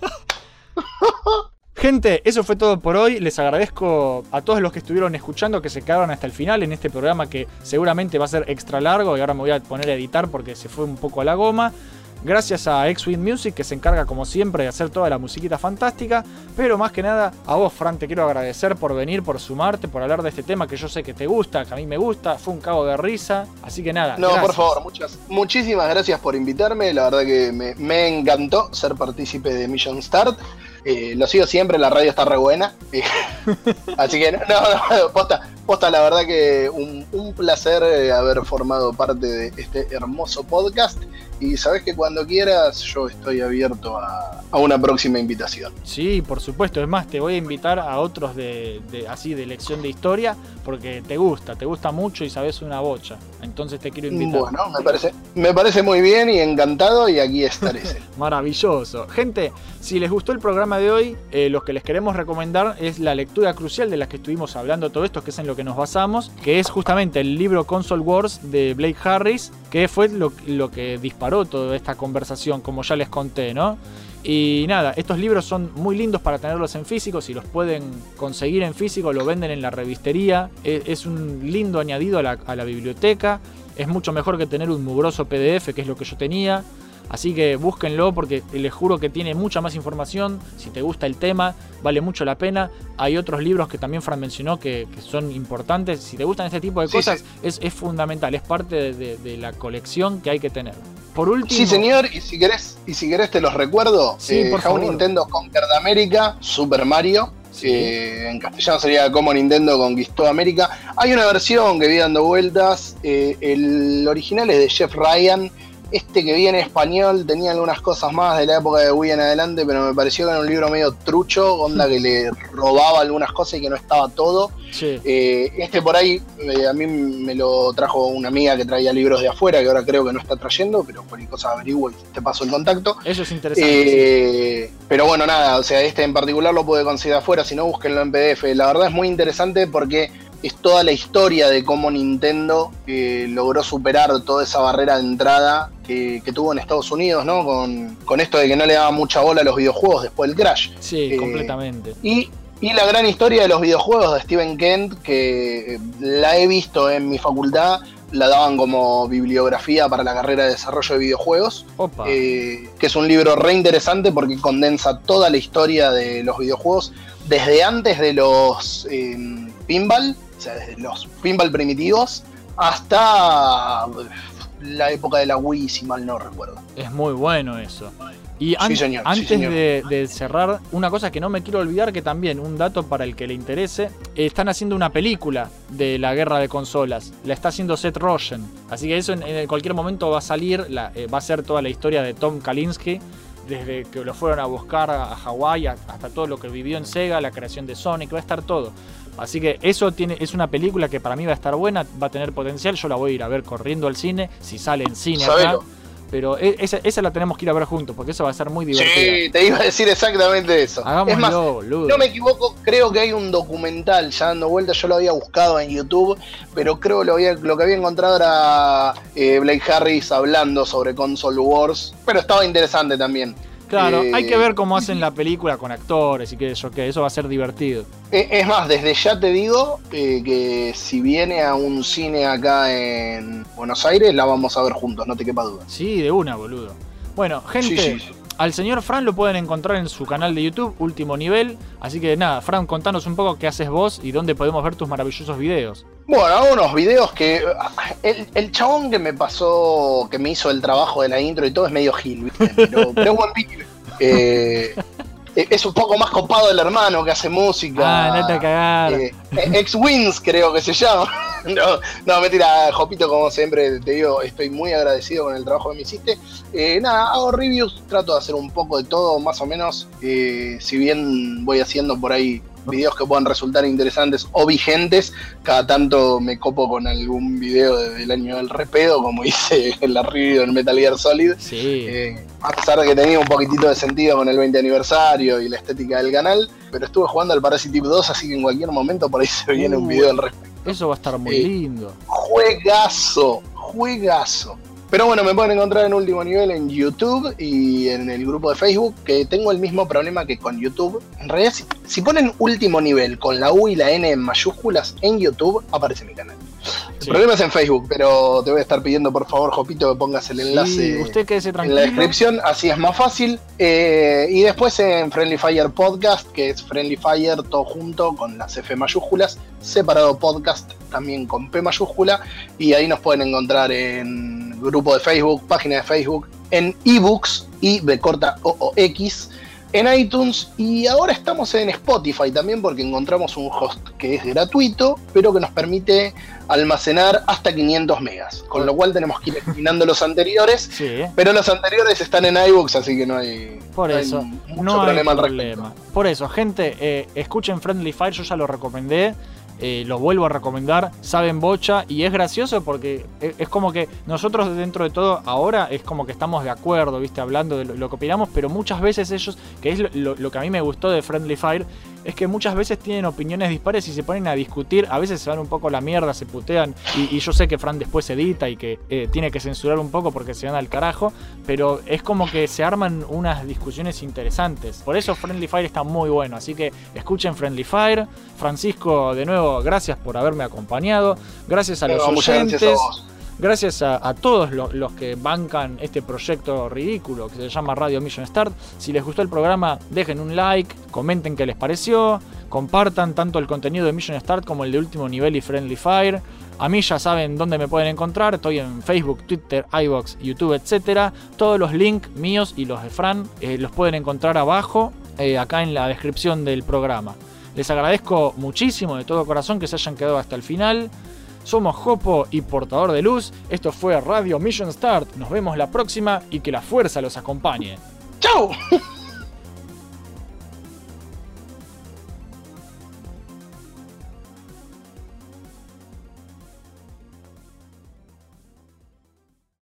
Speaker 1: Gente, eso fue todo por hoy. Les agradezco a todos los que estuvieron escuchando, que se quedaron hasta el final en este programa que seguramente va a ser extra largo y ahora me voy a poner a editar porque se fue un poco a la goma. Gracias a X-Wing Music, que se encarga como siempre de hacer toda la musiquita fantástica. Pero más que nada, a vos, Fran, te quiero agradecer por venir, por sumarte, por hablar de este tema que yo sé que te gusta, que a mí me gusta. Fue un cago de risa. Así que nada,
Speaker 3: no,
Speaker 1: gracias.
Speaker 3: Por favor, muchas, muchísimas gracias por invitarme. La verdad que me, me encantó ser partícipe de Mission Start. Eh, lo sigo siempre, la radio está re buena. Así que no, no, no posta, posta, la verdad que un, un placer haber formado parte de este hermoso podcast. Y sabes que cuando quieras yo estoy abierto a, a una próxima invitación.
Speaker 1: Sí, por supuesto. Es más, te voy a invitar a otros de, de así de lección de historia porque te gusta, te gusta mucho y sabes una bocha. Entonces te quiero invitar.
Speaker 3: Bueno, me parece, me parece muy bien y encantado y aquí estaré.
Speaker 1: Maravilloso. Gente, si les gustó el programa de hoy, eh, lo que les queremos recomendar es la lectura crucial de la que estuvimos hablando todo esto, que es en lo que nos basamos, que es justamente el libro Console Wars de Blake Harris, que fue lo, lo que disparó toda esta conversación, como ya les conté, ¿no? Y nada, estos libros son muy lindos para tenerlos en físico, si los pueden conseguir en físico, lo venden en la revistería, es, es un lindo añadido a la, a la biblioteca, es mucho mejor que tener un mugroso P D F, que es lo que yo tenía. Así que búsquenlo porque les juro que tiene mucha más información. Si te gusta el tema, vale mucho la pena. Hay otros libros que también Fran mencionó que, que son importantes. Si te gustan este tipo de sí, cosas, sí. Es, es fundamental. Es parte de, de, de la colección que hay que tener. Por último...
Speaker 3: Sí, señor. Y si querés, y si querés te los recuerdo.
Speaker 1: Sí,
Speaker 3: eh,
Speaker 1: por favor.
Speaker 3: Nintendo Conquered America, Super Mario. Sí. Eh, en castellano sería Como Nintendo Conquistó América. Hay una versión que vi dando vueltas. Eh, el original es de Jeff Ryan. Este que viene español tenía algunas cosas más de la época de Wii en adelante, pero me pareció que era un libro medio trucho, onda que le robaba algunas cosas y que no estaba todo.
Speaker 1: Sí.
Speaker 3: Eh, este por ahí, eh, a mí me lo trajo una amiga que traía libros de afuera, que ahora creo que no está trayendo, pero cualquier cosa averiguo y te paso el contacto.
Speaker 1: Eso es interesante.
Speaker 3: Eh, sí. Pero bueno, nada, o sea, este en particular lo puede conseguir afuera, si no, búsquenlo en P D F. La verdad es muy interesante porque es toda la historia de cómo Nintendo eh, logró superar toda esa barrera de entrada que, que tuvo en Estados Unidos, ¿no? Con, con esto de que no le daba mucha bola a los videojuegos después del Crash.
Speaker 1: Sí,
Speaker 3: eh,
Speaker 1: completamente.
Speaker 3: Y, y la gran historia de los videojuegos de Stephen Kent, que la he visto en mi facultad, la daban como bibliografía para la carrera de desarrollo de videojuegos.
Speaker 1: Opa.
Speaker 3: Eh, que es un libro re interesante porque condensa toda la historia de los videojuegos desde antes de los eh, pinball, o sea, desde los pinball primitivos hasta la época de la Wii, si mal no recuerdo.
Speaker 1: Es muy bueno eso. Y an
Speaker 3: sí, señor,
Speaker 1: antes
Speaker 3: sí, señor.
Speaker 1: De, de cerrar, una cosa que no me quiero olvidar, que también, un dato para el que le interese, están haciendo una película de la guerra de consolas. La está haciendo Seth Rogen. Así que eso en, en cualquier momento va a salir, la, eh, va a ser toda la historia de Tom Kalinske, desde que lo fueron a buscar a Hawái hasta todo lo que vivió en Sega, la creación de Sonic, va a estar todo. Así que eso tiene, es una película que para mí va a estar buena, va a tener potencial. Yo la voy a ir a ver corriendo al cine, si sale en cine
Speaker 3: Sabelo.
Speaker 1: acá. Pero esa, esa la tenemos que ir a ver juntos, porque eso va a ser muy divertido.
Speaker 3: Sí, te iba a decir exactamente eso.
Speaker 1: Hagámoslo,
Speaker 3: es más,
Speaker 1: boludo.
Speaker 3: no me equivoco, creo que hay un documental ya dando vueltas, yo lo había buscado en YouTube, pero creo que lo, había, lo que había encontrado era eh, Blake Harris hablando sobre Console Wars, pero estaba interesante también.
Speaker 1: Claro,
Speaker 3: eh,
Speaker 1: hay que ver cómo hacen la película con actores y que eso, que eso va a ser divertido.
Speaker 3: Es más, desde ya te digo eh, que si viene a un cine acá en Buenos Aires, la vamos a ver juntos, no te quepa duda.
Speaker 1: Sí, de una, boludo. Bueno, gente,
Speaker 3: Sí, sí, sí.
Speaker 1: al señor Fran lo pueden encontrar en su canal de YouTube, Último Nivel. Así que nada, Fran, contanos un poco qué haces vos y dónde podemos ver tus maravillosos videos.
Speaker 3: Bueno, hago unos videos que... El, el chabón que me pasó, que me hizo el trabajo de la intro y todo es medio gil, ¿viste? Pero, pero es buen pibe. Eh, es un poco más copado el hermano que hace música.
Speaker 1: Ah, andate a cagar.
Speaker 3: Eh, X-Wins creo que se llama. No, no, mentira, Jopito, como siempre te digo, estoy muy agradecido con el trabajo que me hiciste. Eh, nada, hago reviews, trato de hacer un poco de todo, más o menos. Eh, si bien voy haciendo por ahí videos que puedan resultar interesantes o vigentes, cada tanto me copo con algún video del año del repedo, como hice en la review del Metal Gear Solid.
Speaker 1: Sí.
Speaker 3: Eh, a pesar de que tenía un poquitito de sentido con el veinte aniversario y la estética del canal, pero estuve jugando al Parasitive dos, así que en cualquier momento por ahí se viene uh, un video al respecto.
Speaker 1: Eso va a estar muy
Speaker 3: eh,
Speaker 1: lindo.
Speaker 3: Juegazo, juegazo. Pero bueno, me pueden encontrar en Último Nivel en YouTube y en el grupo de Facebook, que tengo el mismo problema que con YouTube. En realidad, si, si ponen Último Nivel con la U y la N en mayúsculas en YouTube, aparece mi canal. El sí. problema es en Facebook, pero te voy a estar pidiendo por favor, Jopito, que pongas el enlace
Speaker 1: sí, usted quédese tranquilo.
Speaker 3: En la descripción, así es más fácil. Eh, y después en Friendly Fire Podcast, que es Friendly Fire todo junto con las F mayúsculas, separado podcast también con P mayúscula, y ahí nos pueden encontrar en grupo de Facebook, página de Facebook, en ebooks y B corta O O X, en iTunes, y ahora estamos en Spotify también porque encontramos un host que es gratuito, pero que nos permite almacenar hasta quinientos megas, con lo cual tenemos que ir eliminando los anteriores, sí. pero los anteriores están en iBooks, así que no hay,
Speaker 1: Por
Speaker 3: no
Speaker 1: eso,
Speaker 3: hay mucho
Speaker 1: no hay
Speaker 3: problema al
Speaker 1: problema.
Speaker 3: respecto.
Speaker 1: Por eso, gente, eh, escuchen Friendly Fire, yo ya lo recomendé. Eh, lo vuelvo a recomendar, saben bocha, y es gracioso porque es, es como que nosotros dentro de todo ahora es como que estamos de acuerdo, viste, hablando de lo, lo que opinamos, pero muchas veces ellos, que es lo, lo, lo que a mí me gustó de Friendly Fire, es que muchas veces tienen opiniones dispares y se ponen a discutir, a veces se van un poco a la mierda, se putean, y, y yo sé que Fran después edita y que eh, tiene que censurar un poco porque se van al carajo, pero es como que se arman unas discusiones interesantes. Por eso Friendly Fire está muy bueno, así que escuchen Friendly Fire. Francisco, de nuevo, gracias por haberme acompañado, gracias a los
Speaker 3: no,
Speaker 1: oyentes,
Speaker 3: gracias a vos.
Speaker 1: Gracias a, a todos los, los que bancan este proyecto ridículo que se llama Radio Mission Start. Si les gustó el programa, dejen un like, comenten qué les pareció, compartan tanto el contenido de Mission Start como el de Último Nivel y Friendly Fire. A mí ya saben dónde me pueden encontrar, estoy en Facebook, Twitter, iVoox, YouTube, etcétera. Todos los links míos y los de Fran eh, los pueden encontrar abajo, eh, acá en la descripción del programa. Les agradezco muchísimo de todo corazón que se hayan quedado hasta el final. Somos Jopo y Portador de Luz. Esto fue Radio Mission Start. Nos vemos la próxima y que la fuerza los acompañe.
Speaker 3: ¡Chau!